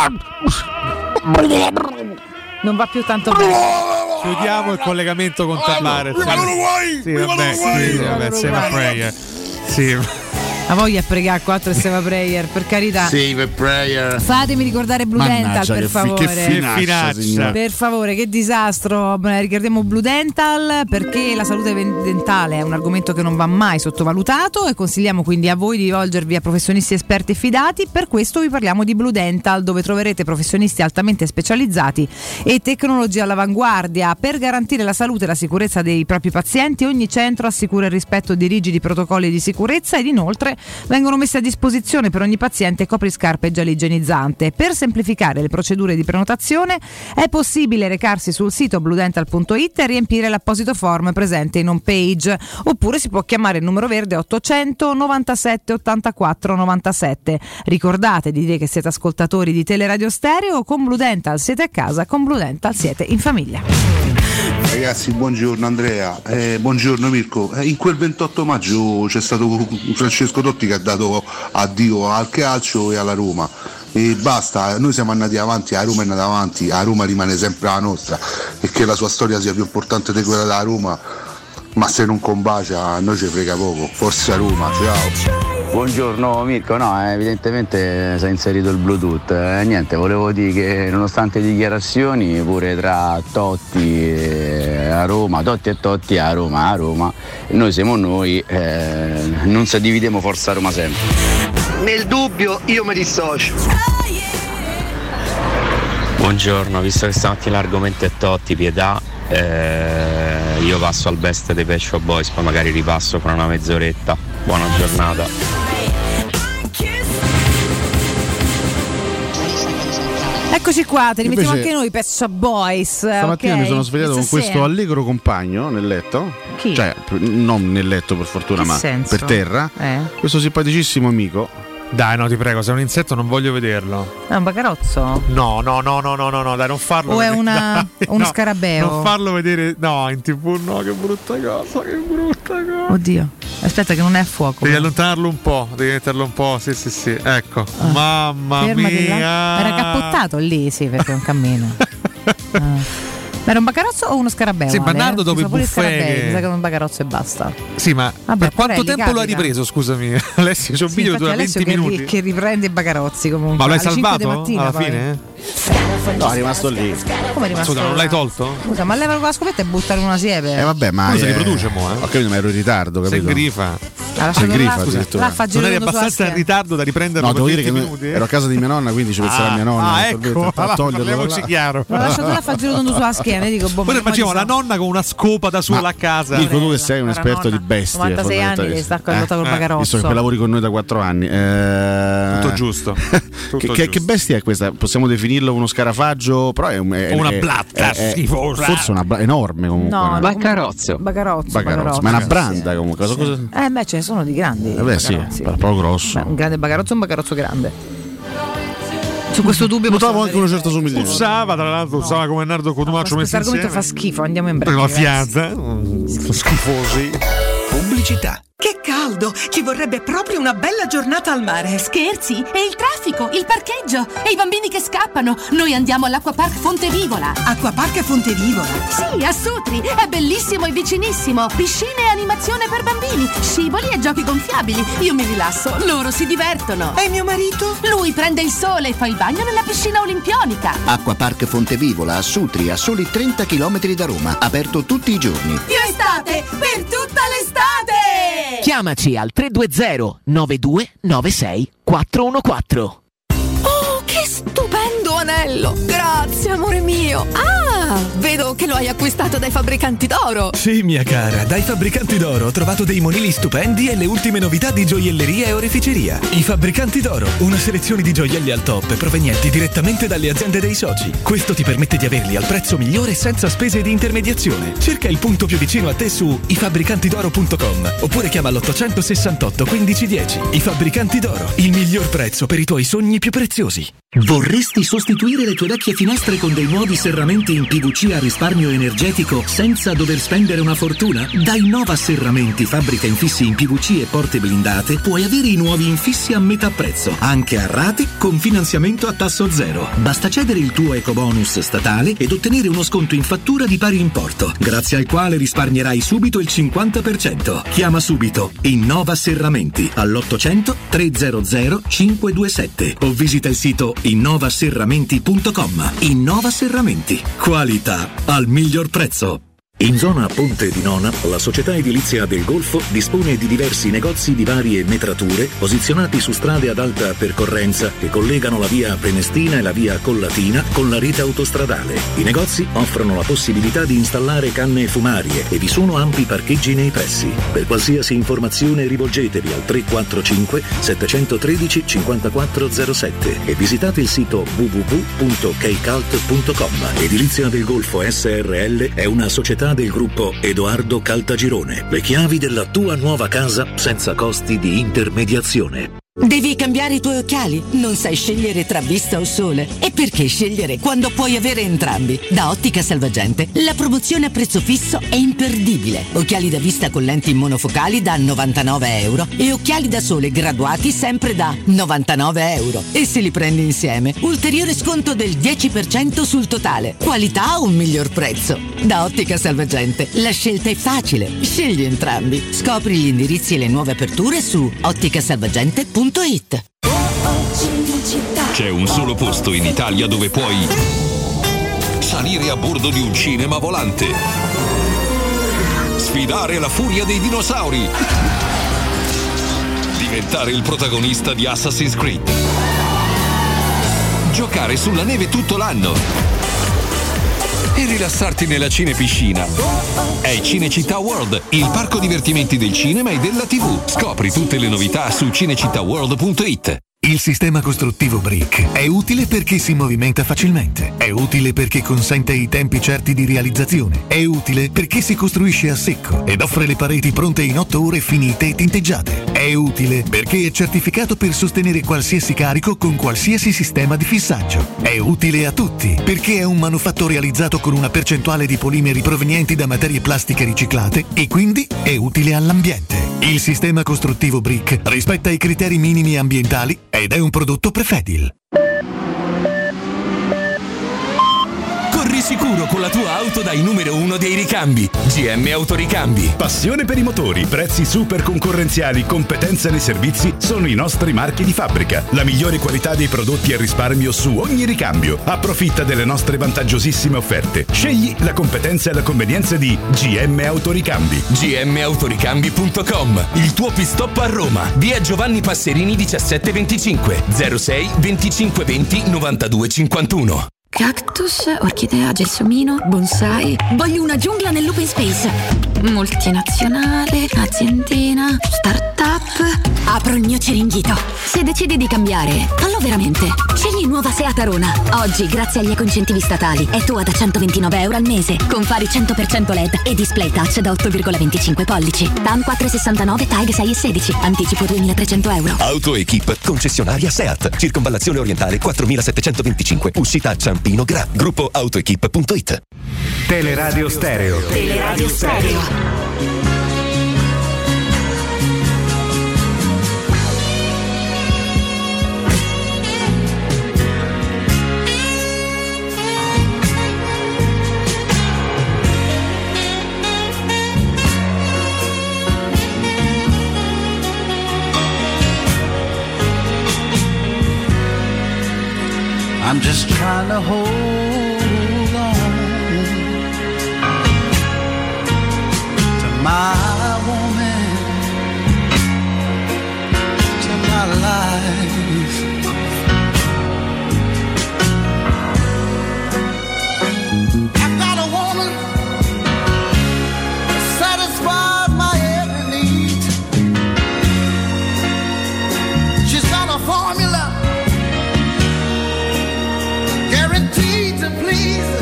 Speaker 14: Non va più tanto bene.
Speaker 17: Chiudiamo il collegamento con Tabarez. Sì, vabbè, Save a Prayer. Sì.
Speaker 14: La voglia a pregare 4 e Save a Prayer, per carità.
Speaker 7: Save a Prayer.
Speaker 14: Fatemi ricordare Blue Dental, per favore.
Speaker 17: Che finaccia.
Speaker 14: Per favore, che disastro. Ricordiamo Blue Dental perché la salute dentale è un argomento che non va mai sottovalutato e consigliamo quindi a voi di rivolgervi a professionisti esperti e fidati. Per questo vi parliamo di Blue Dental, dove troverete professionisti altamente specializzati e tecnologia all'avanguardia. Per garantire la salute e la sicurezza dei propri pazienti, ogni centro assicura il rispetto di rigidi protocolli di sicurezza ed inoltre vengono messi a disposizione per ogni paziente copriscarpe e gel igienizzante. Per semplificare le procedure di prenotazione è possibile recarsi sul sito bluedental.it e riempire l'apposito form presente in home page, oppure si può chiamare il numero verde 800 97 84 97. Ricordate di dire che siete ascoltatori di Teleradio Stereo. Con Blue Dental siete a casa, con Blue Dental siete in famiglia.
Speaker 4: Ragazzi, buongiorno Andrea, buongiorno Mirko. In quel 28 maggio c'è stato Francesco Totti che ha dato addio al calcio e alla Roma e basta, noi siamo andati avanti, la Roma è andata avanti, la Roma rimane sempre la nostra e che la sua storia sia più importante di quella della Roma, ma se non combacia a noi ci frega poco. Forza Roma, ciao.
Speaker 5: Buongiorno Mirko, no, evidentemente si è inserito il Bluetooth, niente, volevo dire che nonostante dichiarazioni pure tra Totti a Roma, Totti e Totti a Roma, noi siamo noi, non si dividiamo Forza Roma sempre.
Speaker 20: Nel dubbio io mi dissocio.
Speaker 9: Buongiorno, visto che stamattina l'argomento è Totti, pietà, io passo al best dei Pet Shop Boys, poi magari ripasso fra una mezz'oretta. Buona giornata.
Speaker 14: Eccoci qua, te li mettiamo anche noi, Pet Shop Boys.
Speaker 16: Stamattina mi sono svegliato con questo allegro compagno nel letto.
Speaker 14: Chi?
Speaker 16: Cioè, non nel letto per fortuna, ma
Speaker 14: senso?
Speaker 16: per terra. Questo simpaticissimo amico.
Speaker 17: Dai, no, ti prego, se è un insetto non voglio vederlo.
Speaker 14: È un bagarozzo?
Speaker 17: No, dai, non farlo
Speaker 14: o
Speaker 17: vedere.
Speaker 14: È uno scarabeo?
Speaker 17: Non farlo vedere, no, in TV no, che brutta cosa.
Speaker 14: Oddio, aspetta che non è a fuoco.
Speaker 17: Devi allontanarlo un po', devi metterlo un po', sì, ecco. Mamma mia.
Speaker 14: Era cappottato lì, sì, perché non cammina. Ma era un bagarozzo o uno scarabeo?
Speaker 17: Sì, ma andando dopo i buffet.
Speaker 14: Mi sa che è un bagarozzo e basta.
Speaker 17: Sì, ma per quanto tempo lo ha ripreso, scusami? Alessio, c'è un video che dura 20 minuti.
Speaker 14: Che riprende i bagarozzi comunque.
Speaker 17: Ma l'hai salvato alla fine?
Speaker 16: No, è rimasto lì.
Speaker 14: Come è rimasto?
Speaker 17: Scusa, non l'hai tolto?
Speaker 14: Scusa, ma levalo con la scopetta e buttare una siepe.
Speaker 16: Vabbè, ma
Speaker 17: si riproduce mo',
Speaker 16: Ho capito, ma ero in ritardo, capito?
Speaker 17: Se grifa.
Speaker 16: Se grifa, addirittura.
Speaker 17: Non eri abbastanza in ritardo da riprendere.
Speaker 16: No, devo dire che ero a casa di mia nonna, quindi ci pensava mia nonna.
Speaker 17: Ah, ecco, parliamoci chiaro.
Speaker 14: L'ho lasciato là a fare giro tondo sulla schiena, dico,
Speaker 17: poi facciamo la nonna con una scopa da sola a casa.
Speaker 16: Dico tu che sei un esperto di bestie.
Speaker 14: 96 anni che sta con lotta col bagarozzo.
Speaker 16: Visto che lavori con noi da 4 anni.
Speaker 17: Tutto giusto.
Speaker 16: Che bestia è questa? Possiamo definirlo uno scarafaggio? Però è
Speaker 17: una blatta schifosa.
Speaker 16: Forse enorme comunque.
Speaker 14: No,
Speaker 1: Baccarozzo.
Speaker 16: Ma è una branda comunque.
Speaker 14: Beh, ce ne sono di grandi.
Speaker 16: Sì, proprio grosso.
Speaker 14: Un grande bagarozzo è un bagarozzo grande. Su questo dubbio
Speaker 16: notavo anche una certa somiglianza.
Speaker 17: Usava, tra l'altro, usava come Nardo Cotumaccio messo insieme.
Speaker 14: Questo argomento fa schifo, andiamo in breve.
Speaker 17: La fianza, schifosi.
Speaker 2: Pubblicità. Che caldo! Ci vorrebbe proprio una bella giornata al mare.
Speaker 6: Scherzi? E il traffico, il parcheggio e i bambini che scappano. Noi andiamo all'Acquapark Fontevivola.
Speaker 2: Acquapark Fontevivola?
Speaker 6: Sì, a Sutri. È bellissimo e vicinissimo. Piscine e animazione per bambini, scivoli e giochi gonfiabili. Io mi rilasso, loro si divertono.
Speaker 2: E mio marito?
Speaker 6: Lui prende il sole e fa il bagno nella piscina olimpionica.
Speaker 10: Acquapark Fontevivola a Sutri, a soli 30 km da Roma. Aperto tutti i giorni.
Speaker 6: Più estate per tutta l'estate!
Speaker 11: Chiamaci al 320 9296 414.
Speaker 12: Oh, che stupendo anello! Grazie, amore mio! Ah, vedo che lo hai acquistato dai Fabbricanti d'Oro!
Speaker 13: Sì, mia cara, dai Fabbricanti d'Oro ho trovato dei monili stupendi e le ultime novità di gioielleria e oreficeria. I Fabbricanti d'Oro, una selezione di gioielli al top provenienti direttamente dalle aziende dei soci. Questo ti permette di averli al prezzo migliore senza spese di intermediazione. Cerca il punto più vicino a te su ifabbricantidoro.com oppure chiama l'868 1510. I Fabbricanti d'Oro, il miglior prezzo per i tuoi sogni più preziosi.
Speaker 15: Vorresti sostituire le tue vecchie finestre con dei nuovi serramenti in PVC a risparmio energetico senza dover spendere una fortuna? Da Innova Serramenti, fabbrica infissi in PVC e porte blindate, puoi avere i nuovi infissi a metà prezzo, anche a rate con finanziamento a tasso zero. Basta cedere il tuo ecobonus statale ed ottenere uno sconto in fattura di pari importo, grazie al quale risparmierai subito il 50%. Chiama subito Innova Serramenti all'800 300 527 o visita il sito innovaserramenti.com. Innova Serramenti, qualità al miglior prezzo.
Speaker 18: In zona Ponte di Nona, la società edilizia del Golfo dispone di diversi negozi di varie metrature posizionati su strade ad alta percorrenza che collegano la via Prenestina e la via Collatina con la rete autostradale. I negozi offrono la possibilità di installare canne fumarie e vi sono ampi parcheggi nei pressi. Per qualsiasi informazione rivolgetevi al 345 713 5407 e visitate il sito www.keicalt.com. Edilizia del Golfo SRL è una società del gruppo Edoardo Caltagirone. Le chiavi della tua nuova casa senza costi di intermediazione.
Speaker 2: Devi cambiare i tuoi occhiali? Non sai scegliere tra vista o sole? E perché scegliere quando puoi avere entrambi? Da Ottica Salvagente la promozione a prezzo fisso è imperdibile. Occhiali da vista con lenti monofocali da €99 e occhiali da sole graduati sempre da €99. E se li prendi insieme, ulteriore sconto del 10% sul totale. Qualità o un miglior prezzo? Da Ottica Salvagente la scelta è facile. Scegli entrambi. Scopri gli indirizzi e le nuove aperture su otticasalvagente.it.
Speaker 19: C'è un solo posto in Italia dove puoi salire a bordo di un cinema volante, sfidare la furia dei dinosauri, diventare il protagonista di Assassin's Creed, giocare sulla neve tutto l'anno e rilassarti nella cinepiscina. È Cinecittà World, il parco divertimenti del cinema e della TV. Scopri tutte le novità su cinecittàworld.it.
Speaker 13: Il sistema costruttivo Brick è utile perché si movimenta facilmente, è utile perché consente i tempi certi di realizzazione, è utile perché si costruisce a secco ed offre le pareti pronte in 8 ore finite e tinteggiate, è utile perché è certificato per sostenere qualsiasi carico con qualsiasi sistema di fissaggio, è utile a tutti perché è un manufatto realizzato con una percentuale di polimeri provenienti da materie plastiche riciclate e quindi è utile all'ambiente. Il sistema costruttivo Brick rispetta i criteri minimi ambientali ed è un prodotto Prefedil.
Speaker 21: Corri
Speaker 8: sicuro con la tua auto dai numero 1 dei ricambi. GM Autoricambi. Passione per i motori, prezzi super concorrenziali, competenza nei servizi sono i nostri marchi di fabbrica. La migliore qualità dei prodotti e risparmio su ogni ricambio. Approfitta delle nostre vantaggiosissime offerte. Scegli la competenza e la convenienza di GM Autoricambi. gmautoricambi.com. Il tuo pit-stop a Roma. Via Giovanni Passerini 1725 06 25 20 92 51.
Speaker 12: Cactus, orchidea, gelsomino, bonsai. Voglio una giungla nell'open space. Multinazionale, aziendina, startup. Apro il mio Ciringhito. Se decidi di cambiare, fallo veramente. Scegli nuova Seat Arona. Oggi, grazie agli ecoincentivi statali, è tua da €129 al mese, con fari 100% LED e display touch da 8,25 pollici. TAN 469, TAG 6,16. Anticipo €2.300.
Speaker 8: AutoEquip, concessionaria Seat. Circonvallazione orientale 4725. Uscita a Ciampino Gra. Gruppo AutoEquip.it.
Speaker 15: Teleradio Stereo.
Speaker 12: Teleradio Stereo.
Speaker 21: I'm just trying to hold on to my woman, to my life. I've got a woman that satisfies my every need. She's got a formula guaranteed to please.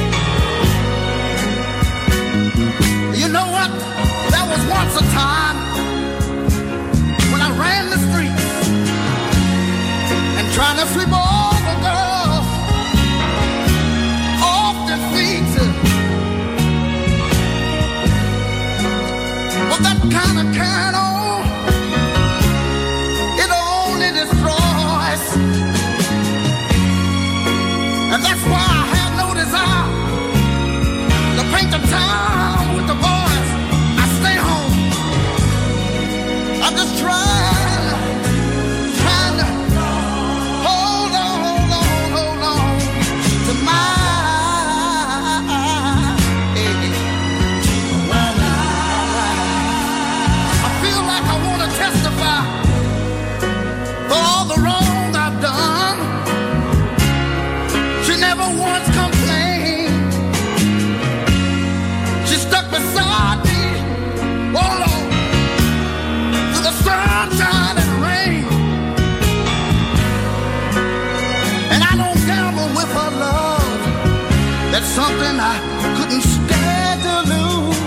Speaker 21: You know what? There was once a time when I ran the streets and trying to sweep all the girls off their feet. But that kind of candle, it only destroys. And that's why I have no desire to paint the town with the boys. I stay home. I'm just trying to hold on to my I feel like I want to testify for all the wrong I've done. She never once complained. She stuck beside me, oh Lord, through the sunshine and rain. And I don't gamble with her love. That's something I couldn't stand to lose.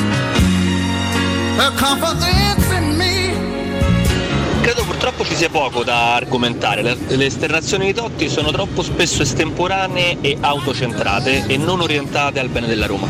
Speaker 21: Her confidence in me.
Speaker 22: Credo purtroppo ci sia poco da argomentare. Le esternazioni di Totti sono troppo spesso estemporanee e autocentrate e non orientate al bene della Roma.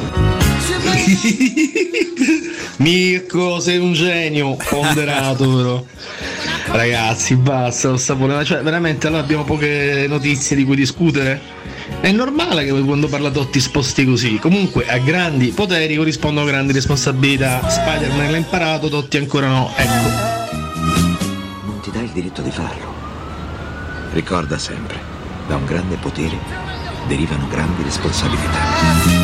Speaker 23: Mirko, sei un genio, ponderato però. Ragazzi, basta, lo sta volendo. Cioè, veramente allora abbiamo poche notizie di cui discutere. È normale che quando parla Totti sposti così. Comunque a grandi poteri corrispondono grandi responsabilità. Spider-Man l'ha imparato, Totti ancora no. Ecco.
Speaker 24: Ti dà il diritto di farlo. Ricorda sempre, da un grande potere derivano grandi responsabilità.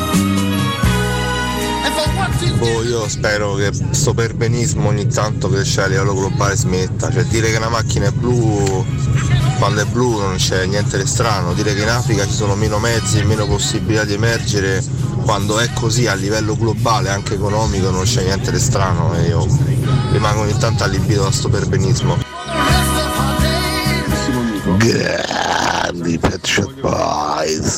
Speaker 7: Io spero che sto perbenismo ogni tanto che c'è a livello globale smetta. Cioè dire che una macchina è blu quando è blu non c'è niente di strano. Dire che in Africa ci sono meno mezzi e meno possibilità di emergere quando è così a livello globale, anche economico, non c'è niente di strano. E io rimango ogni tanto allibito da sto perbenismo.
Speaker 4: Grandi Pet Shop Boys.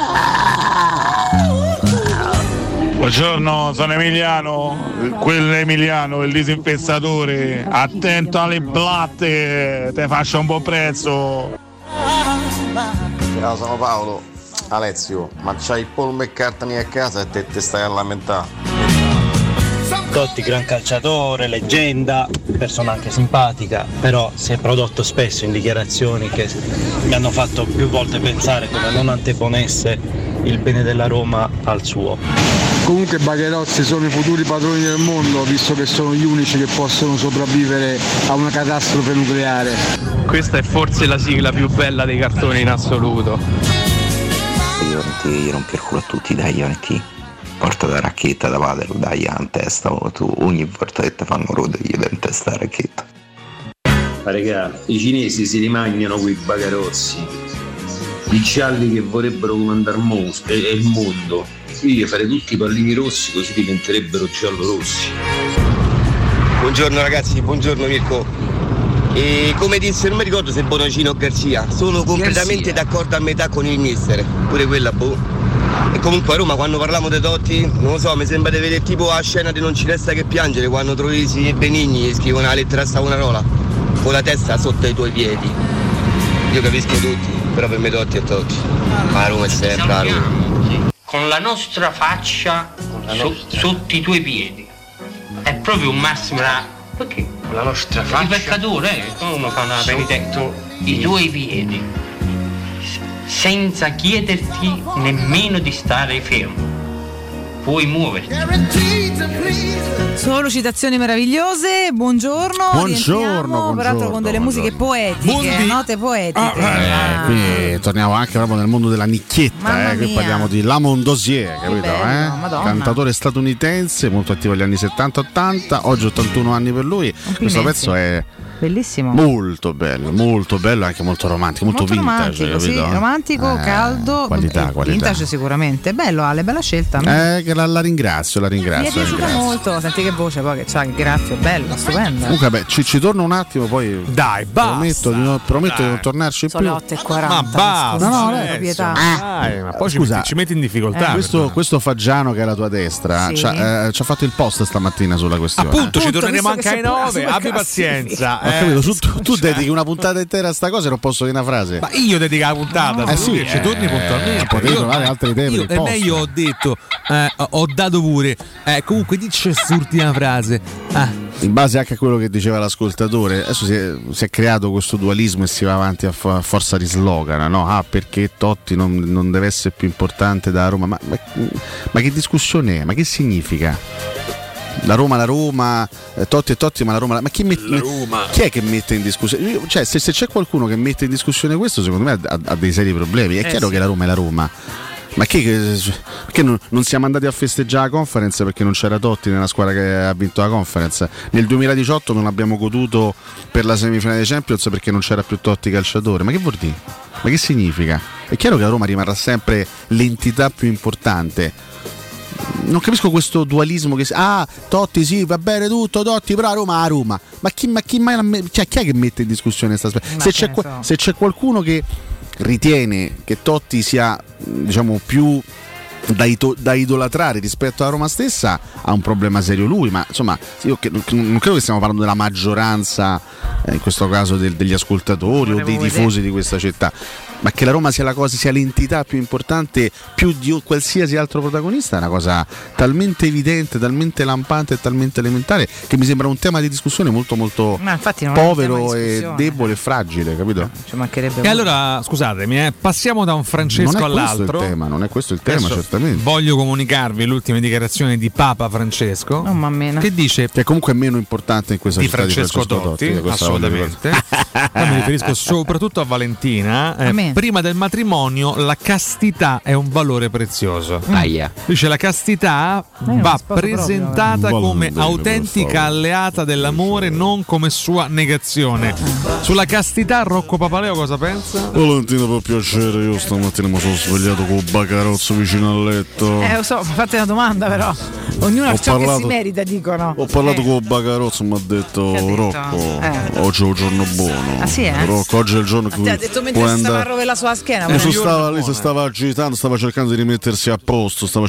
Speaker 25: Buongiorno, sono Emiliano, quell'Emiliano, il disinfestatore, attento alle blatte, te faccio un buon prezzo.
Speaker 26: Ciao, sono Paolo. Alessio, ma c'hai il Paul McCartney a casa e te stai a lamentare.
Speaker 22: Totti, gran calciatore, leggenda, persona anche simpatica, però si è prodotto spesso in dichiarazioni che mi hanno fatto più volte pensare come non anteponesse
Speaker 1: il bene della Roma al suo.
Speaker 3: Comunque Bacherozzi sono i futuri padroni del mondo, visto che sono gli unici che possono sopravvivere a una catastrofe nucleare.
Speaker 1: Questa è forse la sigla più bella dei cartoni in assoluto.
Speaker 24: Gli rompi il culo a tutti, dai, metti. Porta la racchetta da padre, dai in testa, tu ogni volta che ti fanno rodere gli dai in testa la racchetta.
Speaker 5: Ma regà, i cinesi si rimangiano quei Bacherozzi, i gialli che vorrebbero comandare il mondo. Io farei tutti i pallini rossi così diventerebbero giallo-rossi.
Speaker 9: Buongiorno ragazzi, buongiorno Mirko. E come disse, non mi ricordo se Bonacino o Garzia, sono completamente d'accordo a metà con il mister, pure quella E comunque a Roma quando parliamo dei Totti, non lo so, mi sembra di vedere tipo la scena di Non ci resta che piangere quando Troisi e Benigni scrivono la lettera a Savonarola con la testa sotto i tuoi piedi. Io capisco tutti, però per me Totti è Totti. Ma Roma è sempre a Roma.
Speaker 16: Con la nostra faccia sotto i tuoi piedi. È proprio un massimo perché?
Speaker 9: Con la nostra faccia.
Speaker 16: Il peccatore, uno fa una penitenza. I tuoi piedi. Senza chiederti nemmeno di stare fermo. Puoi muoverti.
Speaker 14: Solo citazioni meravigliose. Buongiorno. Peraltro con delle musiche poetiche, note poetiche.
Speaker 20: Quindi torniamo anche proprio nel mondo della nicchietta. Qui parliamo di Lamont Dozier, capito?
Speaker 14: Bello,
Speaker 20: Cantatore statunitense, molto attivo negli anni 70-80, oggi 81 anni per lui. Questo pezzo è
Speaker 14: bellissimo,
Speaker 20: molto bello, anche molto romantico, molto vintage,
Speaker 14: romantico,
Speaker 20: capito?
Speaker 14: Sì, romantico, caldo,
Speaker 20: qualità.
Speaker 14: Vintage sicuramente. Bello Ale, bella scelta.
Speaker 20: Che la ringrazio.
Speaker 14: Mi è piaciuta molto, senti che voce poi che c'ha, grazie, bella, stupenda.
Speaker 20: Comunque ci torno un attimo, poi
Speaker 17: dai, basta.
Speaker 20: Prometto di non tornarci più.
Speaker 14: Sono le 8:40.
Speaker 17: Ma basta,
Speaker 14: proprietà.
Speaker 17: Ma poi ci metti in difficoltà.
Speaker 20: Questo Faggiano che è alla tua destra ci ha fatto il post stamattina sulla questione.
Speaker 17: Appunto, ci torneremo anche ai 9, abbi pazienza.
Speaker 20: Ho capito, tu dedichi una puntata intera a sta cosa e non posso dire una frase.
Speaker 17: Ma io dedico la puntata,
Speaker 20: sì,
Speaker 17: ci torni puntualmente.
Speaker 20: Potevi trovare altri temi.
Speaker 17: Io ho detto, ho dato pure. Comunque dice quest'ultima frase.
Speaker 20: In base anche a quello che diceva l'ascoltatore, adesso si è creato questo dualismo e si va avanti a forza di slogan, no? Perché Totti non deve essere più importante da Roma. Ma che discussione è? Ma che significa? La Roma, Totti e Totti, ma la Roma. Ma chi è che mette in discussione? Cioè, se c'è qualcuno che mette in discussione questo, secondo me ha dei seri problemi. È chiaro che la Roma è la Roma. Ma perché non siamo andati a festeggiare la Conference perché non c'era Totti nella squadra che ha vinto la Conference? Nel 2018 non abbiamo goduto per la semifinale dei Champions perché non c'era più Totti calciatore. Ma che vuol dire? Ma che significa? È chiaro che la Roma rimarrà sempre l'entità più importante. Non capisco questo dualismo che Totti sì, va bene tutto, Totti, però a Roma. Ma chi mai chi è che mette in discussione questa spesa? Se c'è qualcuno che ritiene che Totti sia, diciamo, più da idolatrare rispetto alla Roma stessa, ha un problema serio lui, ma insomma io non credo che stiamo parlando della maggioranza, in questo caso degli ascoltatori o dei tifosi di questa città, ma che la Roma sia l'entità più importante più di qualsiasi altro protagonista è una cosa talmente evidente, talmente lampante e talmente elementare che mi sembra un tema di discussione molto molto povero e debole e fragile, capito?
Speaker 14: Ci mancherebbe.
Speaker 17: E allora scusatemi, passiamo da un Francesco all'altro.
Speaker 20: Non è questo il tema, certamente.
Speaker 17: Voglio comunicarvi l'ultima dichiarazione di Papa Francesco, che dice
Speaker 20: che comunque è meno importante in questa
Speaker 17: di
Speaker 20: città
Speaker 17: Francesco
Speaker 20: di Francesco
Speaker 17: Totti, assolutamente. Mi riferisco soprattutto a Valentina. Prima del matrimonio la castità è un valore prezioso. Dice la castità va presentata come autentica alleata dell'amore, non come sua negazione. Sulla castità Rocco Papaleo cosa pensa?
Speaker 20: Valentina, per piacere, io stamattina mi sono svegliato con Bacarozzo vicino al letto.
Speaker 14: Lo so, fate una domanda però. Ognuno ha ciò che si merita, dicono.
Speaker 20: Ho parlato con Bacarozzo e mi ha detto Rocco, oggi è un giorno buono.
Speaker 14: Ah sì,
Speaker 20: Rocco, oggi è il giorno che
Speaker 14: ti ha detto mentre stava a rovere sulla schiena.
Speaker 20: Si stava agitando, stava cercando di rimettersi a posto. Mi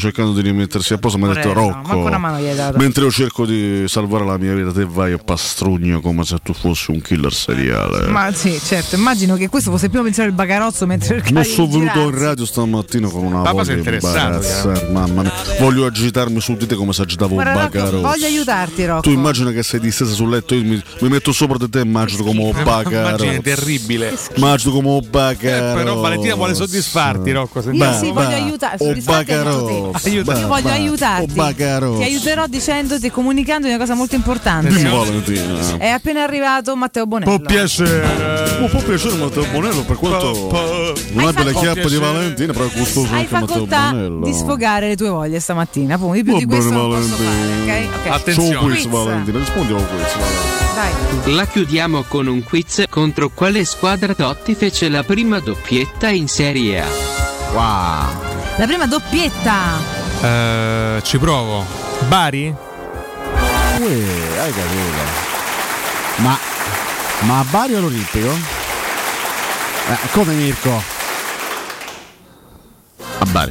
Speaker 20: ha detto Rocco, mentre io cerco di salvare la mia vita, te vai a pastrugno come se tu fossi un killer seriale.
Speaker 14: Ma sì, certo, immagino che questo fosse prima pensare il Bacarozzo mentre
Speaker 20: non sono venuto in radio stamattina con una voglia imbarazzante, mamma mia. Voglio agitarmi su di te come se agitavo Bacarozzo.
Speaker 14: Voglio aiutarti, Rocco.
Speaker 20: Tu immagina che sei distesa sul letto, io mi metto sopra di te e immagino come Bacarozzo.
Speaker 17: Immagine terribile.
Speaker 20: Immagino come Bacarozzo.
Speaker 17: Però Valentina vuole soddisfarti, Rocco.
Speaker 14: Io sì, voglio aiutare.
Speaker 20: Io
Speaker 14: voglio aiutarti. Ti aiuterò dicendoti e comunicando una cosa molto importante.
Speaker 20: Valentina.
Speaker 14: È appena arrivato Matteo Bonello.
Speaker 20: Può piacere Matteo Bonello, per quanto non abbia le chiappe di Valentina, però è gustoso
Speaker 14: Hai
Speaker 20: anche Matteo
Speaker 14: facoltà
Speaker 20: Bonello.
Speaker 14: di sfogare le tue voglie stamattina. Più di questo non posso fare, ok?
Speaker 20: Attenzione. Quiz, Valentina, rispondi al quiz, Valentina.
Speaker 14: Dai.
Speaker 2: La chiudiamo con un quiz contro quale squadra Totti fece la prima doppietta in Serie A.
Speaker 20: Wow.
Speaker 14: La prima doppietta.
Speaker 17: Ci provo. Bari?
Speaker 20: Hai capito. Ma a Bari o all'Olimpico? Come Mirko? A Bari.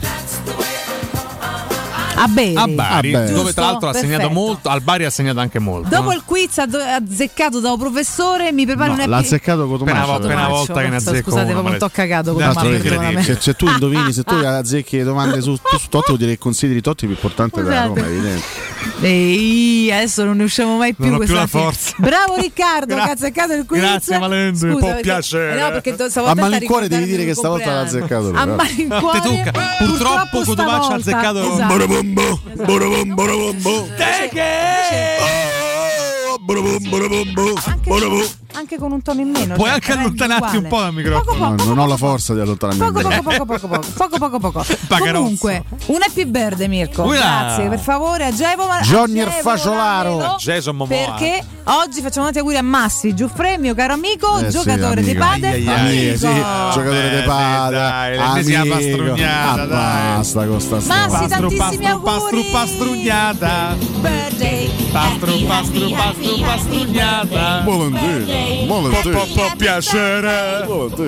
Speaker 14: A
Speaker 17: Bari, dove
Speaker 14: giusto?
Speaker 17: tra l'altro ha segnato
Speaker 14: Perfetto.
Speaker 17: molto, al Bari ha segnato anche molto.
Speaker 14: Dopo il quiz azzeccato da un professore, mi prepari un
Speaker 20: l'ha azzeccato Cotomaccio.
Speaker 17: Appena volta che ne azzecco.
Speaker 14: Scusate, proprio un tocca cagato Cotomaccio.
Speaker 20: Se tu indovini, se tu azzecchi le domande su Totti, vuol dire che consideri Totti più importante della Roma, evidente.
Speaker 14: Ehi, adesso non ne usciamo mai più.
Speaker 17: Non ho più la forza.
Speaker 14: Bravo Riccardo, che ha azzeccato il quiz.
Speaker 17: Grazie Valente, mi può piacere.
Speaker 14: No, perché
Speaker 20: a malincuore devi dire che stavolta l'ha azzeccato.
Speaker 14: A malincuore.
Speaker 17: Te tocca. Purtroppo Cotomaccio ha azzeccato.
Speaker 14: Anche con un tono in meno.
Speaker 17: Puoi anche allontanarti un po' dal microfono.
Speaker 20: Non ho la forza di allontanarmi.
Speaker 14: Poco. Comunque, un happy birthday, Mirko. Grazie, per favore,
Speaker 20: Johnny Faciolaro.
Speaker 17: Jason Momoa.
Speaker 14: Perché oggi facciamo tanti auguri a Massi Giuffre, mio caro amico, giocatore di padel.
Speaker 20: Giocatore di padel.
Speaker 17: L'ennesima pastrugnata, dai.
Speaker 20: Basta con sta
Speaker 14: Massi, tantissimi auguri.
Speaker 17: Pastrugnata.
Speaker 14: Birthday.
Speaker 17: Pastrugnata.
Speaker 20: Può
Speaker 17: piacere.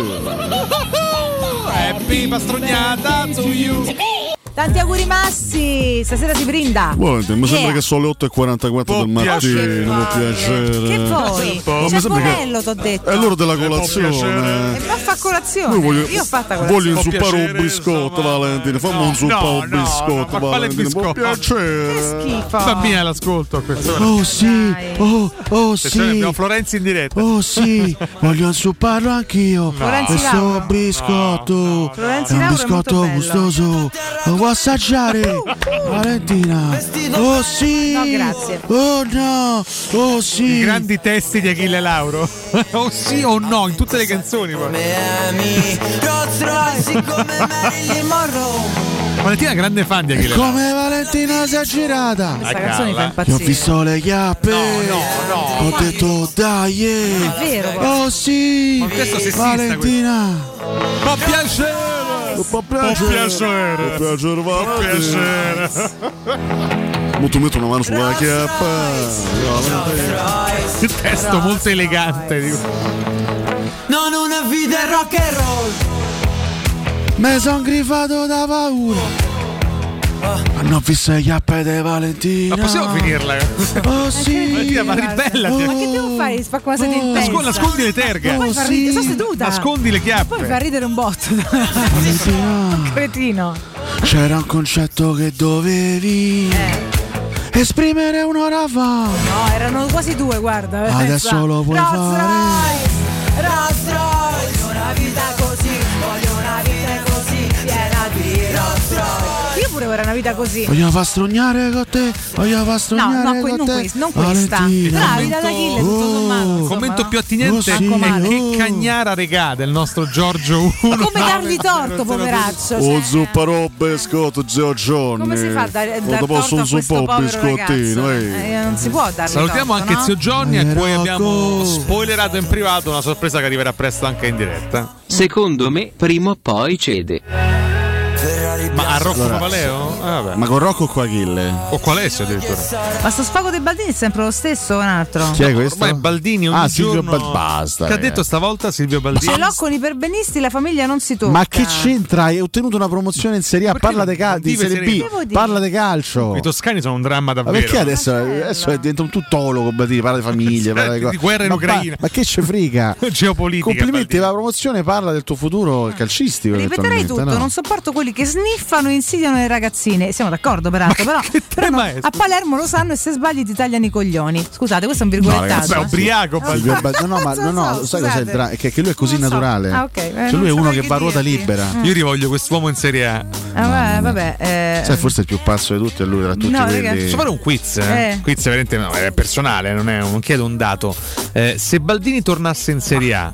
Speaker 17: Happy pastrugnata to you.
Speaker 14: Tanti auguri Massi, stasera si brinda.
Speaker 20: Mi sembra che sono le 8:44 del mattino, può piacere.
Speaker 14: Che vuoi? C'è Bonello, t'ho detto.
Speaker 20: È l'ora della colazione.
Speaker 14: E ma fa colazione. Io ho fatta colazione.
Speaker 20: Voglio inzuppare un biscotto, Valentina. Fammi inzuppare un biscotto, Valentina. Può piacere.
Speaker 14: Che schifo.
Speaker 17: Bambina l'ascolto a quest'ora.
Speaker 20: Oh sì, oh sì.
Speaker 17: Abbiamo Florenzi in diretta.
Speaker 20: Oh sì, voglio inzupparlo anch'io. Questo biscotto è un biscotto gustoso. Lo vuoi assaggiare? Valentina. Oh sì.
Speaker 14: No, grazie.
Speaker 20: Oh no. Oh sì.
Speaker 17: I grandi testi di Achille Lauro. Oh sì o no, in tutte le canzoni. Valentina è grande fan di Achille Lauro.
Speaker 20: Come Valentina esagerata.
Speaker 14: Questa canzone mi fa
Speaker 20: Io
Speaker 14: impazzire.
Speaker 20: ho visto le chiappe.
Speaker 17: No.
Speaker 20: Ho detto dai.
Speaker 14: È vero.
Speaker 20: Oh sì.
Speaker 17: Un testo sessista,
Speaker 20: Valentina.
Speaker 17: Può piacere.
Speaker 20: Può piacere, Valentina. Molto metto una mano sulla chiappa.
Speaker 17: Il testo molto elegante.
Speaker 21: Non una vita rock and roll.
Speaker 20: Me son grifato da paura. Hanno visto le chiappe di Valentina.
Speaker 17: Ma possiamo finirla?
Speaker 20: Oh sì.
Speaker 17: Valentina, ma ribellati.
Speaker 14: Ma che devo fare? Spacco una sedia in testa.
Speaker 17: Nascondi le terghe.
Speaker 14: Poi fa ridere, sono seduta.
Speaker 17: Nascondi le chiappe.
Speaker 14: Poi mi fa ridere un botto.
Speaker 20: Valentina.
Speaker 14: Cretino.
Speaker 20: C'era un concetto che dovevi esprimere un'ora fa.
Speaker 14: No, erano quasi due, guarda.
Speaker 20: Adesso lo puoi fare.
Speaker 14: Rolls Royce. Voglio una vita così piena di Rolls Royce. Io pure vorrei una vita così.
Speaker 20: Voglio far strognare con te. Voglio far strognare
Speaker 14: No,
Speaker 20: con te.
Speaker 14: non questa.
Speaker 20: Valentina.
Speaker 14: La vita d'Achille, tutto sommato.
Speaker 17: Il commento più attinente
Speaker 20: sì.
Speaker 17: è che Cagnara regà del nostro Giorgio 1.
Speaker 14: Ma come dargli torto, poveraccio?
Speaker 20: Oh, zupparò biscotto, zio Johnny.
Speaker 14: Come si fa a dar
Speaker 20: Ti posso
Speaker 14: torto a questo povero
Speaker 20: biscottino,
Speaker 14: ragazzo? Non si può dargli
Speaker 17: Salutiamo
Speaker 14: torto,
Speaker 17: anche
Speaker 14: no?
Speaker 17: zio Johnny, a cui abbiamo spoilerato in privato una sorpresa che arriverà presto anche in diretta.
Speaker 2: Secondo me, prima o poi cede.
Speaker 17: Ma a Rocco Papaleo? Vabbè.
Speaker 20: Ma con Rocco o con Achille?
Speaker 17: O con Alessio addirittura.
Speaker 14: Ma sto sfago dei Baldini è sempre lo stesso o un altro?
Speaker 20: Chi è questo?
Speaker 17: Ormai Baldini ogni
Speaker 20: Silvio
Speaker 17: giorno.
Speaker 20: Basta.
Speaker 17: Che ha detto stavolta Silvio Baldini?
Speaker 14: Ce l'ho con i perbenisti, la famiglia non si tocca.
Speaker 20: Ma che c'entra? Hai ottenuto una promozione in Serie A, parla di Serie B, parla di calcio.
Speaker 17: I toscani sono un dramma
Speaker 20: Ma
Speaker 17: davvero.
Speaker 20: perché adesso è diventato un tuttologo, parla di famiglie, parla
Speaker 17: di guerra in Ucraina.
Speaker 20: Ma che ci frega?
Speaker 17: Geopolitica.
Speaker 20: Complimenti, la promozione parla del tuo futuro calcistico.
Speaker 14: Ripeterei tutto,
Speaker 20: no?
Speaker 14: non sopporto quelli che sniffano truffano e insidiano le ragazzine. Siamo d'accordo peraltro, però a Palermo lo sanno e se sbagli ti tagliano i coglioni. Scusate, questo è un virgolettaggio.
Speaker 17: È ubriaco.
Speaker 20: Sai cos'è il che lui è così naturale. Cioè lui è uno che va a ruota libera.
Speaker 17: Io rivoglio quest'uomo in Serie A.
Speaker 14: Vabbè.
Speaker 20: Sai, forse il più pazzo di tutti è lui tra tutti quelli.
Speaker 17: Posso fare un quiz? Quiz veramente è personale, non chiedo un dato. Se Baldini tornasse in Serie A,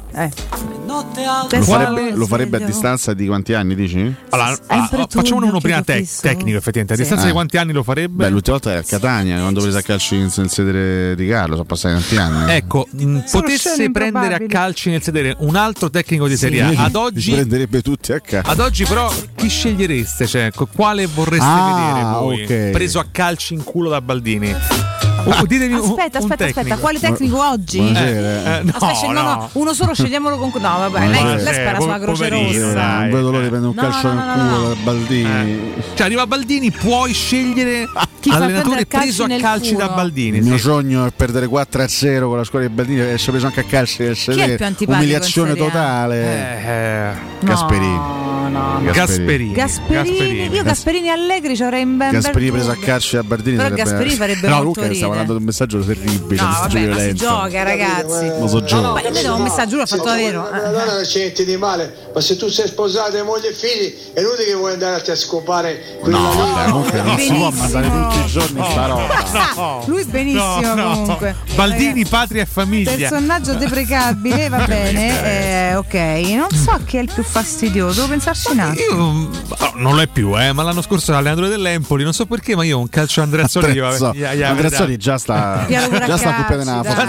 Speaker 20: lo farebbe a distanza di quanti anni, dici?
Speaker 17: Allora, facciamo uno prima tecnico, effettivamente. A distanza di quanti anni lo farebbe?
Speaker 20: Beh, l'ultima volta era a Catania, quando prese a calci in sedere di Carlo, sono passati tanti anni.
Speaker 17: Ecco, potesse prendere a calci nel sedere un altro tecnico di Serie A, ad oggi
Speaker 20: prenderebbe tutti a calci.
Speaker 17: Ad oggi però chi scegliereste? Cioè, quale vorreste vedere voi? Preso a calci in culo da Baldini. Ditemi
Speaker 14: aspetta, quale tecnico oggi? No, uno solo, scegliamolo con. No, vabbè, lei spara sulla Croce Rossa.
Speaker 20: Non vedo l'ora di prendere un calcio nel culo da Baldini.
Speaker 17: Cioè, arriva Baldini, puoi scegliere l'allenatore preso a calci da Baldini.
Speaker 20: Il mio sogno è perdere 4-0 con la squadra di Baldini e essere preso anche a calci nel sedere. Umiliazione totale. Gasperini.
Speaker 14: Gasperini. Io Gasperini Allegri ci avrei in ben
Speaker 20: Gasperini preso a calci da Baldini.
Speaker 14: Però Gasperini farebbe molto ridere.
Speaker 20: Stavo mandando un messaggio terribile.
Speaker 14: No, vabbè, ma si gioca, ragazzi.
Speaker 20: No,
Speaker 14: io vedo un messaggio, l'ho fatto vero.
Speaker 6: Una donna non c'è niente di male, ma se tu sei sposato e moglie e figli, è inutile che vuoi andare a scopare quella
Speaker 20: comunque non si può mandare tutti i giorni sta roba.
Speaker 14: Lui benissimo comunque.
Speaker 17: Baldini, patria e famiglia.
Speaker 14: Personaggio deprecabile, va bene. Ok, non so chi è il più fastidioso, devo pensarci un attimo.
Speaker 17: Non lo è più, ma l'anno scorso era allenatore dell'Empoli, non so perché, ma io un calcio Andreazzoli
Speaker 20: Andreazzoli già sta qui nella foto.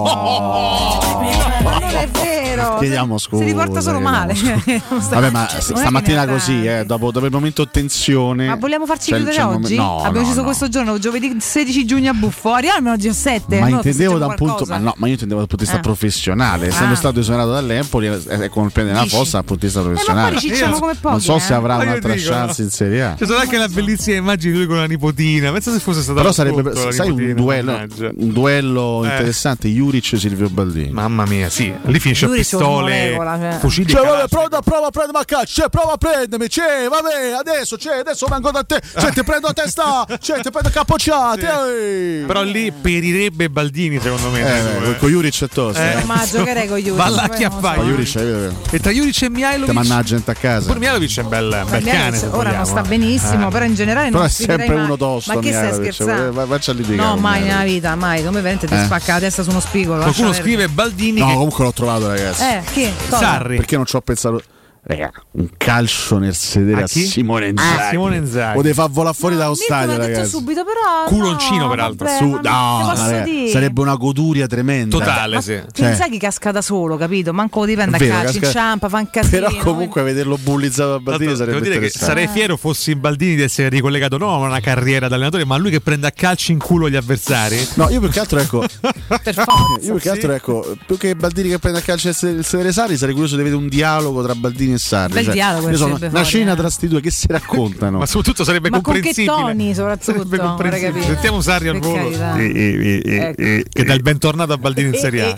Speaker 14: Non è vero.
Speaker 20: Chiediamo scusa.
Speaker 14: Si riporta solo male.
Speaker 20: Vabbè, ma stamattina così, dopo il momento tensione.
Speaker 14: Ma vogliamo farci chiudere oggi? Abbiamo deciso questo giorno, giovedì 16 giugno a Buffo. Arriviamo oggi a 7.
Speaker 20: Ma intendevo da un punto, ma io intendevo dal punto di vista professionale. Essendo stato esonerato dall'Empoli, è come prendere una fossa dal punto di vista professionale.
Speaker 14: Non
Speaker 20: so se avrà un'altra chance in Serie A.
Speaker 17: C'è stata anche la bellissima immagine di lui con la nipotina. Pensa se fosse stato.
Speaker 20: Però sarebbe, sai, un duello interessante. Juric e Silvio Baldini.
Speaker 17: Mamma mia, sì. Lì finisce a pistole, fucili.
Speaker 20: Prova a prendermi a calcio, prova a prendermi. Vabbè, adesso vengo da te. Ti prendo a testa, ti prendo a capocciate.
Speaker 17: Però lì perirebbe Baldini, secondo me.
Speaker 20: Con Juric è tosto.
Speaker 14: Ma giocherei con Juric.
Speaker 17: Valla a chiappare.
Speaker 20: E
Speaker 17: tra Juric e Mihajlovic
Speaker 20: ti manna gente a casa.
Speaker 17: Pure Mihajlovic è un bel cane.
Speaker 14: Ora non sta benissimo, però in generale non
Speaker 20: è sempre uno tosto.
Speaker 14: Ma che stai scherzando? No, mai nella vita, mai. Come veramente ti spacca la testa su uno spigolo.
Speaker 17: Qualcuno scrive Baldini.
Speaker 20: No, comunque l'ho trovato, ragazzi.
Speaker 14: Chi?
Speaker 17: Sarri.
Speaker 20: Perché non ci ho pensato? Un calcio nel sedere a Simone Inzaghi. O dei fa volare fuori dallo stadio, ragazzi.
Speaker 14: Detto subito, però.
Speaker 17: Culoncino, peraltro.
Speaker 20: Sarebbe una goduria tremenda.
Speaker 17: Totale, sì.
Speaker 14: Inzaghi casca da solo, capito? Manco dipende a calcio, inciampa, fa un casino.
Speaker 20: Però comunque vederlo bullizzato a Baldini sarebbe interessante.
Speaker 17: Sarei fiero fossi Baldini di essere ricollegato non a una carriera da allenatore, ma a lui che prende a calci in culo gli avversari.
Speaker 20: No, io più che altro
Speaker 14: per forza.
Speaker 20: Più che Baldini che prende a calcio il sedere Sarri, sarei curioso di vedere un dialogo tra Baldini e Sarri.
Speaker 14: Dialogo,
Speaker 20: una scena tra sti due che si raccontano.
Speaker 17: Ma soprattutto sarebbe comprensibile.
Speaker 14: Ma con che toni, soprattutto.
Speaker 17: Sentiamo Sarri al volo. Che dà il bentornato a Baldini in Serie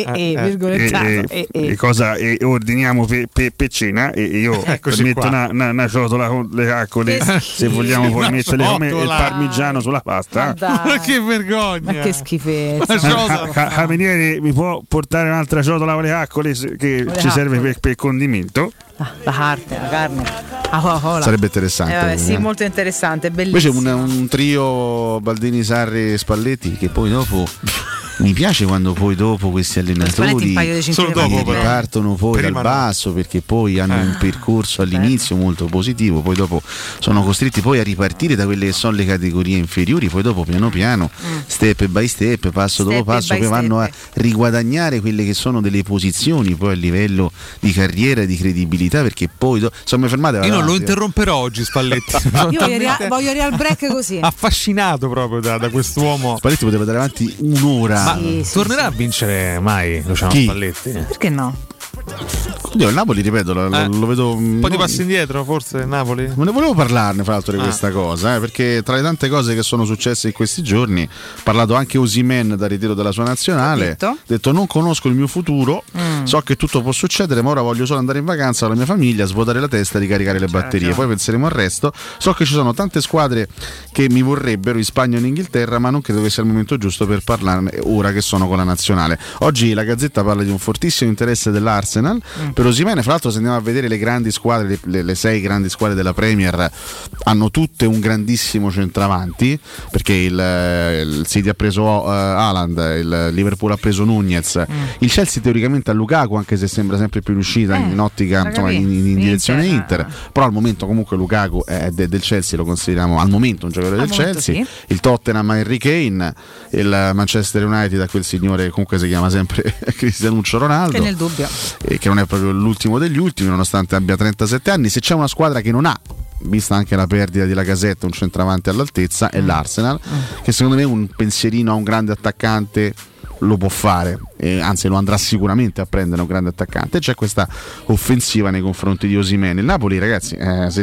Speaker 17: A.
Speaker 25: Cosa ordiniamo per cena? E io metto una ciotola con le caccole. Se vogliamo poi mettere come il parmigiano sulla pasta.
Speaker 17: Ma che vergogna!
Speaker 14: Ma che schifezza!
Speaker 25: Cameriere, mi può portare un'altra ciotola con le caccole che ci serve per condimento?
Speaker 14: La carne.
Speaker 20: Sarebbe interessante.
Speaker 14: Sì, molto interessante, bellissimo.
Speaker 20: Poi c'è un trio Baldini, Sarri, Spalletti che poi dopo mi piace quando poi dopo questi allenatori partono poi dal basso, perché poi hanno un percorso all'inizio molto positivo, poi dopo sono costretti poi a ripartire da quelle che sono le categorie inferiori, poi dopo piano piano, step by step, passo dopo passo, poi vanno a riguadagnare quelle che sono delle posizioni poi a livello di carriera e di credibilità, perché poi sono fermate.
Speaker 17: Io non lo interromperò oggi Spalletti.
Speaker 14: Io voglio arrivare al break così.
Speaker 17: Affascinato proprio da quest'uomo.
Speaker 20: Spalletti poteva andare avanti un'ora.
Speaker 17: Ma tornerà a vincere mai Luciano Spalletti?
Speaker 14: Perché no?
Speaker 20: Io il Napoli, ripeto, lo vedo
Speaker 17: un po' di passi indietro, forse il Napoli.
Speaker 20: Non ne volevo parlarne fra l'altro di questa cosa, perché tra le tante cose che sono successe in questi giorni, ha parlato anche Osimhen dal ritiro della sua nazionale, ha detto non conosco il mio futuro, So che tutto può succedere, ma ora voglio solo andare in vacanza con la mia famiglia, svuotare la testa e ricaricare le batterie. Poi penseremo al resto. So che ci sono tante squadre che mi vorrebbero in Spagna o in Inghilterra, ma non credo che sia il momento giusto per parlarne ora che sono con la nazionale. Oggi la Gazzetta parla di un fortissimo interesse dell'Arsenal per Osimhen. Fra l'altro, se andiamo a vedere le grandi squadre, le 6 grandi squadre della Premier, hanno tutte un grandissimo centravanti, perché il City ha preso Haaland, il Liverpool ha preso Nunez, il Chelsea teoricamente ha Lukaku, anche se sembra sempre più riuscita in ottica, insomma, in direzione Inter, però al momento comunque Lukaku è del Chelsea, lo consideriamo al momento un giocatore del Chelsea, sì. Il Tottenham ha Harry Kane, il Manchester United a quel signore che comunque si chiama sempre Cristianuccio Ronaldo,
Speaker 14: che nel dubbio,
Speaker 20: che non è proprio l'ultimo degli ultimi nonostante abbia 37 anni. Se c'è una squadra che non ha, vista anche la perdita di Lacazette, un centravanti all'altezza, è l'Arsenal, che secondo me un pensierino a un grande attaccante lo può fare, anzi lo andrà sicuramente a prendere un grande attaccante. C'è questa offensiva nei confronti di Osimhen. Il Napoli, ragazzi,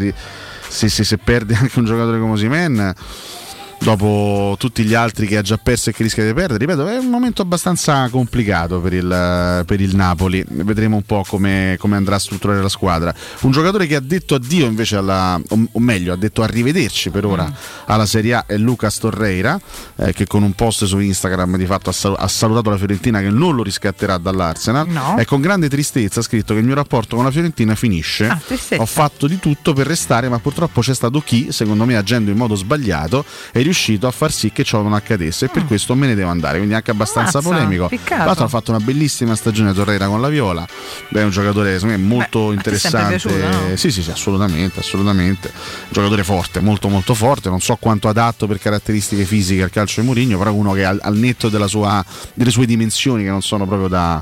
Speaker 20: se perde anche un giocatore come Osimhen, dopo tutti gli altri che ha già perso e che rischia di perdere, ripeto, è un momento abbastanza complicato per il Napoli. Vedremo un po' come andrà a strutturare la squadra. Un giocatore che ha detto addio invece o meglio ha detto arrivederci per ora alla Serie A è Lucas Torreira, che con un post su Instagram di fatto ha salutato la Fiorentina, che non lo riscatterà dall'Arsenal, e con grande tristezza ha scritto che il mio rapporto con la Fiorentina finisce, ho fatto di tutto per restare, ma purtroppo c'è stato chi, secondo me agendo in modo sbagliato, è riuscito a far sì che ciò non accadesse, e per questo me ne devo andare, quindi anche abbastanza polemico. Tra l'altro ha fatto una bellissima stagione Torreira con la Viola, è un giocatore secondo me molto interessante. Piaciuto, no? Sì, assolutamente, un giocatore forte, molto molto forte, non so quanto adatto per caratteristiche fisiche al calcio di Mourinho, però uno che al netto delle sue dimensioni, che non sono proprio da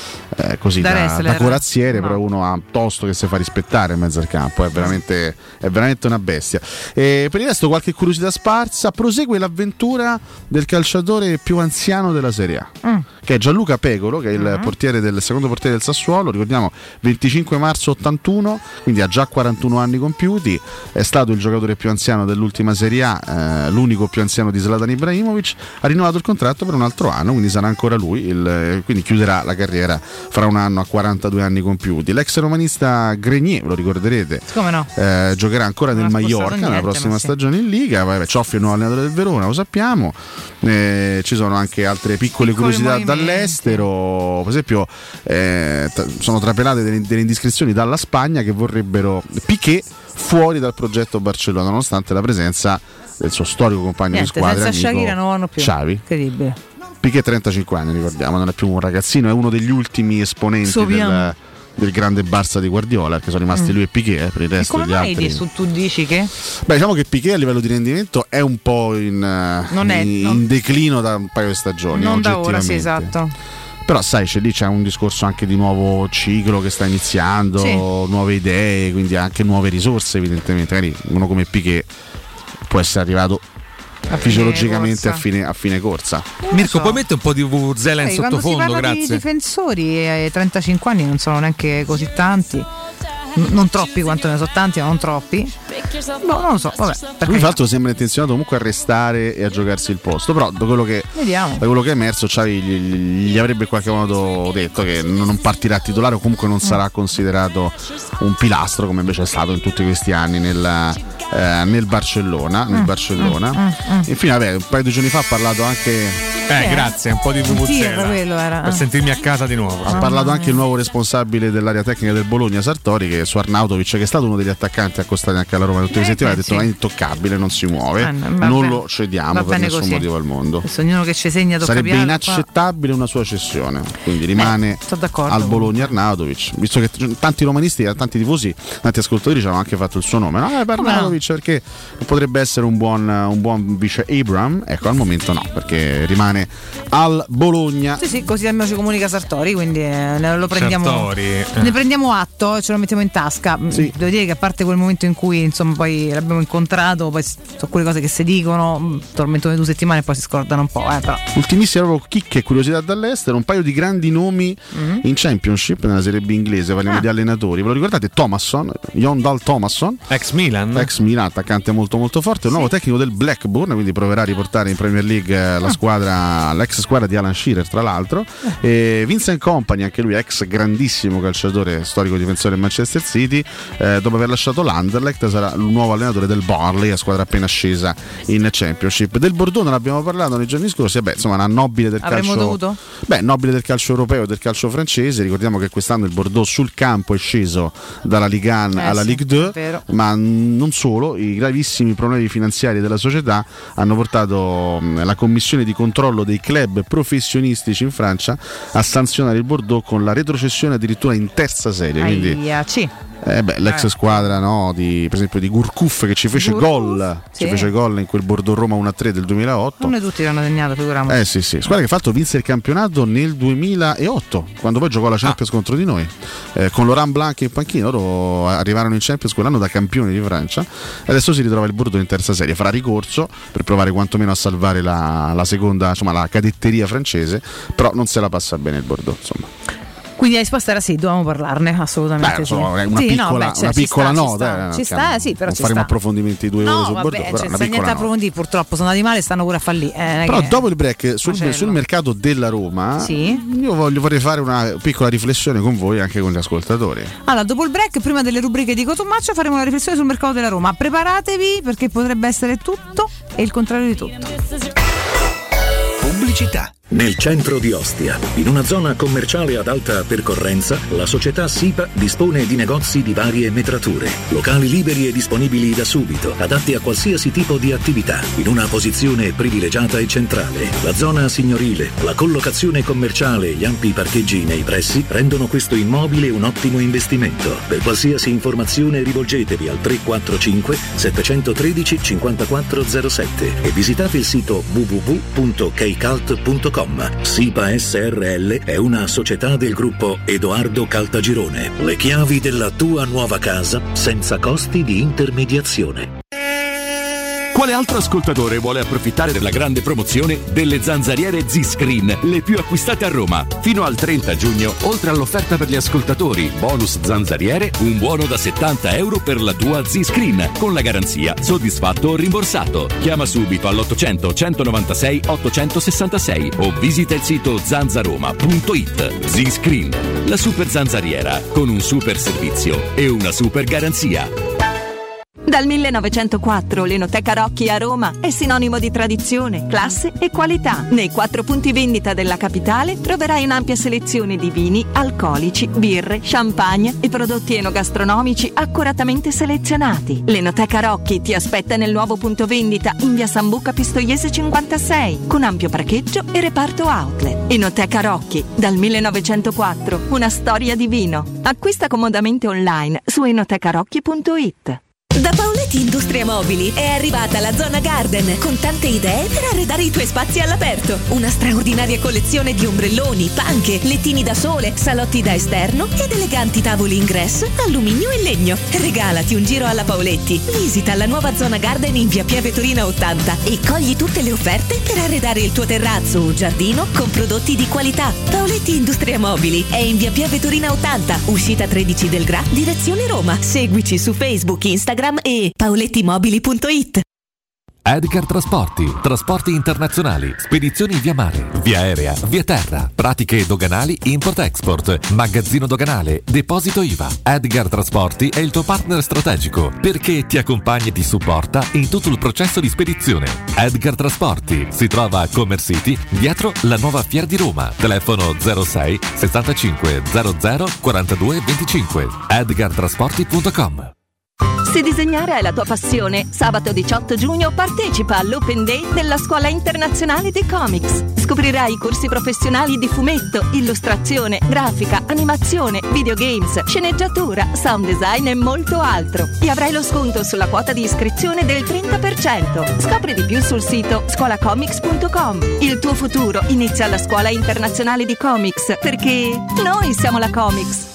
Speaker 20: corazziere, però uno tosto che si fa rispettare in mezzo al campo, è veramente una bestia. E per il resto qualche curiosità sparsa. Prosegue l'avventura del calciatore più anziano della Serie A, che è Gianluca Pecolo, che è il secondo portiere del Sassuolo, ricordiamo 25 marzo 81, quindi ha già 41 anni compiuti, è stato il giocatore più anziano dell'ultima Serie A, l'unico più anziano di Zlatan Ibrahimovic, ha rinnovato il contratto per un altro anno, quindi sarà ancora lui, quindi chiuderà la carriera fra un anno a 42 anni compiuti. L'ex romanista Grenier, lo ricorderete,
Speaker 14: come no?
Speaker 20: Giocherà ancora nel Mallorca nella prossima stagione in Liga. Cioffi è il nuovo allenatore del Verona, lo sappiamo. Ci sono anche altre piccole curiosità dall'estero, per esempio sono trapelate delle indiscrezioni dalla Spagna che vorrebbero Piqué fuori dal progetto Barcellona, nonostante la presenza del suo storico compagno di squadra,
Speaker 14: senza Shakira non vanno più.
Speaker 20: Xavi.
Speaker 14: Incredibile.
Speaker 20: Piqué 35 anni, ricordiamo, non è più un ragazzino, è uno degli ultimi esponenti del grande Barça di Guardiola, che sono rimasti lui e Piqué, per il resto
Speaker 14: come
Speaker 20: gli altri.
Speaker 14: Tu dici che?
Speaker 20: Diciamo che Piqué a livello di rendimento è un po' in declino da un paio di stagioni,
Speaker 14: non da ora, sì, esatto.
Speaker 20: Però sai, c'è un discorso anche di nuovo ciclo che sta iniziando, nuove idee, quindi anche nuove risorse, evidentemente. Magari uno come Piqué può essere arrivato fisiologicamente a fine corsa.
Speaker 17: Mirko, puoi mettere un po' di Vuvuzela in sottofondo?
Speaker 14: Quando si parla di difensori ai 35 anni non sono neanche così tanti, non troppi quanto ne so tanti, ma non troppi. Non lo so, vabbè.
Speaker 20: Lui fatto sembra intenzionato comunque a restare e a giocarsi il posto, però da quello che è emerso, Xavi gli avrebbe in qualche modo detto che non partirà titolare o comunque non sarà considerato un pilastro come invece è stato in tutti questi anni nel Barcellona. Infine, un paio di giorni fa ha parlato anche
Speaker 17: grazie, un po' di Vuvuzela per sentirmi a casa di nuovo.
Speaker 20: Ha parlato anche il nuovo responsabile dell'area tecnica del Bologna, Sartori, che su Arnautovic, che è stato uno degli attaccanti accostati anche alla Roma tutte le settimane, ha detto è intoccabile, non si muove, non lo cediamo per nessun motivo al mondo.
Speaker 14: Ognuno che ci segna
Speaker 20: sarebbe inaccettabile una sua cessione, quindi rimane al Bologna Arnautovic, visto che tanti romanisti, tanti tifosi, tanti ascoltatori ci hanno anche fatto il suo nome, per Arnautovic, perché potrebbe essere un buon vice Abraham. Ecco, al momento no, perché rimane al Bologna.
Speaker 14: Sì, così almeno ci comunica Sartori, quindi lo prendiamo, ne prendiamo atto, ce lo mettiamo in tasca. Devo dire che a parte quel momento in cui insomma poi l'abbiamo incontrato, poi sono quelle cose che si dicono, tormentone 2 settimane e poi si scordano un po', però.
Speaker 20: Ultimissima proprio chicche e curiosità dall'estero, un paio di grandi nomi in Championship nella Serie B inglese, parliamo di allenatori. Ve lo ricordate? Thomasson, Jon Dahl Thomasson,
Speaker 17: ex Milan,
Speaker 20: attaccante molto molto forte, il nuovo tecnico del Blackburn, quindi proverà a riportare in Premier League la squadra l'ex squadra di Alan Shearer, tra l'altro. Vincent Kompany, anche lui ex grandissimo calciatore, storico difensore del Manchester City, dopo aver lasciato l'Anderlecht sarà il nuovo allenatore del Burnley, la squadra appena scesa in Championship. Del Bordeaux non abbiamo parlato nei giorni scorsi, insomma una nobile del calcio, nobile del calcio europeo e del calcio francese. Ricordiamo che quest'anno il Bordeaux sul campo è sceso dalla Ligue 1 alla Ligue 2, ma non solo, i gravissimi problemi finanziari della società hanno portato la commissione di controllo dei club professionistici in Francia a sanzionare il Bordeaux con la retrocessione addirittura in terza serie. Quindi l'ex squadra per esempio di Gourcuff, che ci fece gol in quel Bordeaux-Roma 1-3 del 2008.
Speaker 14: Noi tutti l'hanno segnato, figuriamoci.
Speaker 20: Squadra che ha fatto vinse il campionato nel 2008, quando poi giocò la Champions contro di noi, con Laurent Blanc in panchina. Loro arrivarono in Champions quell'anno da campioni di Francia e adesso si ritrova il Bordeaux in terza serie. Farà ricorso per provare quantomeno a salvare la seconda, insomma la cadetteria francese, però non se la passa bene il Bordeaux, insomma.
Speaker 14: Quindi la risposta era sì, dovevamo parlarne, assolutamente.
Speaker 20: Una piccola nota.
Speaker 14: Ci sta, però
Speaker 20: non faremo approfondimenti 2 ore sul Bordeaux.
Speaker 14: No, senza niente approfondire, purtroppo sono andati male, stanno pure a fallire.
Speaker 20: Però dopo il break sul mercato della Roma, io vorrei fare una piccola riflessione con voi, anche con gli ascoltatori.
Speaker 14: Allora, dopo il break, prima delle rubriche di Cotumaccio, faremo una riflessione sul mercato della Roma. Preparatevi, perché potrebbe essere tutto e il contrario di tutto.
Speaker 15: Pubblicità. Nel centro di Ostia, in una zona commerciale ad alta percorrenza, la società SIPA dispone di negozi di varie metrature, locali liberi e disponibili da subito, adatti a qualsiasi tipo di attività, in una posizione privilegiata e centrale. La zona signorile, la collocazione commerciale e gli ampi parcheggi nei pressi rendono questo immobile un ottimo investimento. Per qualsiasi informazione rivolgetevi al 345 713 5407 e visitate il sito www.kcalt.com. SIPA SRL è una società del gruppo Edoardo Caltagirone. Le chiavi della tua nuova casa senza costi di intermediazione.
Speaker 8: Quale altro ascoltatore vuole approfittare della grande promozione delle zanzariere Z-Screen, le più acquistate a Roma? Fino al 30 giugno, oltre all'offerta per gli ascoltatori bonus zanzariere, un buono da €70 per la tua Z-Screen, con la garanzia soddisfatto o rimborsato. Chiama subito all'800 196 866 o visita il sito zanzaroma.it. Z-Screen, la super zanzariera, con un super servizio e una super garanzia.
Speaker 10: Dal 1904 l'Enoteca Rocchi a Roma è sinonimo di tradizione, classe e qualità. Nei 4 punti vendita della capitale troverai un'ampia selezione di vini, alcolici, birre, champagne e prodotti enogastronomici accuratamente selezionati. L'Enoteca Rocchi ti aspetta nel nuovo punto vendita in via Sambuca Pistoiese 56, con ampio parcheggio e reparto outlet. Enoteca Rocchi, dal 1904, una storia di vino. Acquista comodamente online su enotecarocchi.it.
Speaker 11: Da Paoletti Industria Mobili è arrivata la Zona Garden con tante idee per arredare i tuoi spazi all'aperto. Una straordinaria collezione di ombrelloni, panche, lettini da sole, salotti da esterno ed eleganti tavoli ingresso, alluminio e legno. Regalati un giro alla Paoletti. Visita la nuova Zona Garden in via Pieve Torina 80 e cogli tutte le offerte per arredare il tuo terrazzo o giardino con prodotti di qualità. Paoletti Industria Mobili è in via Pieve Torina 80, uscita 13 del Gra, direzione Roma. Seguici su Facebook, Instagram e paolettimobili.it.
Speaker 13: Edgar trasporti internazionali, spedizioni via mare, via aerea, via terra, pratiche doganali import-export, magazzino doganale, deposito IVA. Edgar Trasporti è il tuo partner strategico perché ti accompagna e ti supporta in tutto il processo di spedizione. Edgar Trasporti si trova a Commerce City, dietro la nuova Fiera di Roma. Telefono 06 65 00 42 25. edgartrasporti.com.
Speaker 10: Se disegnare è la tua passione, sabato 18 giugno partecipa all'Open Day della Scuola Internazionale di Comics. Scoprirai i corsi professionali di fumetto, illustrazione, grafica, animazione, videogames, sceneggiatura, sound design e molto altro. E avrai lo sconto sulla quota di iscrizione del 30%. Scopri di più sul sito scolacomics.com. Il tuo futuro inizia alla Scuola Internazionale di Comics, perché noi siamo la Comics.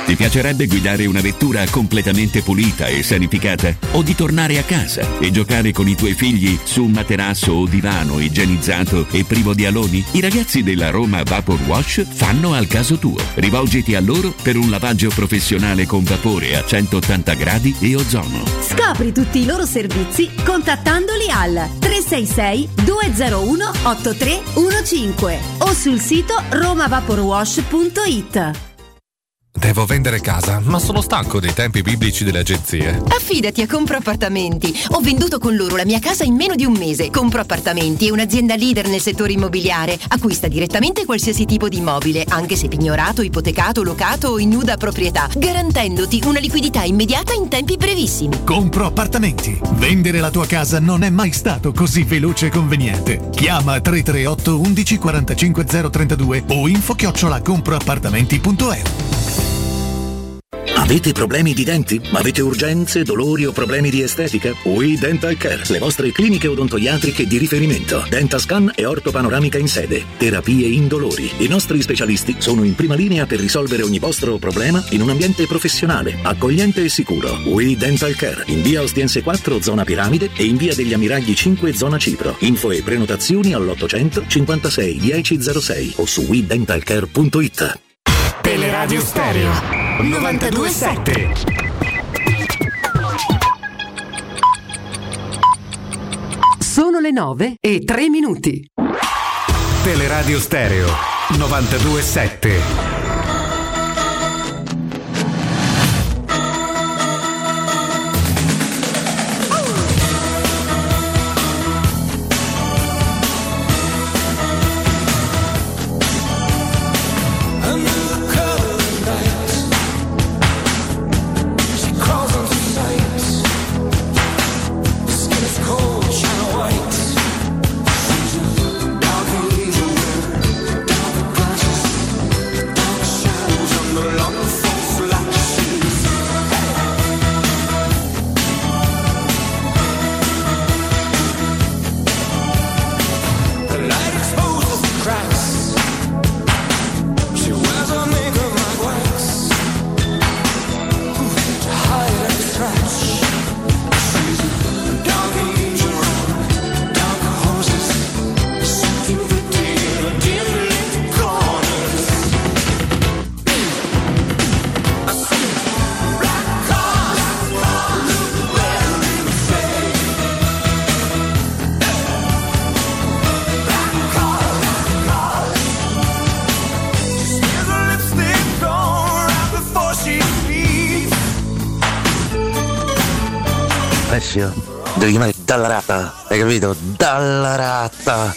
Speaker 8: Ti piacerebbe guidare una vettura completamente pulita e sanificata? O di tornare a casa e giocare con i tuoi figli su un materasso o divano igienizzato e privo di aloni? I ragazzi della Roma Vapor Wash fanno al caso tuo. Rivolgiti a loro per un lavaggio professionale con vapore a 180 gradi e ozono.
Speaker 4: Scopri tutti i loro servizi contattandoli al 366 201 8315 o sul sito romavaporwash.it.
Speaker 7: Devo vendere casa, ma sono stanco dei tempi biblici delle agenzie.
Speaker 12: Affidati a Compro Appartamenti. Ho venduto con loro la mia casa in meno di un mese. Compro Appartamenti è un'azienda leader nel settore immobiliare. Acquista direttamente qualsiasi tipo di immobile, anche se pignorato, ipotecato, locato o in nuda proprietà, garantendoti una liquidità immediata in tempi brevissimi.
Speaker 18: Compro Appartamenti. Vendere la tua casa non è mai stato così veloce e conveniente. Chiama 338 11 45 032 o info@comproappartamenti.eu.
Speaker 15: Avete problemi di denti? Avete urgenze, dolori o problemi di estetica? We Dental Care, le vostre cliniche odontoiatriche di riferimento. Dentascan e ortopanoramica in sede. Terapie indolori. I nostri specialisti sono in prima linea per risolvere ogni vostro problema in un ambiente professionale, accogliente e sicuro. We Dental Care, in via Ostiense 4, zona Piramide, e in via degli Ammiragli 5, zona Cipro. Info e prenotazioni all'800 56 1006 o su wedentalcare.it.
Speaker 21: Teleradio Stereo 92.7.
Speaker 19: Sono le 9:03.
Speaker 21: Teleradio Stereo 92.7.
Speaker 9: Devi chiamare dalla ratta, hai capito? Dalla ratta.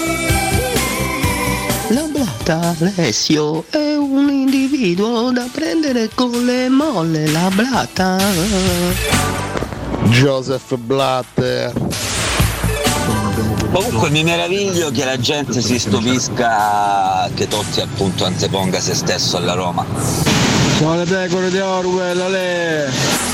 Speaker 9: La blatta, Alessio, è un individuo da prendere con le molle. La blatta.
Speaker 26: Joseph Blatter.
Speaker 23: Comunque mi meraviglio che la gente si stupisca che Totti appunto anteponga se stesso alla Roma.
Speaker 3: Sono le pecore di Orwell, le.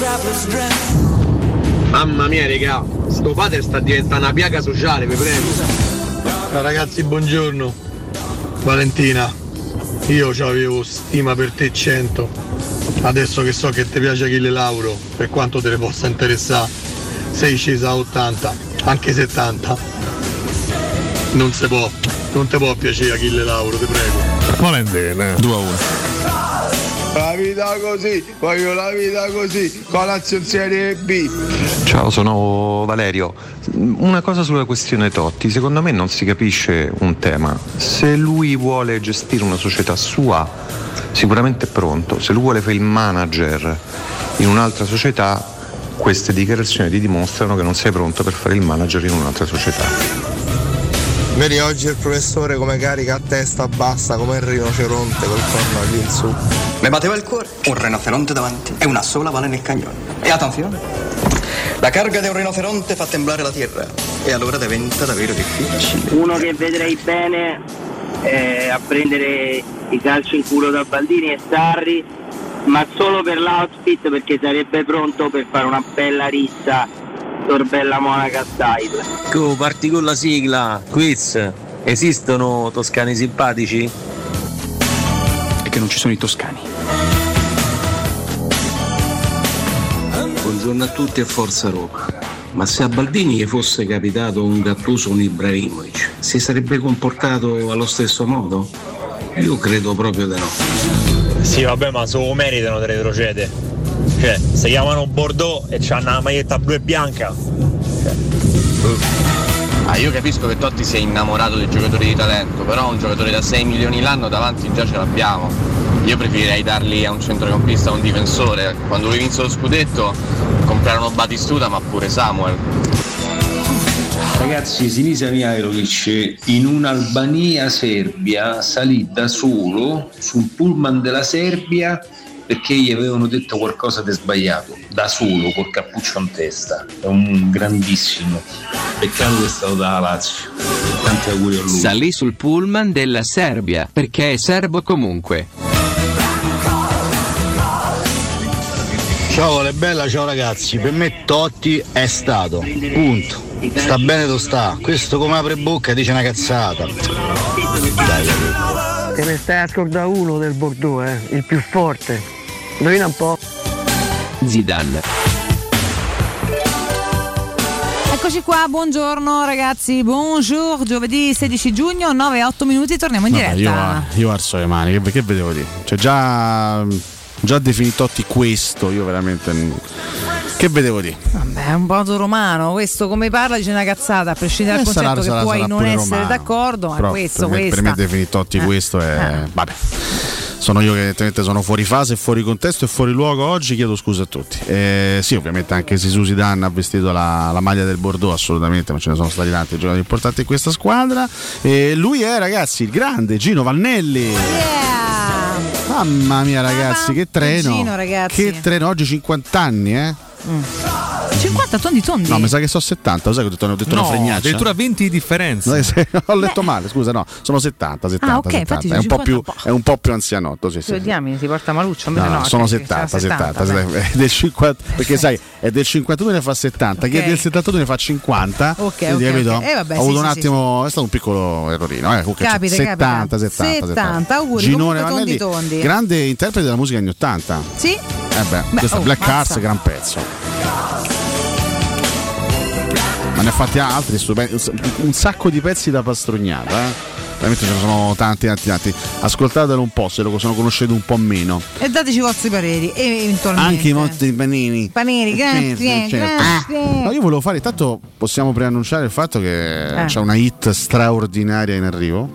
Speaker 27: Mamma mia regà, sto padre sta diventando una piaga sociale, vi prego.
Speaker 28: Ragazzi, buongiorno. Valentina, io avevo stima per te 100. Adesso che so che ti piace Achille Lauro, per quanto te ne possa interessare, sei scesa a 80, anche 70. Non te può piacere Achille Lauro, ti prego.
Speaker 17: Valentina 2-1.
Speaker 26: La vita così, voglio la vita così, colazione Serie B.
Speaker 29: Ciao, sono Valerio. Una cosa sulla questione Totti, secondo me non si capisce un tema. Se lui vuole gestire una società sua, sicuramente è pronto. Se lui vuole fare il manager in un'altra società, queste dichiarazioni ti dimostrano che non sei pronto per fare il manager in un'altra società.
Speaker 26: Vedi oggi il professore come carica a testa bassa come il rinoceronte col corno all'insù.
Speaker 30: Mi batteva il cuore, un rinoceronte davanti e una sola bala nel cagnone. E attenzione, la carga di un rinoceronte fa temblare la terra e allora diventa davvero difficile.
Speaker 31: Uno che vedrei bene a prendere i calci in culo da Baldini e Sarri, ma solo per l'outfit, perché sarebbe pronto per fare una bella rissa Torbella Monaca style.
Speaker 23: Parti con la sigla. Quiz. Esistono toscani simpatici?
Speaker 30: E che non ci sono i toscani.
Speaker 1: Buongiorno a tutti e forza Roma. Ma se a Baldini fosse capitato un Gattuso o un Ibrahimovic, si sarebbe comportato allo stesso modo? Io credo proprio di no.
Speaker 2: Sì, vabbè, ma solo meritano di retrocedere. Cioè, si chiamano Bordeaux e c'hanno la maglietta blu e bianca.
Speaker 26: Io capisco che Totti sia innamorato dei giocatori di talento, però un giocatore da 6 milioni l'anno davanti già ce l'abbiamo. Io preferirei darli a un centrocampista, a un difensore. Quando lui vinse lo scudetto comprarono Batistuta ma pure Samuel.
Speaker 1: Ragazzi, Sinisa Mihajlovic in un'Albania-Serbia salì da solo sul pullman della Serbia perché gli avevano detto qualcosa di sbagliato, da solo, col cappuccio in testa. È un grandissimo. Peccato che è stato dalla Lazio. Tanti auguri a lui.
Speaker 5: Salì sul pullman della Serbia perché è serbo comunque.
Speaker 6: Ciao le bella, ciao ragazzi, per me Totti è stato, punto. Sta bene dove sta, questo come apre bocca dice una cazzata. Dai,
Speaker 11: te ne stai a scordare uno del Bordeaux, il più forte. Indovina un po'.
Speaker 5: Zidane.
Speaker 14: Eccoci qua, buongiorno ragazzi, buongiorno, giovedì 16 giugno, 9-8 minuti, torniamo in diretta.
Speaker 16: Io alzo le mani, che vedevo dire? Cioè già definito Totti questo, io veramente che vedevo dire?
Speaker 14: Vabbè, è un modo romano, questo come parla dice una cazzata, a prescindere dal concetto che puoi non essere romano, d'accordo, ma
Speaker 16: però
Speaker 14: questo,
Speaker 16: per me definito Totti questo è vabbè. Sono io che evidentemente sono fuori fase, fuori contesto e fuori luogo oggi, chiedo scusa a tutti. Sì, ovviamente anche se Zidane ha vestito la maglia del Bordeaux, assolutamente, ma ce ne sono stati tanti giocatori importanti in questa squadra. Lui è, ragazzi, il grande Gino Vannelli. Mamma mia ragazzi, che treno.
Speaker 14: Gino, ragazzi.
Speaker 16: Che treno, oggi 50 anni,
Speaker 14: 50 tondi.
Speaker 16: No, mi sa che sono 70, sai che ho detto una fregnaccia.
Speaker 17: Addirittura 20 di differenza.
Speaker 16: Ho letto male, scusa, no, sono 70.
Speaker 14: Ok,
Speaker 16: 70.
Speaker 14: infatti
Speaker 16: È un po' più anzianotto, sì.
Speaker 14: Diamine, si porta Maluccio,
Speaker 16: no, sono 70. Del 50, perché sai, è del 51 ne fa 70, chi è del 72 ne fa 50.
Speaker 14: Ok,
Speaker 16: capito?
Speaker 14: Vabbè,
Speaker 16: ho avuto un attimo, è stato un piccolo errorino,
Speaker 14: capita.
Speaker 16: 70.
Speaker 14: Auguri,
Speaker 16: Ginone
Speaker 14: tondi.
Speaker 16: Grande interprete della musica anni 80.
Speaker 14: Sì.
Speaker 16: Questo è Black Hearts, gran pezzo. Ma ne ha fatti altri stupendi, un sacco di pezzi da pastrugnata, veramente ce ne sono tanti. Ascoltatelo un po' se lo conoscete un po' meno.
Speaker 14: E dateci i vostri pareri, eventualmente.
Speaker 16: Anche i vostri panini.
Speaker 14: Grazie.
Speaker 16: No, io volevo fare, intanto possiamo preannunciare il fatto che c'è una hit straordinaria in arrivo.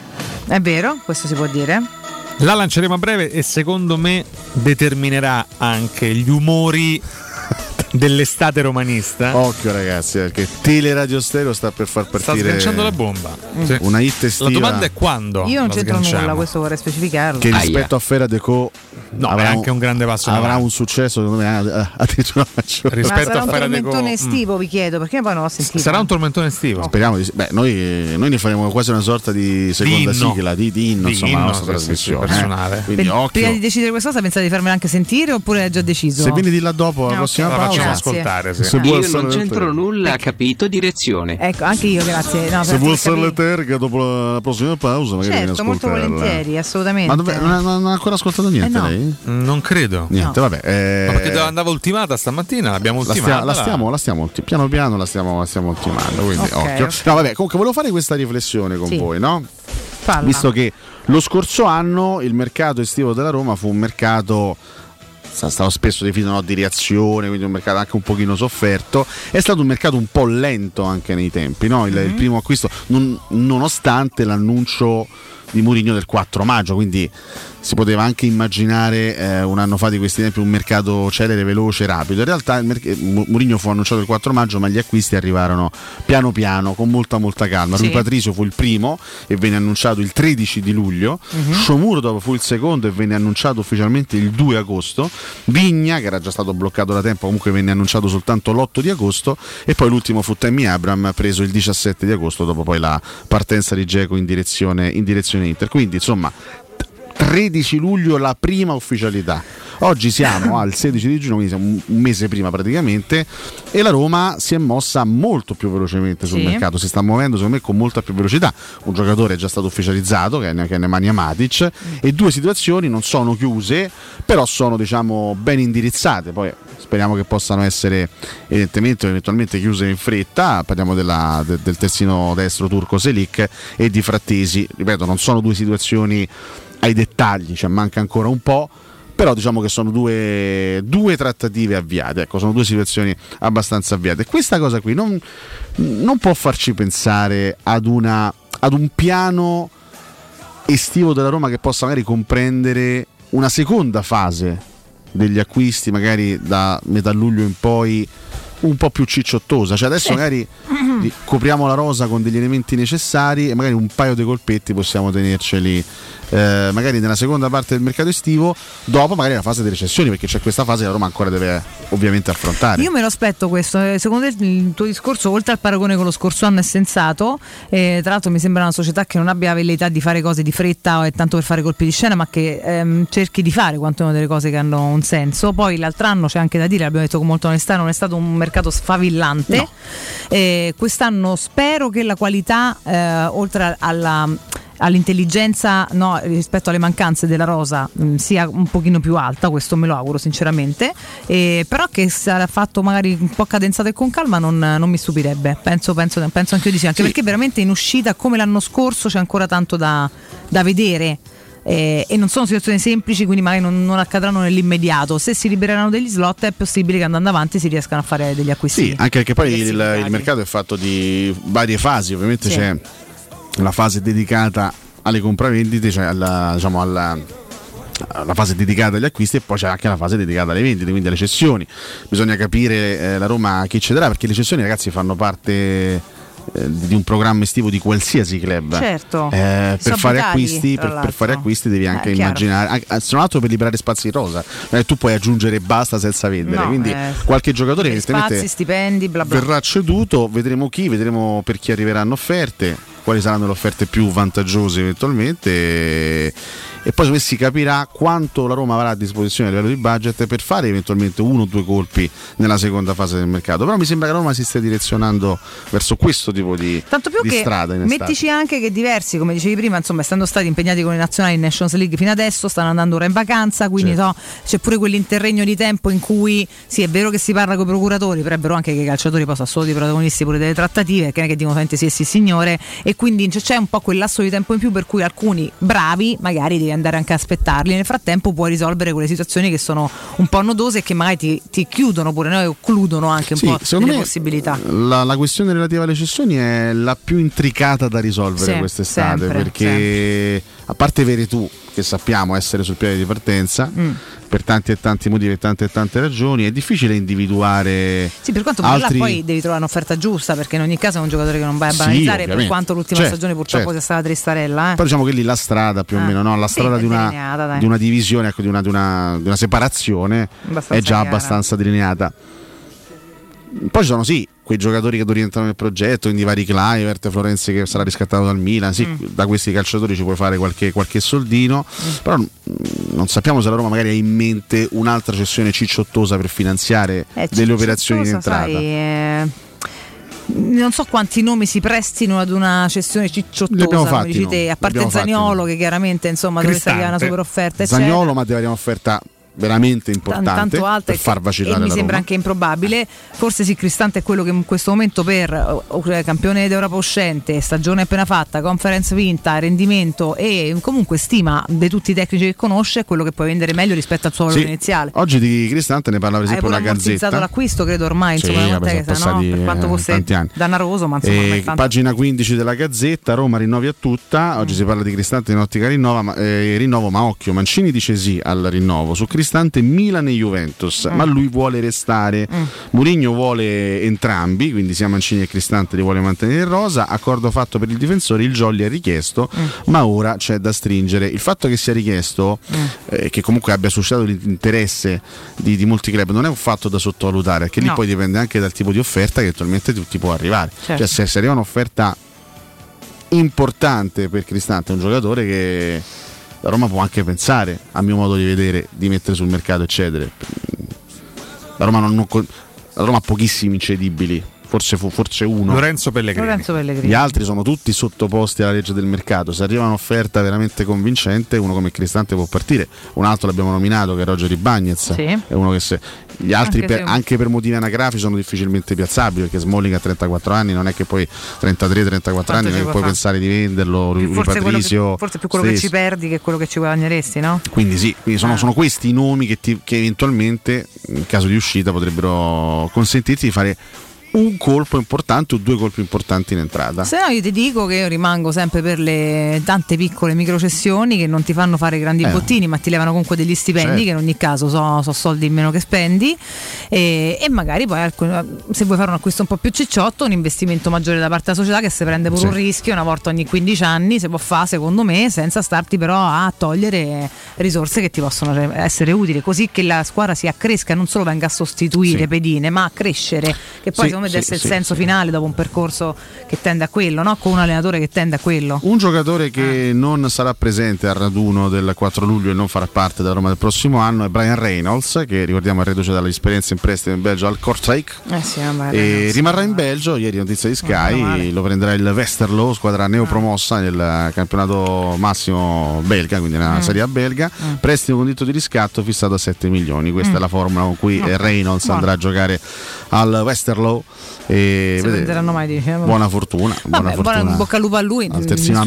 Speaker 14: È vero, questo si può dire.
Speaker 17: La lanceremo a breve e secondo me determinerà anche gli umori dell'estate romanista.
Speaker 16: Occhio ragazzi, perché Teleradio Stereo sta per far partire,
Speaker 17: sta sganciando la bomba. Sì.
Speaker 16: Una hit estiva.
Speaker 17: La domanda è quando.
Speaker 14: Io non c'entro nulla, questo vorrei specificarlo.
Speaker 16: Che rispetto a Fera Deco
Speaker 17: avrà anche un grande passo.
Speaker 16: Avrà un successo secondo me addirittura maggiore.
Speaker 14: Rispetto a Fera Deco. Sarà un tormentone estivo, vi chiedo, perché poi non l'ho sentito.
Speaker 17: Sarà un tormentone estivo.
Speaker 16: Speriamo di noi ne faremo quasi una sorta di seconda sigla di inno, insomma, la nostra trasmissione
Speaker 17: personale.
Speaker 16: Quindi occhio.
Speaker 14: Prima di decidere questa cosa pensate di farmela anche sentire oppure è già deciso?
Speaker 16: Se vieni di là dopo la prossima pausa
Speaker 17: facciamo ascoltare.
Speaker 5: Io non c'entro nulla, capito, direzione.
Speaker 14: Ecco, anche io, grazie. No,
Speaker 16: se vuoi essere le terga dopo la prossima pausa, magari
Speaker 14: certo, molto volentieri, assolutamente.
Speaker 16: Ma non ha ancora ascoltato niente lei?
Speaker 17: Non credo.
Speaker 16: Niente, vabbè.
Speaker 17: Ma perché andava ultimata stamattina, l'abbiamo ultimata.
Speaker 16: La stiamo piano piano la stiamo ultimando, quindi occhio. No, vabbè, comunque volevo fare questa riflessione con voi, no?
Speaker 14: Falla.
Speaker 16: Visto che lo scorso anno il mercato estivo della Roma fu un mercato stato spesso definito di reazione, quindi un mercato anche un pochino sofferto. È stato un mercato un po' lento anche nei tempi, no? Il primo acquisto, nonostante l'annuncio di Mourinho del 4 maggio, quindi si poteva anche immaginare un anno fa di questi tempi un mercato celere, veloce, rapido. In realtà Mourinho fu annunciato il 4 maggio, ma gli acquisti arrivarono piano piano, con molta calma. Rui Patricio fu il primo e venne annunciato il 13 di luglio, Shomurodov fu il secondo e venne annunciato ufficialmente il 2 agosto, Vigna, che era già stato bloccato da tempo, comunque venne annunciato soltanto l'8 di agosto, e poi l'ultimo fu Tammy Abraham, preso il 17 di agosto dopo poi la partenza di Dzeko in direzione Inter. Quindi insomma 13 luglio la prima ufficialità. Oggi siamo al 16 di giugno, quindi siamo un mese prima praticamente, e la Roma si è mossa molto più velocemente sul mercato, si sta muovendo secondo me con molta più velocità. Un giocatore è già stato ufficializzato, che è Nemanja Matic, e due situazioni non sono chiuse, però sono diciamo ben indirizzate. Poi speriamo che possano essere eventualmente chiuse in fretta. Parliamo del terzino destro turco Selik e di Frattesi. Ripeto, non sono due situazioni ai dettagli, cioè manca ancora un po', però diciamo che sono due trattative avviate, ecco, sono due situazioni abbastanza avviate. Questa cosa qui non può farci pensare ad un piano estivo della Roma che possa magari comprendere una seconda fase degli acquisti, magari da metà luglio in poi un po' più cicciottosa, cioè adesso magari copriamo la rosa con degli elementi necessari e magari un paio di colpetti possiamo tenerceli magari nella seconda parte del mercato estivo, dopo magari la fase di recessioni, perché c'è questa fase che la Roma ancora deve ovviamente affrontare.
Speaker 14: Io me lo aspetto questo, secondo te il tuo discorso oltre al paragone con lo scorso anno è sensato, tra l'altro mi sembra una società che non abbia velleità di fare cose di fretta e tanto per fare colpi di scena, ma che cerchi di fare quantomeno delle cose che hanno un senso. Poi l'altro anno c'è anche da dire, l'abbiamo detto con molta onestà, non è stato un mercato sfavillante, no. Quest'anno spero che la qualità oltre all'intelligenza rispetto alle mancanze della rosa sia un pochino più alta, questo me lo auguro sinceramente, però che sarà fatto magari un po' cadenzato e con calma non mi stupirebbe, penso anche io di sì, anche perché veramente in uscita come l'anno scorso c'è ancora tanto da vedere. E non sono situazioni semplici, quindi magari non accadranno nell'immediato. Se si libereranno degli slot è possibile che andando avanti si riescano a fare degli acquisti.
Speaker 16: Sì, anche perché poi il mercato è fatto di varie fasi, ovviamente c'è la fase dedicata alle compravendite, cioè alla fase dedicata agli acquisti, e poi c'è anche la fase dedicata alle vendite, quindi alle cessioni. Bisogna capire la Roma chi cederà, perché le cessioni, ragazzi, fanno parte di un programma estivo di qualsiasi club.
Speaker 14: Certo.
Speaker 16: Per fare acquisti devi anche immaginare, se non altro per liberare spazi in rosa, tu puoi aggiungere e basta senza vendere, quindi qualche giocatore evidentemente
Speaker 14: spazi, stipendi, bla bla,
Speaker 16: verrà ceduto. Vedremo per chi arriveranno offerte, quali saranno le offerte più vantaggiose eventualmente, e poi se si capirà quanto la Roma avrà a disposizione a livello di budget per fare eventualmente uno o due colpi nella seconda fase del mercato. Però mi sembra che la Roma si stia direzionando verso questo tipo di
Speaker 14: tanto più
Speaker 16: di
Speaker 14: che
Speaker 16: strada in estate.
Speaker 14: Mettici anche che diversi, come dicevi prima, insomma, essendo stati impegnati con le nazionali in Nations League fino adesso, stanno andando ora in vacanza, quindi c'è pure quell'interregno di tempo in cui sì, è vero che si parla con i procuratori, però è vero anche che i calciatori possono solo di protagonisti pure delle trattative, che non è che dicono sì signore, e quindi c'è un po' quel lasso di tempo in più per cui alcuni bravi magari devi andare anche a aspettarli, nel frattempo puoi risolvere quelle situazioni che sono un po' nodose e che magari ti chiudono pure, o occludono anche un po' delle possibilità.
Speaker 16: La questione relativa alle cessioni è la più intricata da risolvere quest'estate, perché a parte Veretù, che sappiamo essere sul piede di partenza per tanti e tanti motivi e tante ragioni, è difficile individuare.
Speaker 14: Sì, per quanto poi devi trovare un'offerta giusta, perché in ogni caso è un giocatore che non vai a banalizzare, per quanto l'ultima stagione purtroppo sia stata tristarella.
Speaker 16: Poi diciamo che lì la strada più o meno, la strada di una divisione, ecco, di una separazione è già abbastanza delineata. Poi ci sono quei giocatori che rientrano nel progetto, quindi vari Kluivert, Florenzi che sarà riscattato dal Milan, da questi calciatori ci puoi fare qualche soldino, però non sappiamo se la Roma magari ha in mente un'altra cessione cicciottosa per finanziare delle operazioni in entrata.
Speaker 14: Non so quanti nomi si prestino ad una cessione cicciotttosa, come dici te, a parte Zaniolo che chiaramente dovreste avere una super offerta,
Speaker 16: Zaniolo, ma deve avere un'offerta veramente importante per far vacillare
Speaker 14: e mi
Speaker 16: la
Speaker 14: sembra
Speaker 16: Roma.
Speaker 14: Anche improbabile. Forse Cristante è quello che in questo momento per campione d'Europa uscente, stagione appena fatta, conference vinta, rendimento e comunque stima di tutti i tecnici che conosce, è quello che puoi vendere meglio rispetto al suo valore iniziale.
Speaker 16: Oggi di Cristante ne parla per esempio la Gazzetta.
Speaker 14: Hai l'acquisto, credo ormai, per quanto fosse dannaroso, ma insomma
Speaker 16: pagina 15 della Gazzetta. Roma rinnovi a tutta. Oggi si parla di Cristante in ottica rinnovo, ma occhio, Mancini dice sì al rinnovo. Su Cristante Milan e Juventus, ma lui vuole restare. Mourinho vuole entrambi, quindi sia Mancini che Cristante li vuole mantenere in rosa. Accordo fatto per il difensore, il Jolly è richiesto, ma ora c'è da stringere. Il fatto che sia richiesto, che comunque abbia suscitato l'interesse di molti club, non è un fatto da sottovalutare, perché lì poi dipende anche dal tipo di offerta che attualmente ti può arrivare. Cioè se arriva un'offerta importante per Cristante, un giocatore che la Roma può anche pensare, a mio modo di vedere, di mettere sul mercato e cedere. La Roma ha pochissimi incedibili, forse uno.
Speaker 17: Lorenzo Pellegrini.
Speaker 16: Gli altri sono tutti sottoposti alla legge del mercato. Se arriva un'offerta veramente convincente, uno come Cristante può partire. Un altro l'abbiamo nominato, che è Roger Ibañez.
Speaker 14: Sì.
Speaker 16: È uno che gli altri anche per motivi anagrafi sono difficilmente piazzabili, perché Smalling ha 34 anni, non è che poi 33-34 anni non è che puoi pensare di venderlo.
Speaker 14: Forse più quello che ci perdi che quello che ci guadagneresti, no?
Speaker 16: Quindi sì, sono questi i nomi che eventualmente in caso di uscita potrebbero consentirti di fare un colpo importante o due colpi importanti in entrata.
Speaker 14: Se no io ti dico che io rimango sempre per le tante piccole microcessioni che non ti fanno fare grandi bottini, ma ti levano comunque degli stipendi, certo, che in ogni caso sono soldi in meno che spendi, e magari poi se vuoi fare un acquisto un po' più cicciotto, un investimento maggiore da parte della società, che si prende pure un rischio una volta ogni 15 anni, se può fare, secondo me, senza starti però a togliere risorse che ti possono essere utili, così che la squadra si accresca, non solo venga a sostituire pedine, ma a crescere, che poi secondo me deve essere il senso finale dopo un percorso che tende a quello, no? Con un allenatore che tende a quello.
Speaker 16: Un giocatore che non sarà presente al raduno del 4 luglio e non farà parte della Roma del prossimo anno è Brian Reynolds, che ricordiamo è reduce dall'esperienza in prestito in Belgio al Kortrijk, e rimarrà in Belgio. Ieri notizia di Sky, lo prenderà il Westerlo, squadra neopromossa nel campionato massimo belga, quindi nella Serie A belga, prestito con diritto di riscatto fissato a 7 milioni. Questa è la formula con cui Reynolds andrà a giocare al Westerlo. E
Speaker 14: prenderanno mai, diciamo.
Speaker 16: Buona fortuna.
Speaker 14: Bocca al lupo a lui.
Speaker 16: Nessuno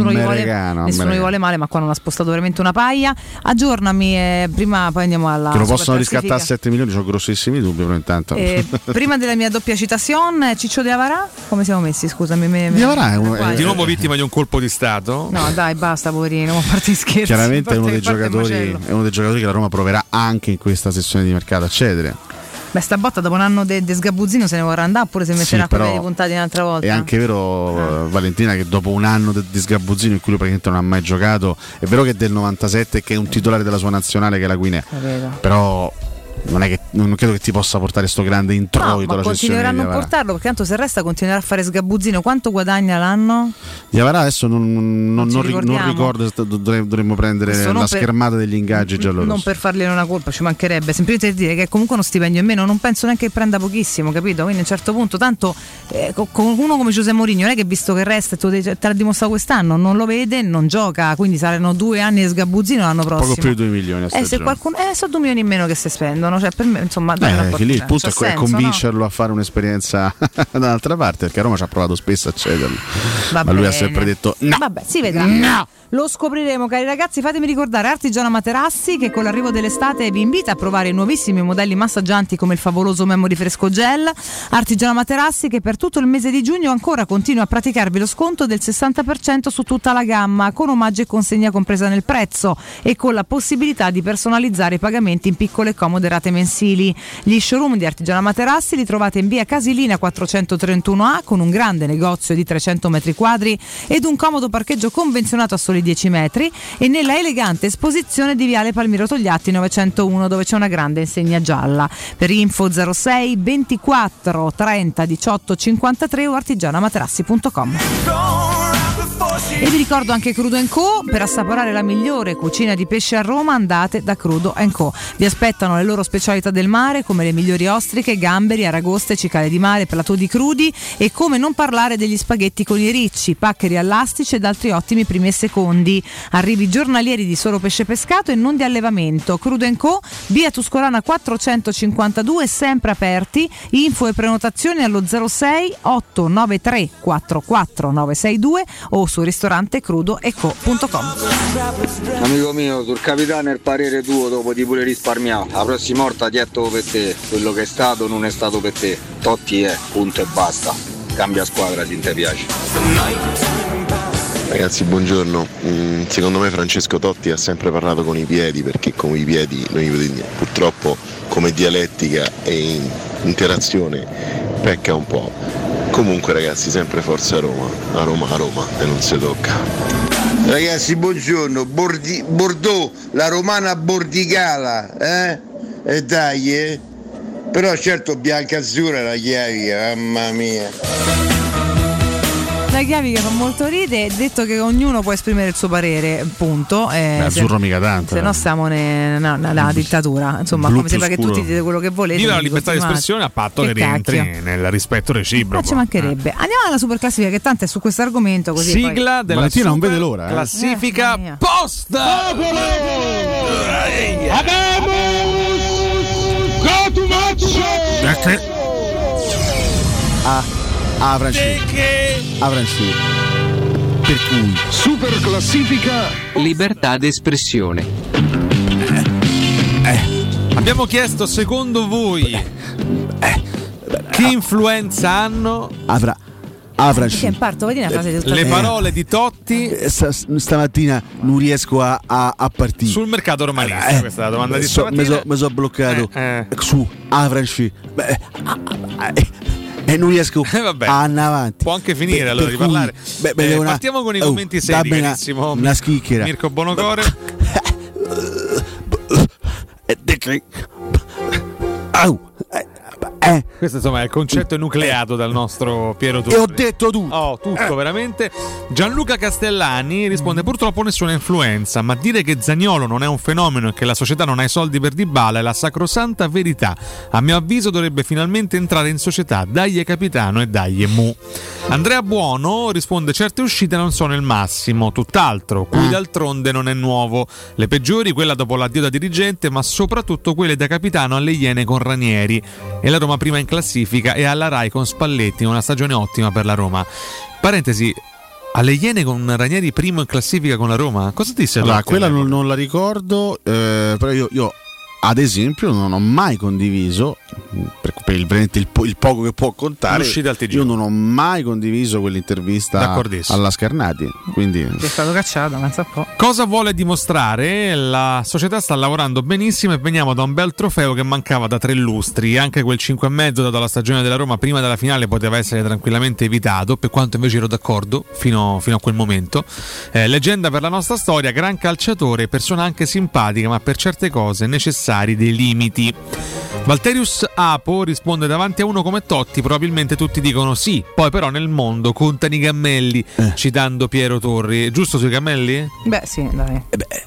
Speaker 14: gli vuole male, ma qua non ha spostato veramente una paia. Aggiornami prima, poi andiamo alla.
Speaker 16: Che lo possono riscattare a 7 milioni, ho grossissimi dubbi, però intanto.
Speaker 14: Prima della mia doppia citazione, Ciccio De Avarà, come siamo messi? Scusami.
Speaker 16: De Avarà è
Speaker 17: di nuovo vittima di un colpo di stato.
Speaker 14: No, dai, basta, poverino, a parte scherzi.
Speaker 16: Chiaramente è uno dei giocatori che la Roma proverà anche in questa sessione di mercato a cedere.
Speaker 14: Beh, sta botta dopo un anno di sgabuzzino se ne vorrà andare, oppure se metterà con i puntati un'altra volta.
Speaker 16: È anche vero, Valentina, che dopo un anno di sgabuzzino in cui lui praticamente non ha mai giocato, è vero che è del 97 e che è un titolare della sua nazionale, che è la Guinea, però non credo che ti possa portare sto grande introito.
Speaker 14: Ma continueranno a portarlo, perché tanto se resta continuerà a fare sgabuzzino. Quanto guadagna l'anno?
Speaker 16: Di Avarà adesso non ricordo, dovremmo prendere la schermata degli ingaggi giallorossi.
Speaker 14: Non per fargliene una colpa, ci mancherebbe, semplicemente per dire che è comunque uno stipendio in meno. Non penso neanche che prenda pochissimo, capito? Quindi a un certo punto, tanto con uno come José Mourinho non è che, visto che resta, te l'ha dimostrato quest'anno, non lo vede, non gioca, quindi saranno 2 anni di sgabuzzino l'anno prossimo.
Speaker 16: Poco più di 2 milioni a stagione.
Speaker 14: Se qualcuno, sono 2 milioni in meno che si spendono, cioè per me, insomma,
Speaker 16: lì il punto è convincerlo, no? A fare un'esperienza dall'altra parte, perché a Roma ci ha provato spesso a cederlo, ma lui ha sempre detto no.
Speaker 14: Vabbè, si vedrà. No. Lo scopriremo, cari ragazzi. Fatemi ricordare Artigiana Materassi, che con l'arrivo dell'estate vi invita a provare i nuovissimi modelli massaggianti come il favoloso Memory Fresco Gel. Artigiana Materassi, che per tutto il mese di giugno ancora continua a praticarvi lo sconto del 60% su tutta la gamma, con omaggio e consegna compresa nel prezzo, e con la possibilità di personalizzare i pagamenti in piccole e comode rate mensili. Gli showroom di Artigiana Materassi li trovate in via Casilina 431A, con un grande negozio di 300 metri quadri ed un comodo parcheggio convenzionato a soli 10 metri, e nella elegante esposizione di viale Palmiro Togliatti 901, dove c'è una grande insegna gialla. Per info 06 24 30 18 53 o artigianamaterassi.com. E vi ricordo anche Crudo & Co. Per assaporare la migliore cucina di pesce a Roma andate da Crudo & Co. Vi aspettano le loro specialità del mare, come le migliori ostriche, gamberi, aragoste, cicale di mare, platò di crudi, e come non parlare degli spaghetti con i ricci, paccheri all'astice ed altri ottimi primi e secondi. Arrivi giornalieri di solo pesce pescato e non di allevamento. Crudo & Co. via Tuscolana 452, sempre aperti. Info e prenotazioni allo 06 893 44 962 o su ristorantecrudoeco.com.
Speaker 4: Amico mio, sul capitano il parere tuo dopo di pure risparmiato. La prossima volta dietto per te, quello che è stato non è stato per te. Totti è, punto e basta. Cambia squadra se ti piace.
Speaker 7: Ragazzi, buongiorno. Secondo me Francesco Totti ha sempre parlato con i piedi, perché con i piedi noi purtroppo come dialettica e interazione pecca un po'. Comunque ragazzi, sempre forza Roma, a Roma e non si tocca.
Speaker 8: Ragazzi, buongiorno. Bordeaux, la romana Bordigala, E dai, Però certo bianca azzurra la chiavica, mamma mia.
Speaker 14: da Chiavi che fa molto ride, detto che ognuno può esprimere il suo parere, punto.
Speaker 16: Azzurro mica tanto.
Speaker 14: Se no stiamo nella dittatura, insomma, come sembra
Speaker 16: scuro.
Speaker 14: che tutti dite quello che volete.
Speaker 17: Viva la libertà di espressione a patto che rientri nel rispetto reciproco.
Speaker 14: Ma ci mancherebbe. Andiamo alla super classifica che tanto è su questo argomento così.
Speaker 17: Sigla
Speaker 14: poi...
Speaker 17: della
Speaker 16: Valentina non vede l'ora.
Speaker 17: Classifica posta.
Speaker 16: Franci. Per cui
Speaker 5: super classifica libertà d'espressione.
Speaker 17: Abbiamo chiesto secondo voi che influenza hanno
Speaker 14: Che imparto, vedi una frase di tutta
Speaker 17: le parole di Totti
Speaker 16: stamattina non riesco a partire
Speaker 17: sul mercato romanista. Questa è la domanda di stamattina.
Speaker 16: Mi sono bloccato su Franci. E non riesco a andare avanti.
Speaker 17: Può anche finire allora di parlare. Partiamo con i commenti seri, carissimo
Speaker 16: una schicchera.
Speaker 17: Mirko Bonocore. Questo insomma è il concetto enucleato dal nostro Piero Turri.
Speaker 16: E ho detto tutto.
Speaker 17: Tutto veramente. Gianluca Castellani risponde: purtroppo nessuna influenza, ma dire che Zaniolo non è un fenomeno e che la società non ha i soldi per Dybala è la sacrosanta verità. A mio avviso dovrebbe finalmente entrare in società. Dagli capitano e dagli mu. Andrea Buono risponde: certe uscite non sono il massimo, tutt'altro, cui d'altronde non è nuovo. Le peggiori, quella dopo l'addio da dirigente, ma soprattutto quelle da capitano alle Iene con Ranieri. E la Roma prima in classifica e alla Rai con Spalletti, una stagione ottima per la Roma. Parentesi, alle Iene con Ranieri primo in classifica con la Roma? Cosa disse?
Speaker 16: Allora, quella non la ricordo, però io ad esempio non ho mai condiviso, per il poco che può contare, io non ho mai condiviso quell'intervista alla Scarnati, quindi
Speaker 14: è stato cacciato, pensa un po'.
Speaker 17: Cosa vuole dimostrare? La società sta lavorando benissimo e veniamo da un bel trofeo che mancava da 3 lustri. Anche quel 5,5 dato alla stagione della Roma prima della finale poteva essere tranquillamente evitato, per quanto invece ero d'accordo fino a quel momento. Leggenda per la nostra storia, gran calciatore, persona anche simpatica, ma per certe cose necessari dei limiti. Valterius Apo risponde: davanti a uno come Totti probabilmente tutti dicono sì, poi però nel mondo contano i cammelli, citando Piero Torri. Giusto sui cammelli?
Speaker 14: Beh sì, dai.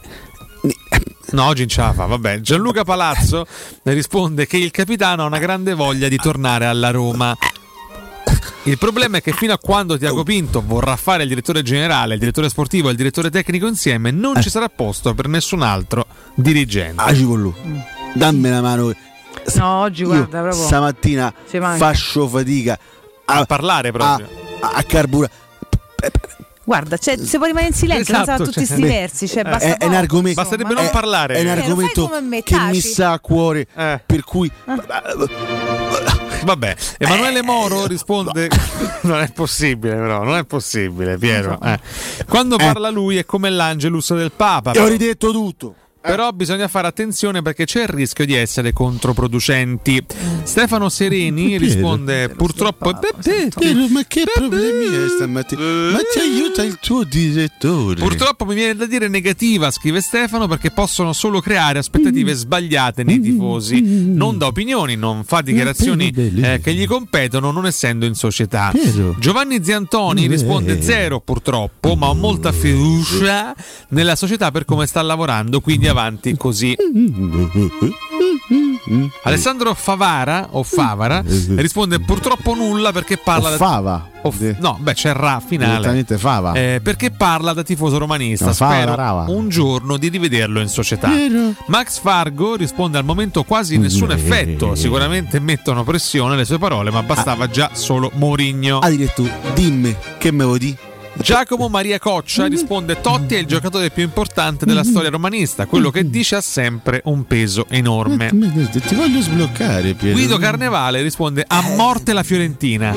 Speaker 17: No, oggi in ce la fa, vabbè. Gianluca Palazzo risponde che il capitano ha una grande voglia di tornare alla Roma. Il problema è che fino a quando Tiago Pinto vorrà fare il direttore generale, il direttore sportivo e il direttore tecnico insieme, non ci sarà posto per nessun altro dirigente.
Speaker 16: Dammi la mano.
Speaker 14: No, oggi guarda, proprio
Speaker 16: stamattina faccio fatica
Speaker 17: a parlare proprio.
Speaker 16: A carburare.
Speaker 14: Guarda, se può rimanere in silenzio, non sarà tutti sti versi. Basta
Speaker 16: è un argomento.
Speaker 17: Basterebbe non parlare.
Speaker 16: È un argomento che mi sta a cuore. Per cui.
Speaker 17: Vabbè, Emanuele Moro risponde: non è possibile, però, non è possibile, Piero. Quando parla lui è come l'Angelus del Papa.
Speaker 16: Io ho ridetto tutto.
Speaker 17: Però bisogna fare attenzione perché c'è il rischio di essere controproducenti. Stefano Sereni risponde: purtroppo
Speaker 16: ma che problemi è stamattina? Ma ti aiuta il tuo direttore.
Speaker 17: Purtroppo mi viene da dire negativa, scrive Stefano, perché possono solo creare aspettative sbagliate nei tifosi. Non da opinioni, non fa dichiarazioni che gli competono, non essendo in società. Giovanni Ziantoni risponde: zero purtroppo, ma ho molta fiducia nella società per come sta lavorando, quindi avanti così. Alessandro Favara risponde: purtroppo nulla, perché parla no, beh, c'è Ra finale.
Speaker 16: Fava.
Speaker 17: Perché parla da tifoso romanista.
Speaker 16: No,
Speaker 17: spero un giorno di rivederlo in società. Max Fargo risponde: al momento quasi nessun effetto. Sicuramente mettono pressione le sue parole, ma bastava già solo Mourinho.
Speaker 16: Ha detto: dimmi che me vuoi dire.
Speaker 17: Giacomo Maria Coccia risponde: Totti è il giocatore più importante della storia romanista, quello che dice ha sempre un peso enorme.
Speaker 16: Ti voglio sbloccare, Piero.
Speaker 17: Guido Carnevale risponde: a morte la Fiorentina.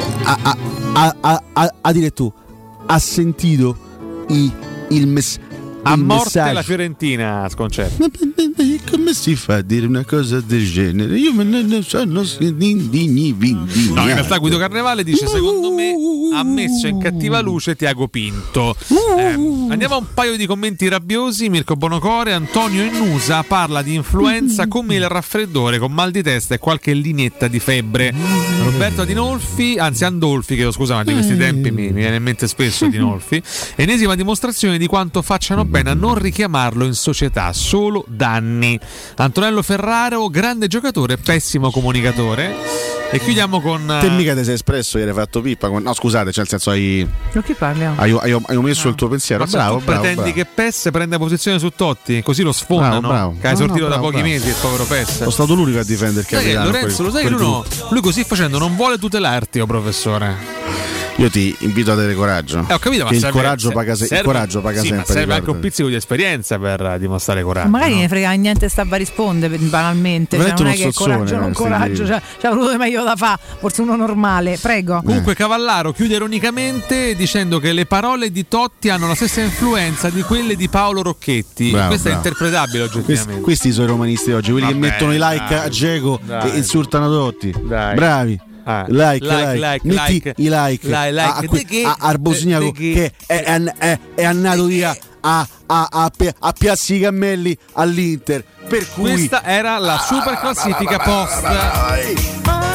Speaker 16: Ha detto: ha sentito il
Speaker 17: A
Speaker 16: il
Speaker 17: morte
Speaker 16: messaggio.
Speaker 17: la Fiorentina sconcerta.
Speaker 16: Ma come si fa a dire una cosa del genere? Io me ne sono indignato.
Speaker 17: No, in realtà Guido Carnevale dice: secondo me ha messo in cattiva luce Tiago Pinto. Andiamo a un paio di commenti rabbiosi. Mirko Bonocore: Antonio Innusa parla di influenza come il raffreddore, con mal di testa e qualche lineetta di febbre. Roberto Adinolfi, anzi Andolfi, che scusa, ma di questi tempi mi viene in mente spesso Adinolfi. Ennesima dimostrazione di quanto facciano bene a non richiamarlo in società, solo danni. Antonello Ferraro: grande giocatore, pessimo comunicatore. E chiudiamo con
Speaker 16: te mica ti sei espresso ieri, hai fatto pippa no scusate, cioè nel senso hai
Speaker 14: che parliamo?
Speaker 16: Hai omesso il tuo pensiero.
Speaker 17: Ma
Speaker 16: bravo,
Speaker 17: tu pretendi che PES prenda posizione su Totti, così lo sfondano,
Speaker 16: bravo.
Speaker 17: che hai sortito da pochi mesi il povero PES.
Speaker 16: Sono stato l'unico a difendere il capitano.
Speaker 17: Lorenzo, lo sai che lui così facendo non vuole tutelarti, professore.
Speaker 16: Io ti invito ad avere coraggio.
Speaker 17: Ho capito, ma
Speaker 16: che
Speaker 17: serve,
Speaker 16: il coraggio paga sempre.
Speaker 17: Ma serve anche un pizzico di esperienza per dimostrare coraggio.
Speaker 14: Magari
Speaker 17: no?
Speaker 14: ne frega niente, stava a rispondere banalmente. Cioè, non è che coraggio, non coraggio, cioè, c'ha avuto meglio da fa, forse uno normale. Prego.
Speaker 17: Comunque Cavallaro chiude ironicamente dicendo che le parole di Totti hanno la stessa influenza di quelle di Paolo Rocchetti. Questo è interpretabile oggettivamente.
Speaker 16: Questi sono i romanisti oggi, quelli che mettono i like a Dzeko e insultano Totti. Bravi. Like. Metti i like a Bosniaco che è andato via a Piazza i Cammelli all'Inter. Per cui
Speaker 17: questa era la super classifica post.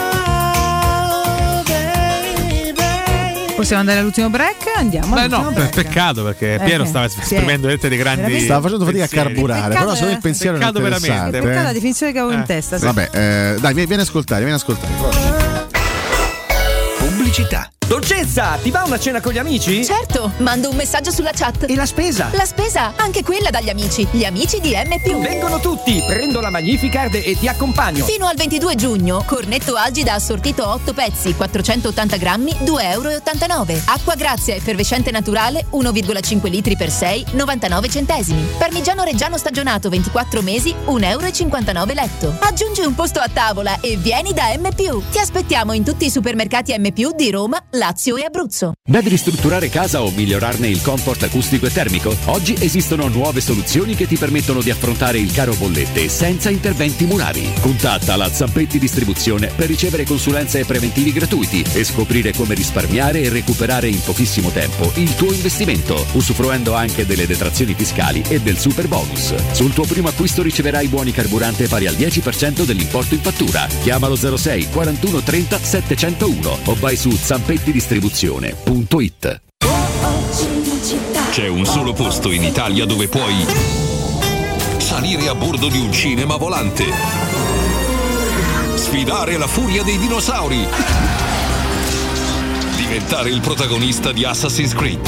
Speaker 14: Possiamo andare all'ultimo break? Andiamo.
Speaker 17: Peccato perché Piero stava esprimendo dei grandi.
Speaker 16: Stava facendo fatica a carburare, però se il pensiero era interessante.
Speaker 14: Peccato la definizione che avevo in testa. Sì.
Speaker 16: Vabbè, dai, vieni a ascoltare.
Speaker 10: Pubblicità. Dolcezza, ti va una cena con gli amici?
Speaker 12: Certo, mando un messaggio sulla chat.
Speaker 10: E la spesa?
Speaker 12: La spesa, anche quella dagli amici. Gli amici di M+.
Speaker 10: Vengono tutti, prendo la Magnificard e ti accompagno.
Speaker 12: Fino al 22 giugno, cornetto Algida assortito 8 pezzi, 480 grammi, €2,89. Acqua Grazia effervescente naturale, 1,5 litri per 6, 99 centesimi. Parmigiano Reggiano stagionato 24 mesi, €1,59 letto. Aggiungi un posto a tavola e vieni da M+. Ti aspettiamo in tutti i supermercati M+ di Roma, Lazio e Abruzzo.
Speaker 13: Devi ristrutturare casa o migliorarne il comfort acustico e termico? Oggi esistono nuove soluzioni che ti permettono di affrontare il caro bollette senza interventi murari. Contatta la Zampetti Distribuzione per ricevere consulenze e preventivi gratuiti e scoprire come risparmiare e recuperare in pochissimo tempo il tuo investimento, usufruendo anche delle detrazioni fiscali e del super bonus. Sul tuo primo acquisto riceverai buoni carburante pari al 10% dell'importo in fattura. Chiamalo 06 41 30 701 o vai su zampettidistribuzione.it.
Speaker 15: C'è un solo posto in Italia dove puoi salire a bordo di un cinema volante, sfidare la furia dei dinosauri, diventare il protagonista di Assassin's Creed,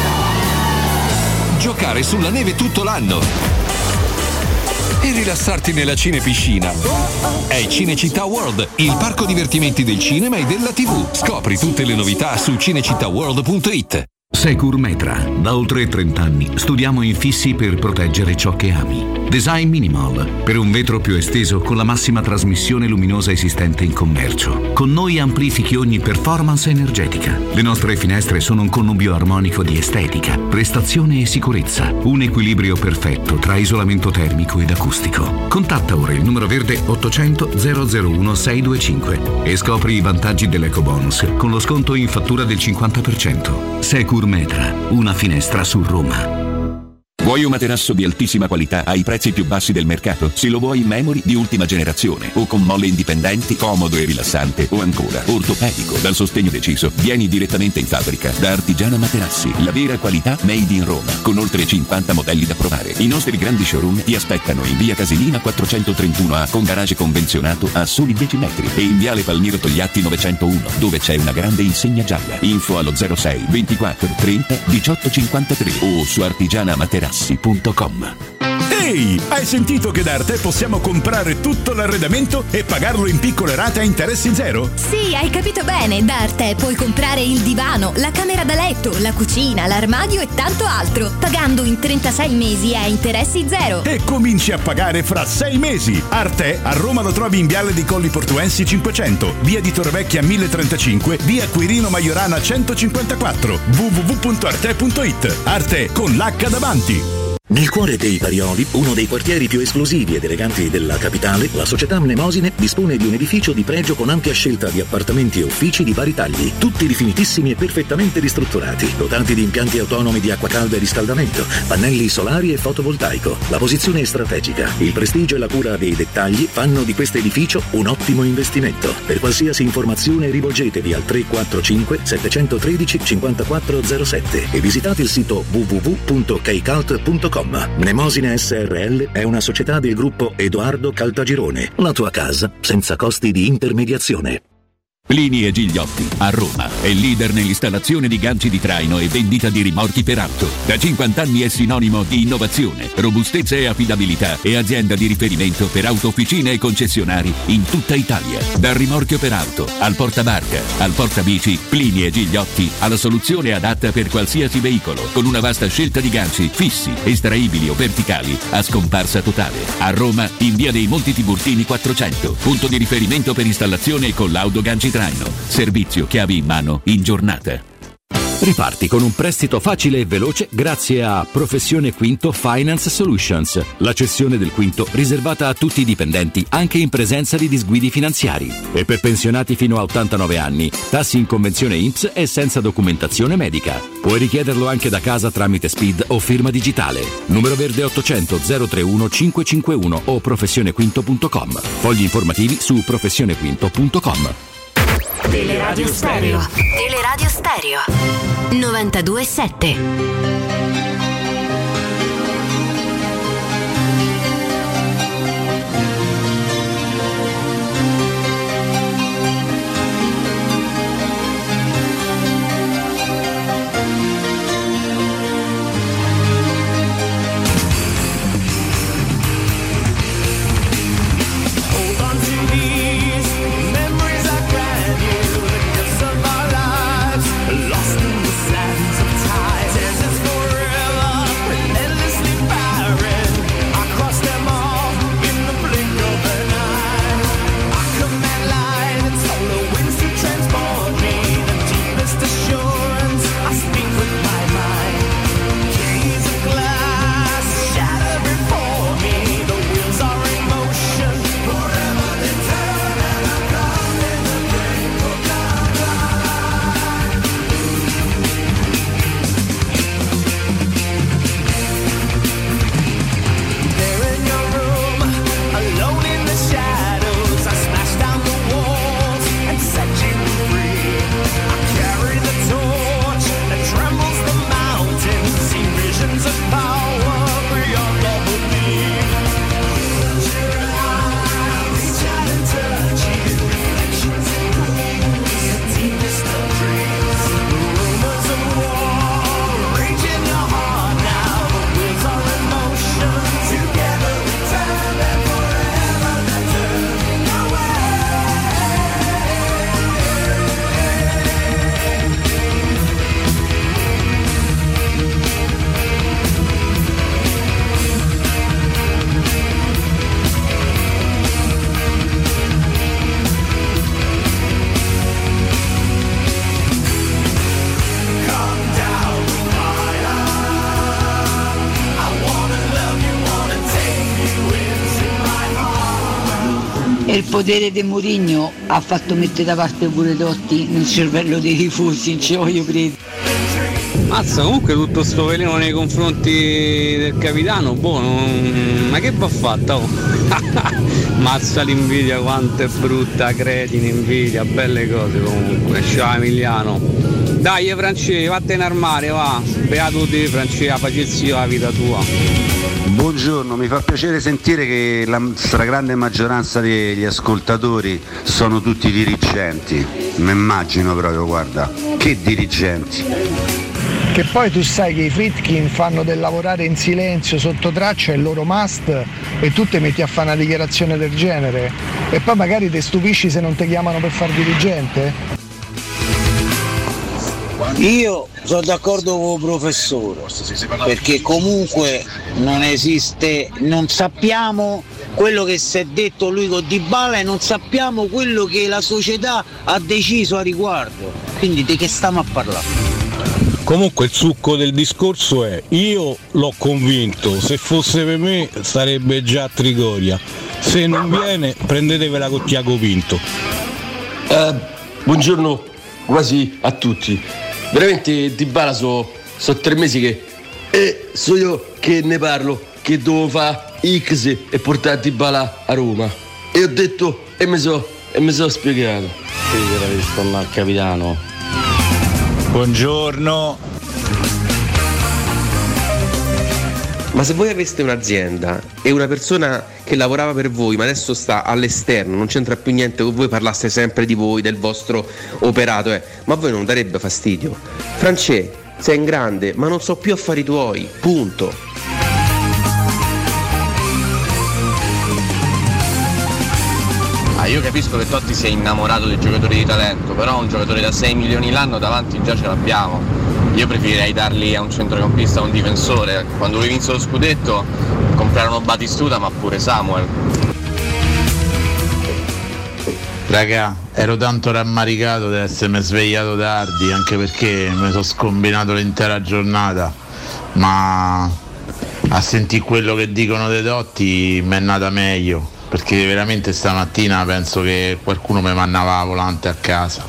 Speaker 15: giocare sulla neve tutto l'anno e rilassarti nella cinepiscina. È Cinecittà World, il parco divertimenti del cinema e della TV. Scopri tutte le novità su cinecittàworld.it.
Speaker 18: Securmetra. Da oltre 30 anni studiamo infissi per proteggere ciò che ami. Design Minimal, per un vetro più esteso con la massima trasmissione luminosa esistente in commercio. Con noi amplifichi ogni performance energetica. Le nostre finestre sono un connubio armonico di estetica, prestazione e sicurezza. Un equilibrio perfetto tra isolamento termico ed acustico. Contatta ora il numero verde 800 001 625 e scopri i vantaggi dell'EcoBonus con lo sconto in fattura del 50%. Securmetra, una finestra su Roma.
Speaker 15: Vuoi un materasso di altissima qualità ai prezzi più bassi del mercato? Se lo vuoi in memory di ultima generazione o con molle indipendenti, comodo e rilassante, o ancora ortopedico dal sostegno deciso, vieni direttamente in fabbrica da Artigiana Materassi, la vera qualità made in Roma, con oltre 50 modelli da provare. I nostri grandi showroom ti aspettano in via Casilina 431A con garage convenzionato a soli 10 metri e in viale Palmiro Togliatti 901 dove c'è una grande insegna gialla. Info allo 06 24 30 18 53 o su artigianamaterassi.com.
Speaker 19: Ehi, hai sentito che da Arte possiamo comprare tutto l'arredamento e pagarlo in piccole rate a interessi zero?
Speaker 12: Sì, hai capito bene, da Arte puoi comprare il divano, la camera da letto, la cucina, l'armadio e tanto altro, pagando in 36 mesi a interessi zero.
Speaker 19: E cominci a pagare fra 6 mesi. Arte a Roma lo trovi in Viale di Colli Portuensi 500, via di Torrevecchia 1035, via Quirino Maiorana 154, www.arte.it. Arte con l'H davanti.
Speaker 3: Nel cuore dei Parioli, uno dei quartieri più esclusivi ed eleganti della capitale, la società Mnemosine dispone di un edificio di pregio con ampia scelta di appartamenti e uffici di vari tagli, tutti rifinitissimi e perfettamente ristrutturati, dotati di impianti autonomi di acqua calda e riscaldamento, pannelli solari e fotovoltaico. La posizione è strategica, il prestigio e la cura dei dettagli fanno di questo edificio un ottimo investimento. Per qualsiasi informazione rivolgetevi al 345 713 5407 e visitate il sito www.keicalt.com. Mnemosine SRL è una società del gruppo Edoardo Caltagirone. La tua casa senza costi di intermediazione.
Speaker 13: Plini e Gigliotti, a Roma, è leader nell'installazione di ganci di traino e vendita di rimorchi per auto. Da 50 anni è sinonimo di innovazione, robustezza e affidabilità e azienda di riferimento per autofficine e concessionari in tutta Italia. Dal rimorchio per auto, al portabarca, al portabici, Plini e Gigliotti ha la soluzione adatta per qualsiasi veicolo, con una vasta scelta di ganci fissi, estraibili o verticali, a scomparsa totale. A Roma, in via dei Monti Tiburtini 400, punto di riferimento per installazione e collaudo ganci traino. Servizio chiavi in mano in giornata.
Speaker 9: Riparti con un prestito facile e veloce grazie a Professione Quinto Finance Solutions, la cessione del quinto riservata a tutti i dipendenti anche in presenza di disguidi finanziari. E per pensionati fino a 89 anni, tassi in convenzione INPS e senza documentazione medica. Puoi richiederlo anche da casa tramite SPID o firma digitale. Numero verde 800 031 551 o professionequinto.com. Fogli informativi su professionequinto.com.
Speaker 20: Teleradio Stereo. Teleradio Stereo 92.7.
Speaker 21: E il potere di Mourinho ha fatto mettere da parte pure Totti nel cervello dei tifosi, non ci voglio credere.
Speaker 22: Mazza, comunque tutto sto veleno nei confronti del capitano, ma che va fatta? Oh? Mazza l'invidia, quanto è brutta, cretine, invidia, belle cose comunque. Ciao Emiliano. Dai Francesco, vattene al mare, va. Beato te Francesco, facessi la vita tua.
Speaker 24: Buongiorno, mi fa piacere sentire che la stragrande maggioranza degli ascoltatori sono tutti dirigenti. Mi immagino proprio, guarda, che dirigenti.
Speaker 25: Che poi tu sai che i Friedkin fanno del lavorare in silenzio sotto traccia il loro must e tu ti metti a fare una dichiarazione del genere e poi magari ti stupisci se non ti chiamano per far dirigente?
Speaker 30: Io sono d'accordo con il professore, perché comunque non esiste, non sappiamo quello che si è detto lui con Dybala e non sappiamo quello che la società ha deciso a riguardo, quindi di che stiamo a parlare?
Speaker 1: Comunque il succo del discorso è: io l'ho convinto, se fosse per me sarebbe già a Trigoria, se non viene prendetevela con Tiago Pinto.
Speaker 2: Buongiorno quasi a tutti. Veramente Dybala so 3 mesi che so io che ne parlo, che devo fare X e portare Dybala a Roma. E ho detto e mi so spiegato.
Speaker 4: Sì, era rispondere al capitano.
Speaker 2: Buongiorno.
Speaker 6: Ma se voi aveste un'azienda e una persona che lavorava per voi ma adesso sta all'esterno, non c'entra più niente con voi, parlaste sempre di voi, del vostro operato, ma a voi non darebbe fastidio? Francè, sei in grande, ma non so più affari tuoi, punto.
Speaker 11: Io capisco che Totti sia innamorato dei giocatori di talento, però un giocatore da 6 milioni l'anno davanti già ce l'abbiamo. Io preferirei darli a un centrocampista, a un difensore. Quando lui vinse lo scudetto comprarono Batistuta ma pure Samuel.
Speaker 23: Raga, ero tanto rammaricato di essermi svegliato tardi, anche perché mi sono scombinato l'intera giornata, ma a sentire quello che dicono dei Totti mi è nata meglio, perché veramente stamattina penso che qualcuno mi mandava la volante a casa.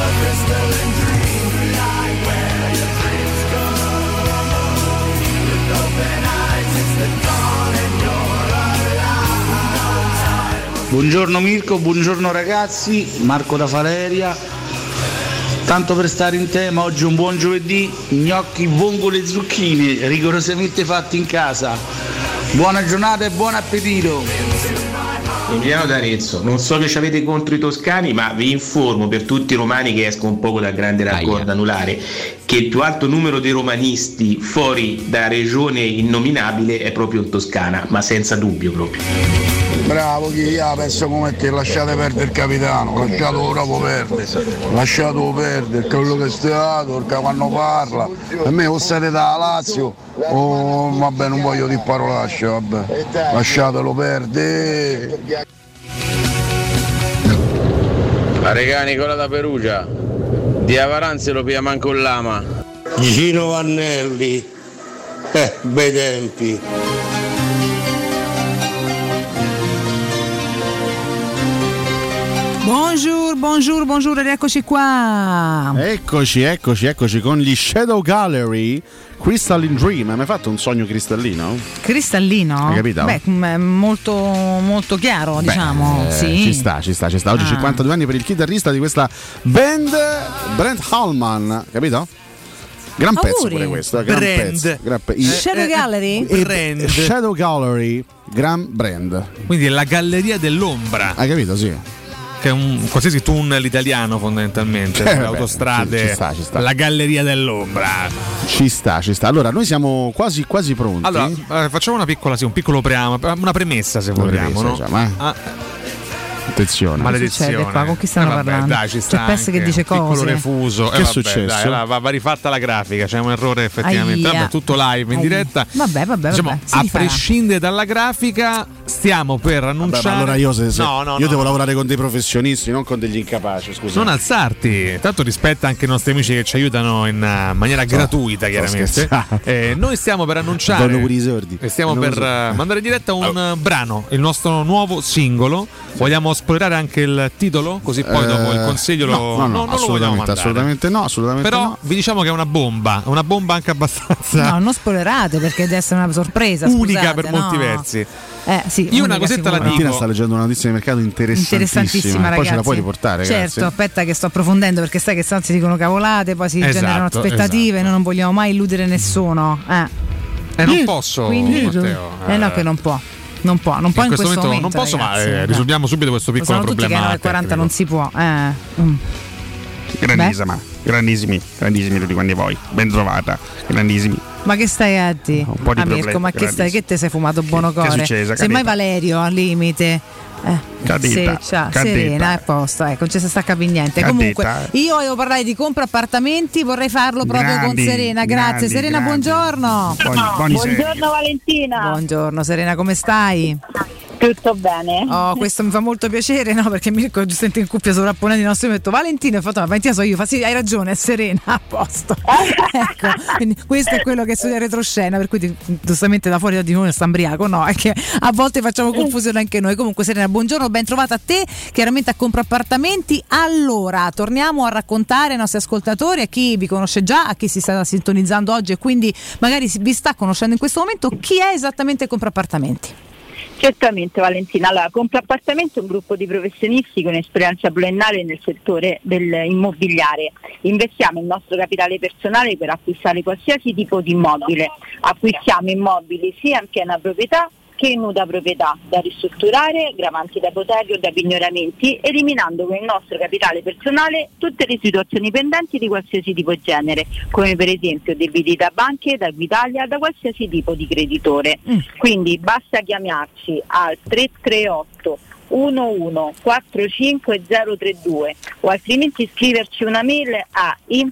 Speaker 26: Buongiorno Mirko, buongiorno ragazzi, Marco da Valeria. Tanto per stare in tema, oggi è un buon giovedì, gnocchi, vongole e zucchine, rigorosamente fatti in casa. Buona giornata e buon appetito!
Speaker 27: Emiliano d'Arezzo, non so che ci avete contro i toscani, ma vi informo per tutti i romani che escono un poco dal grande raccordo anulare che il più alto numero di romanisti fuori da regione innominabile è proprio in Toscana, ma senza dubbio proprio.
Speaker 25: Bravo Chia, penso come te, lasciate perdere il capitano, lasciatelo proprio perdere, lasciatelo perdere, quello che è stato, perché quando parla, per me o siete da Lazio o vabbè non voglio dire parolacce, vabbè, lasciatelo perdere.
Speaker 28: Ma regà Nicola da Perugia, di Avaranze lo pia manco il lama.
Speaker 8: Gino Vannelli, bei tempi.
Speaker 14: Buongiorno, rieccoci qua.
Speaker 16: Eccoci con gli Shadow Gallery, Crystalline Dream. Hai mai fatto un sogno cristallino?
Speaker 14: Cristallino?
Speaker 16: Hai capito?
Speaker 14: Beh, molto, molto chiaro, diciamo. Sì.
Speaker 16: Ci sta. Oggi 52 anni per il chitarrista di questa band, Brent Hallman, capito? Gran pezzo pure questo, gran pezzo.
Speaker 14: Shadow Gallery?
Speaker 16: Shadow Gallery, gran brand.
Speaker 17: Quindi è la galleria dell'ombra.
Speaker 16: Hai capito, sì.
Speaker 17: Che è un qualsiasi tunnel italiano fondamentalmente, le autostrade,
Speaker 16: ci sta.
Speaker 17: La galleria dell'ombra.
Speaker 16: Ci sta. Allora, noi siamo quasi pronti.
Speaker 17: Allora, facciamo un piccolo una premessa se vogliamo, no?
Speaker 16: Attenzione.
Speaker 17: Maledizione.
Speaker 14: Qua? Con chi stanno parlando?
Speaker 17: Dai, ci sta.
Speaker 14: C'è Pes che dice cose.
Speaker 17: Piccolo refuso.
Speaker 16: Che è successo?
Speaker 17: Dai, va rifatta la grafica, c'è un errore effettivamente. Vabbè, tutto live in diretta.
Speaker 14: Vabbè.
Speaker 17: Diciamo, a prescindere dalla grafica, stiamo per annunciare.
Speaker 16: Allora io
Speaker 17: No,
Speaker 16: devo lavorare con dei professionisti, non con degli incapaci, scusa.
Speaker 17: Non alzarti, tanto rispetta anche i nostri amici che ci aiutano in maniera gratuita, chiaramente. Noi stiamo per annunciare e stiamo per mandare in diretta un brano, il nostro nuovo singolo. Vogliamo spoilerare anche il titolo? Così poi dopo il consiglio non lo vogliamo mandare.
Speaker 16: Assolutamente no.
Speaker 17: Però vi diciamo che è una bomba anche abbastanza.
Speaker 14: No, non spoilerate perché deve essere una sorpresa.
Speaker 17: Unica per molti versi.
Speaker 14: Sì,
Speaker 17: io una cosetta la dico.
Speaker 16: Martina sta leggendo una notizia di mercato interessantissima,
Speaker 14: ragazzi.
Speaker 16: Poi ce la puoi riportare,
Speaker 14: certo,
Speaker 16: ragazzi?
Speaker 14: Aspetta che sto approfondendo, perché sai che si dicono cavolate, poi si generano aspettative, noi non vogliamo mai illudere nessuno.
Speaker 17: Non posso, Matteo.
Speaker 14: No, che non può. Non può in questo momento.
Speaker 17: Non posso,
Speaker 14: ragazzi,
Speaker 17: ma risolviamo subito questo piccolo problema.
Speaker 14: Tutti che 40 non si può.
Speaker 16: Grandissimi tutti quanti voi. Ben trovata, grandissimi.
Speaker 14: Ma che stai a te?
Speaker 16: Un po' di
Speaker 14: Mirko, ma che stai? Che te sei fumato buono cuore? Semmai Valerio al limite. Serena è a posto, non ci si sta capendo niente. Comunque io volevo parlare di compra appartamenti, vorrei farlo proprio con Serena. Grazie Serena, buongiorno.
Speaker 29: Buongiorno Valentina.
Speaker 14: Buongiorno Serena, come stai?
Speaker 3: Tutto bene.
Speaker 14: Oh, questo mi fa molto piacere, no? Perché Mirko giustamente in cuffia sovrapponendo i nostri, mi ha detto Valentina, ho fatto Valentina so io, fa sì, hai ragione, è Serena, a posto. Ecco, quindi questo è quello che studia retroscena, per cui giustamente da fuori di noi sta imbriaco, no? È che a volte facciamo confusione anche noi. Comunque Serena, buongiorno, ben trovata a te, chiaramente a Compro Appartamenti. Allora, torniamo a raccontare ai nostri ascoltatori, a chi vi conosce già, a chi si sta sintonizzando oggi e quindi magari vi sta conoscendo in questo momento, chi è esattamente Compro Appartamenti?
Speaker 3: Certamente Valentina, allora Compro Appartamenti è un gruppo di professionisti con esperienza pluriennale nel settore dell'immobiliare. Investiamo il nostro capitale personale per acquistare qualsiasi tipo di immobile, acquistiamo immobili sia in piena proprietà che in nuda proprietà, da ristrutturare, gravanti da ipoteche o da pignoramenti, eliminando con il nostro capitale personale tutte le situazioni pendenti di qualsiasi tipo e genere, come per esempio debiti da banche, da Equitalia, da qualsiasi tipo di creditore. Quindi basta chiamarci al 338 1145032 o altrimenti scriverci una mail a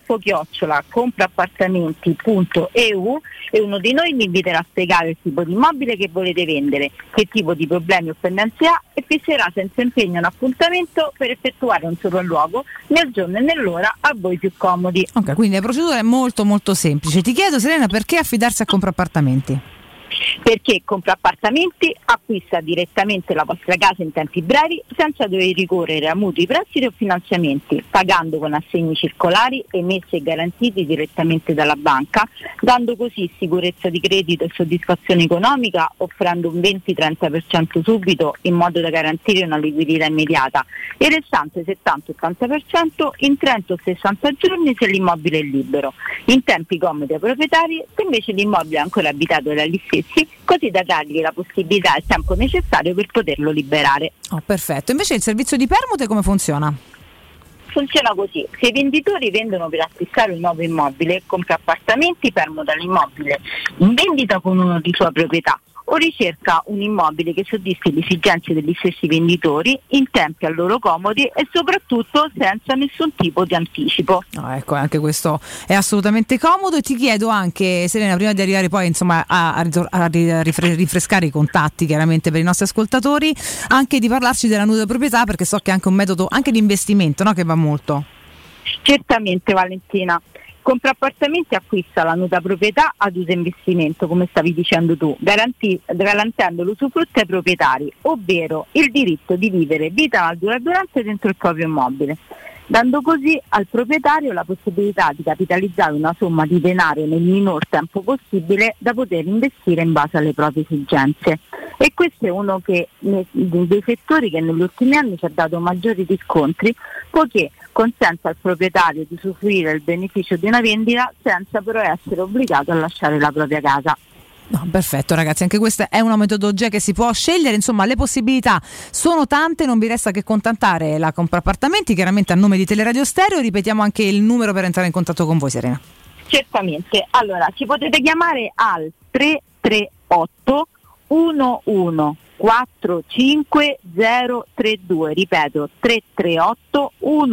Speaker 3: info@comproappartamenti.eu e uno di noi vi inviterà a spiegare il tipo di immobile che volete vendere, che tipo di problemi o pendenze ha e fisserà senza impegno un appuntamento per effettuare un sopralluogo nel giorno e nell'ora a voi più comodi.
Speaker 14: Ok, quindi la procedura è molto molto semplice. Ti chiedo Serena, perché affidarsi a Compro Appartamenti?
Speaker 3: Perché Compro Appartamenti acquista direttamente la vostra casa in tempi brevi senza dover ricorrere a mutui, prestiti o finanziamenti, pagando con assegni circolari emessi e garantiti direttamente dalla banca, dando così sicurezza di credito e soddisfazione economica, offrendo un 20-30% subito in modo da garantire una liquidità immediata e il restante 70-80% in 30 o 60 giorni se l'immobile è libero, in tempi comodi ai proprietari se invece l'immobile è ancora abitato dagli stessi, così da dargli la possibilità e il tempo necessario per poterlo liberare.
Speaker 14: Oh, perfetto. Invece il servizio di permute come funziona?
Speaker 3: Funziona così: se i venditori vendono per acquistare un nuovo immobile, Compro Appartamenti permuta l'immobile in vendita con uno di sua proprietà o ricerca un immobile che soddisfi le esigenze degli stessi venditori in tempi a loro comodi e soprattutto senza nessun tipo di anticipo.
Speaker 14: Ecco, anche questo è assolutamente comodo. E ti chiedo anche, Serena, prima di arrivare poi insomma a rinfrescare i contatti chiaramente per i nostri ascoltatori, anche di parlarci della nuda proprietà, perché so che è anche un metodo anche di investimento, no? Che va molto.
Speaker 3: Certamente Valentina. Compro Appartamenti acquista la nuda proprietà ad uso investimento, come stavi dicendo tu, garantendo l'usufrutto ai proprietari, ovvero il diritto di vivere vita durante dentro il proprio immobile, dando così al proprietario la possibilità di capitalizzare una somma di denaro nel minor tempo possibile da poter investire in base alle proprie esigenze. E questo è uno dei settori che negli ultimi anni ci ha dato maggiori riscontri, poiché consente al proprietario di usufruire del beneficio di una vendita senza però essere obbligato a lasciare la propria casa.
Speaker 14: No, perfetto ragazzi, anche questa è una metodologia che si può scegliere, insomma le possibilità sono tante, non vi resta che contattare la Compro Appartamenti, chiaramente a nome di Teleradio Stereo. Ripetiamo anche il numero per entrare in contatto con voi, Serena.
Speaker 3: Certamente, allora ci potete chiamare al 338 1145032, ripeto 338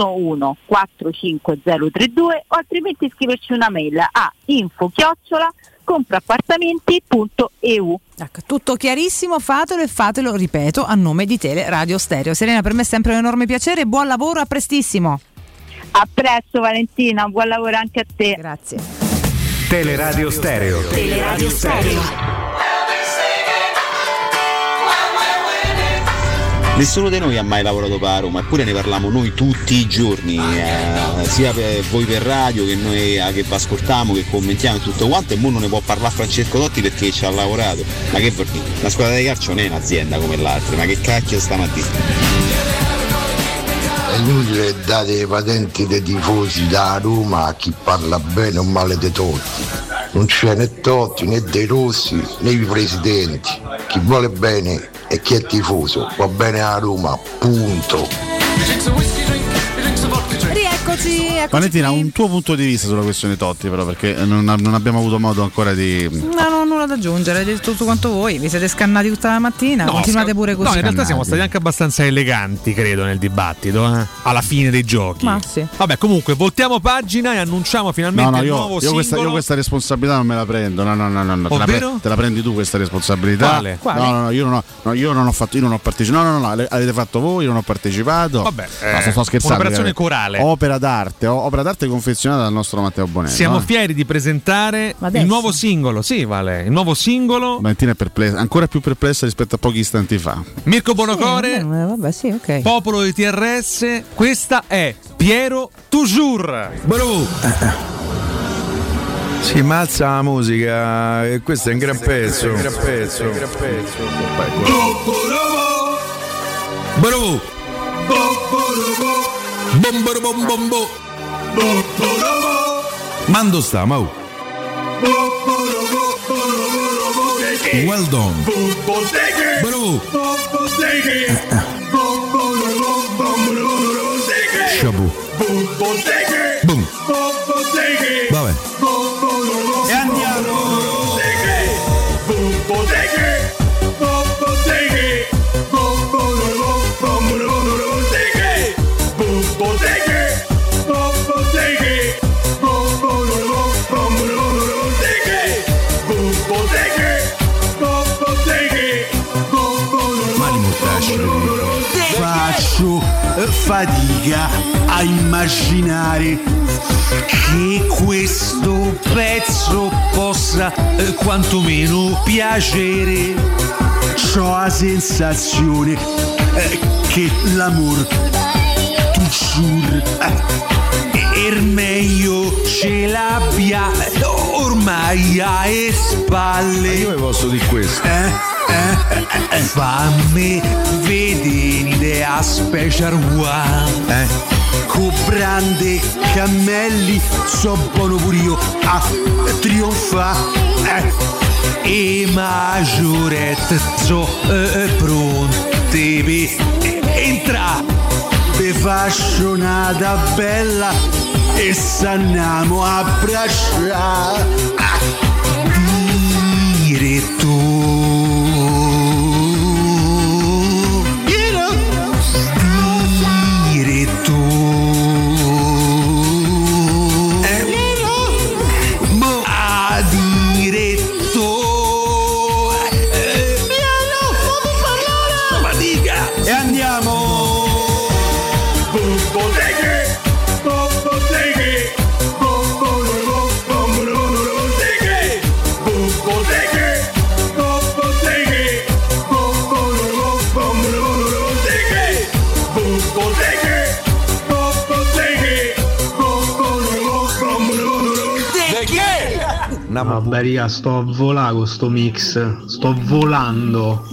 Speaker 3: 1145032 o altrimenti scriverci una mail a info@comproappartamenti.eu.
Speaker 14: Ecco, tutto chiarissimo, fatelo e fatelo, ripeto, a nome di Teleradio Stereo. Serena, per me è sempre un enorme piacere, buon lavoro, a prestissimo.
Speaker 3: A presto Valentina, buon lavoro anche a te.
Speaker 14: Grazie.
Speaker 5: Teleradio Stereo.
Speaker 20: Teleradio Stereo.
Speaker 7: Nessuno di noi ha mai lavorato per la Roma, eppure ne parliamo noi tutti i giorni, sia per voi per radio che noi che vi ascoltiamo, che commentiamo e tutto quanto, e mo non ne può parlare Francesco Totti perché ci ha lavorato. Ma che vuol dire? La squadra di calcio non è un'azienda come l'altra, ma che cacchio stanno a dire?
Speaker 8: È inutile dare le patenti dei tifosi da Roma a chi parla bene o male dei Totti. Non c'è né Totti né dei Rossi né i presidenti. Chi vuole bene e chi è tifoso va bene a Roma, punto.
Speaker 14: Rieccoci.
Speaker 16: Valentina, un tuo punto di vista sulla questione Totti, però, perché non abbiamo avuto modo ancora di
Speaker 14: nulla nulla da aggiungere, avete detto tutto quanto voi, vi siete scannati tutta la mattina, continuate pure così.
Speaker 17: No, in realtà siamo stati anche abbastanza eleganti, credo, nel dibattito, alla fine dei giochi.
Speaker 14: Ma sì.
Speaker 17: Vabbè, comunque voltiamo pagina e annunciamo finalmente il nuovo singolo.
Speaker 16: Io questa responsabilità non me la prendo. No.
Speaker 17: Ovvero?
Speaker 16: Te la prendi tu questa responsabilità.
Speaker 17: Quale?
Speaker 16: No, io non ho partecipato. No, avete fatto voi, io non ho partecipato.
Speaker 17: Vabbè,
Speaker 16: sto scherzando.
Speaker 17: Un'operazione corale.
Speaker 16: Opera d'arte confezionata dal nostro Matteo Bonello.
Speaker 17: Siamo fieri di presentare il nuovo singolo. Sì, Vale, il nuovo singolo.
Speaker 16: Valentina è perplessa, ancora più perplessa rispetto a pochi istanti fa.
Speaker 17: Mirko Bonocore,
Speaker 14: vabbè, sì, ok.
Speaker 17: Popolo di TRS, questa è Piero Toujours.
Speaker 9: Bravo. Si mazza la musica e questo è un gran pezzo. Bravo. Bombo. Mando sta, mau. Well done. Bravo. Shabu. Boom. Vabbè. E andiamo. Faccio fatica a immaginare che questo pezzo possa quantomeno piacere. C'ho la sensazione che l'amor toujours er meglio ce l'abbia ormai alle spalle. Io posso dire questo. Fammi vedere a Special One. Con brande cammelli so buono pure io a trionfare. E maggiorette so pronte per entrare. Te faccio un'ada bella e s'andiamo a abbracciare.
Speaker 10: Vabbè, raga, sto a volare con sto mix, sto volando.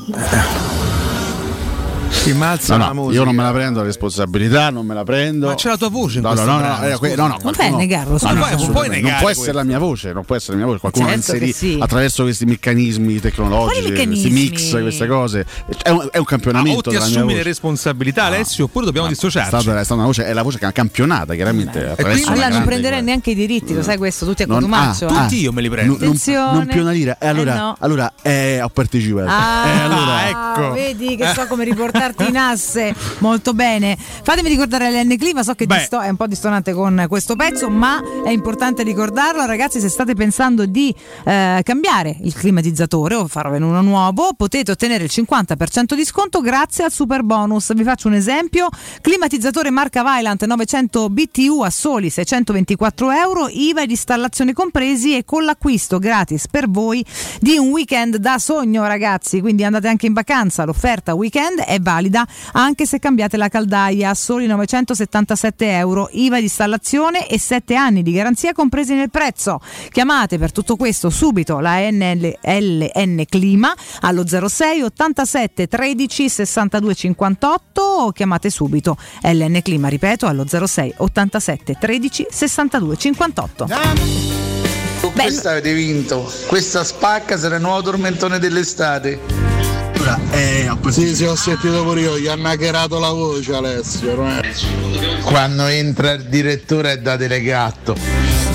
Speaker 16: Si mazza la musica. Io non me la prendo la responsabilità, non me la prendo.
Speaker 17: Ma c'è la tua voce in
Speaker 16: no, non
Speaker 14: puoi negarlo.
Speaker 16: Non può essere la mia voce, Qualcuno ha inserito attraverso questi meccanismi tecnologici, questi mix, queste cose. È un campionamento.
Speaker 17: O ti assumi le responsabilità, Alessio, oppure dobbiamo dissociarci.
Speaker 16: È la voce che è campionata, chiaramente.
Speaker 14: Allora non prenderei neanche i diritti, lo sai questo, tutti a Cotumaccio.
Speaker 17: Tutti io me li prendo.
Speaker 16: Non più una lira. Allora ho partecipato.
Speaker 14: Ecco. Vedi che so come riportarti in asse molto bene. Fatemi ricordare l'N Clima, so che è un po' distonante con questo pezzo, ma è importante ricordarlo, ragazzi. Se state pensando di cambiare il climatizzatore o farvene uno nuovo, potete ottenere il 50% di sconto grazie al super bonus. Vi faccio un esempio: climatizzatore marca Vaillant 900 BTU a soli 624 euro, IVA ed installazione compresi, e con l'acquisto gratis per voi di un weekend da sogno, ragazzi. Quindi andate anche in vacanza, l'offerta weekend è valida anche se cambiate la caldaia, a soli 977 euro, IVA di installazione e 7 anni di garanzia compresi nel prezzo. Chiamate per tutto questo subito la LN Clima allo 06 87 13 62 58 o chiamate subito LN Clima, ripeto, allo 06 87 13 62 58.
Speaker 26: Con questa avete vinto, questa spacca sarà il nuovo tormentone dell'estate.
Speaker 25: Sì, ho sentito pure io, gli hanno hackerato la voce, Alessio.
Speaker 23: Quando entra il direttore è da delegato.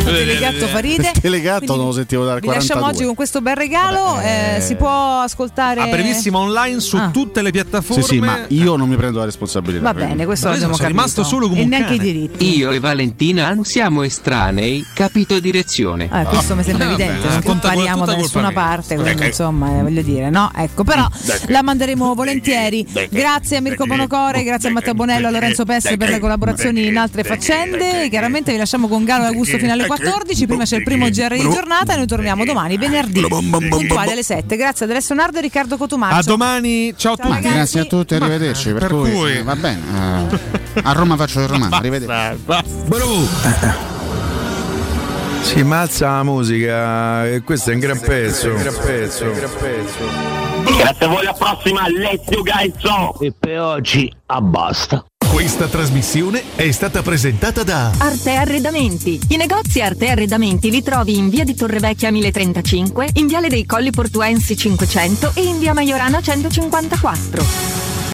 Speaker 14: Telegatto fa ride.
Speaker 16: Telegatto non lo sentivo dal 42.
Speaker 14: Vi lasciamo oggi con questo bel regalo. Si può ascoltare
Speaker 17: a brevissima online su tutte le piattaforme.
Speaker 16: Sì, ma io non mi prendo la responsabilità.
Speaker 14: Va bene, questo l'abbiamo capito.
Speaker 17: Rimasto solo come
Speaker 14: e
Speaker 17: un
Speaker 14: neanche
Speaker 17: cane.
Speaker 14: i diritti.
Speaker 12: Io e Valentina non siamo estranei, capito direzione.
Speaker 14: Questo mi sembra evidente, non compariamo da nessuna parte, quindi insomma voglio dire, no? Ecco, però la manderemo volentieri. Grazie a Mirko Bonocore, grazie a Matteo Bonello, a Lorenzo Pesse per le collaborazioni in altre faccende. Chiaramente vi lasciamo con Galo e Augusto fino alle 14. Prima c'è il primo GR di giornata e noi torniamo domani venerdì puntuali alle 7. Grazie ad Alessio Nardo e Riccardo Cotumaccio.
Speaker 17: A domani, ciao a tutti.
Speaker 16: Grazie a tutti, arrivederci. Per cui va bene. A Roma faccio il romano, arrivederci.
Speaker 9: Si mazza la musica e questo è un gran pezzo.
Speaker 13: Grazie a voi, alla prossima, let's go guys.
Speaker 26: E per oggi basta.
Speaker 15: Questa trasmissione è stata presentata da
Speaker 20: Arte Arredamenti. I negozi Arte Arredamenti li trovi in via di Torrevecchia 1035, in viale dei Colli Portuensi 500 e in via Maiorana 154.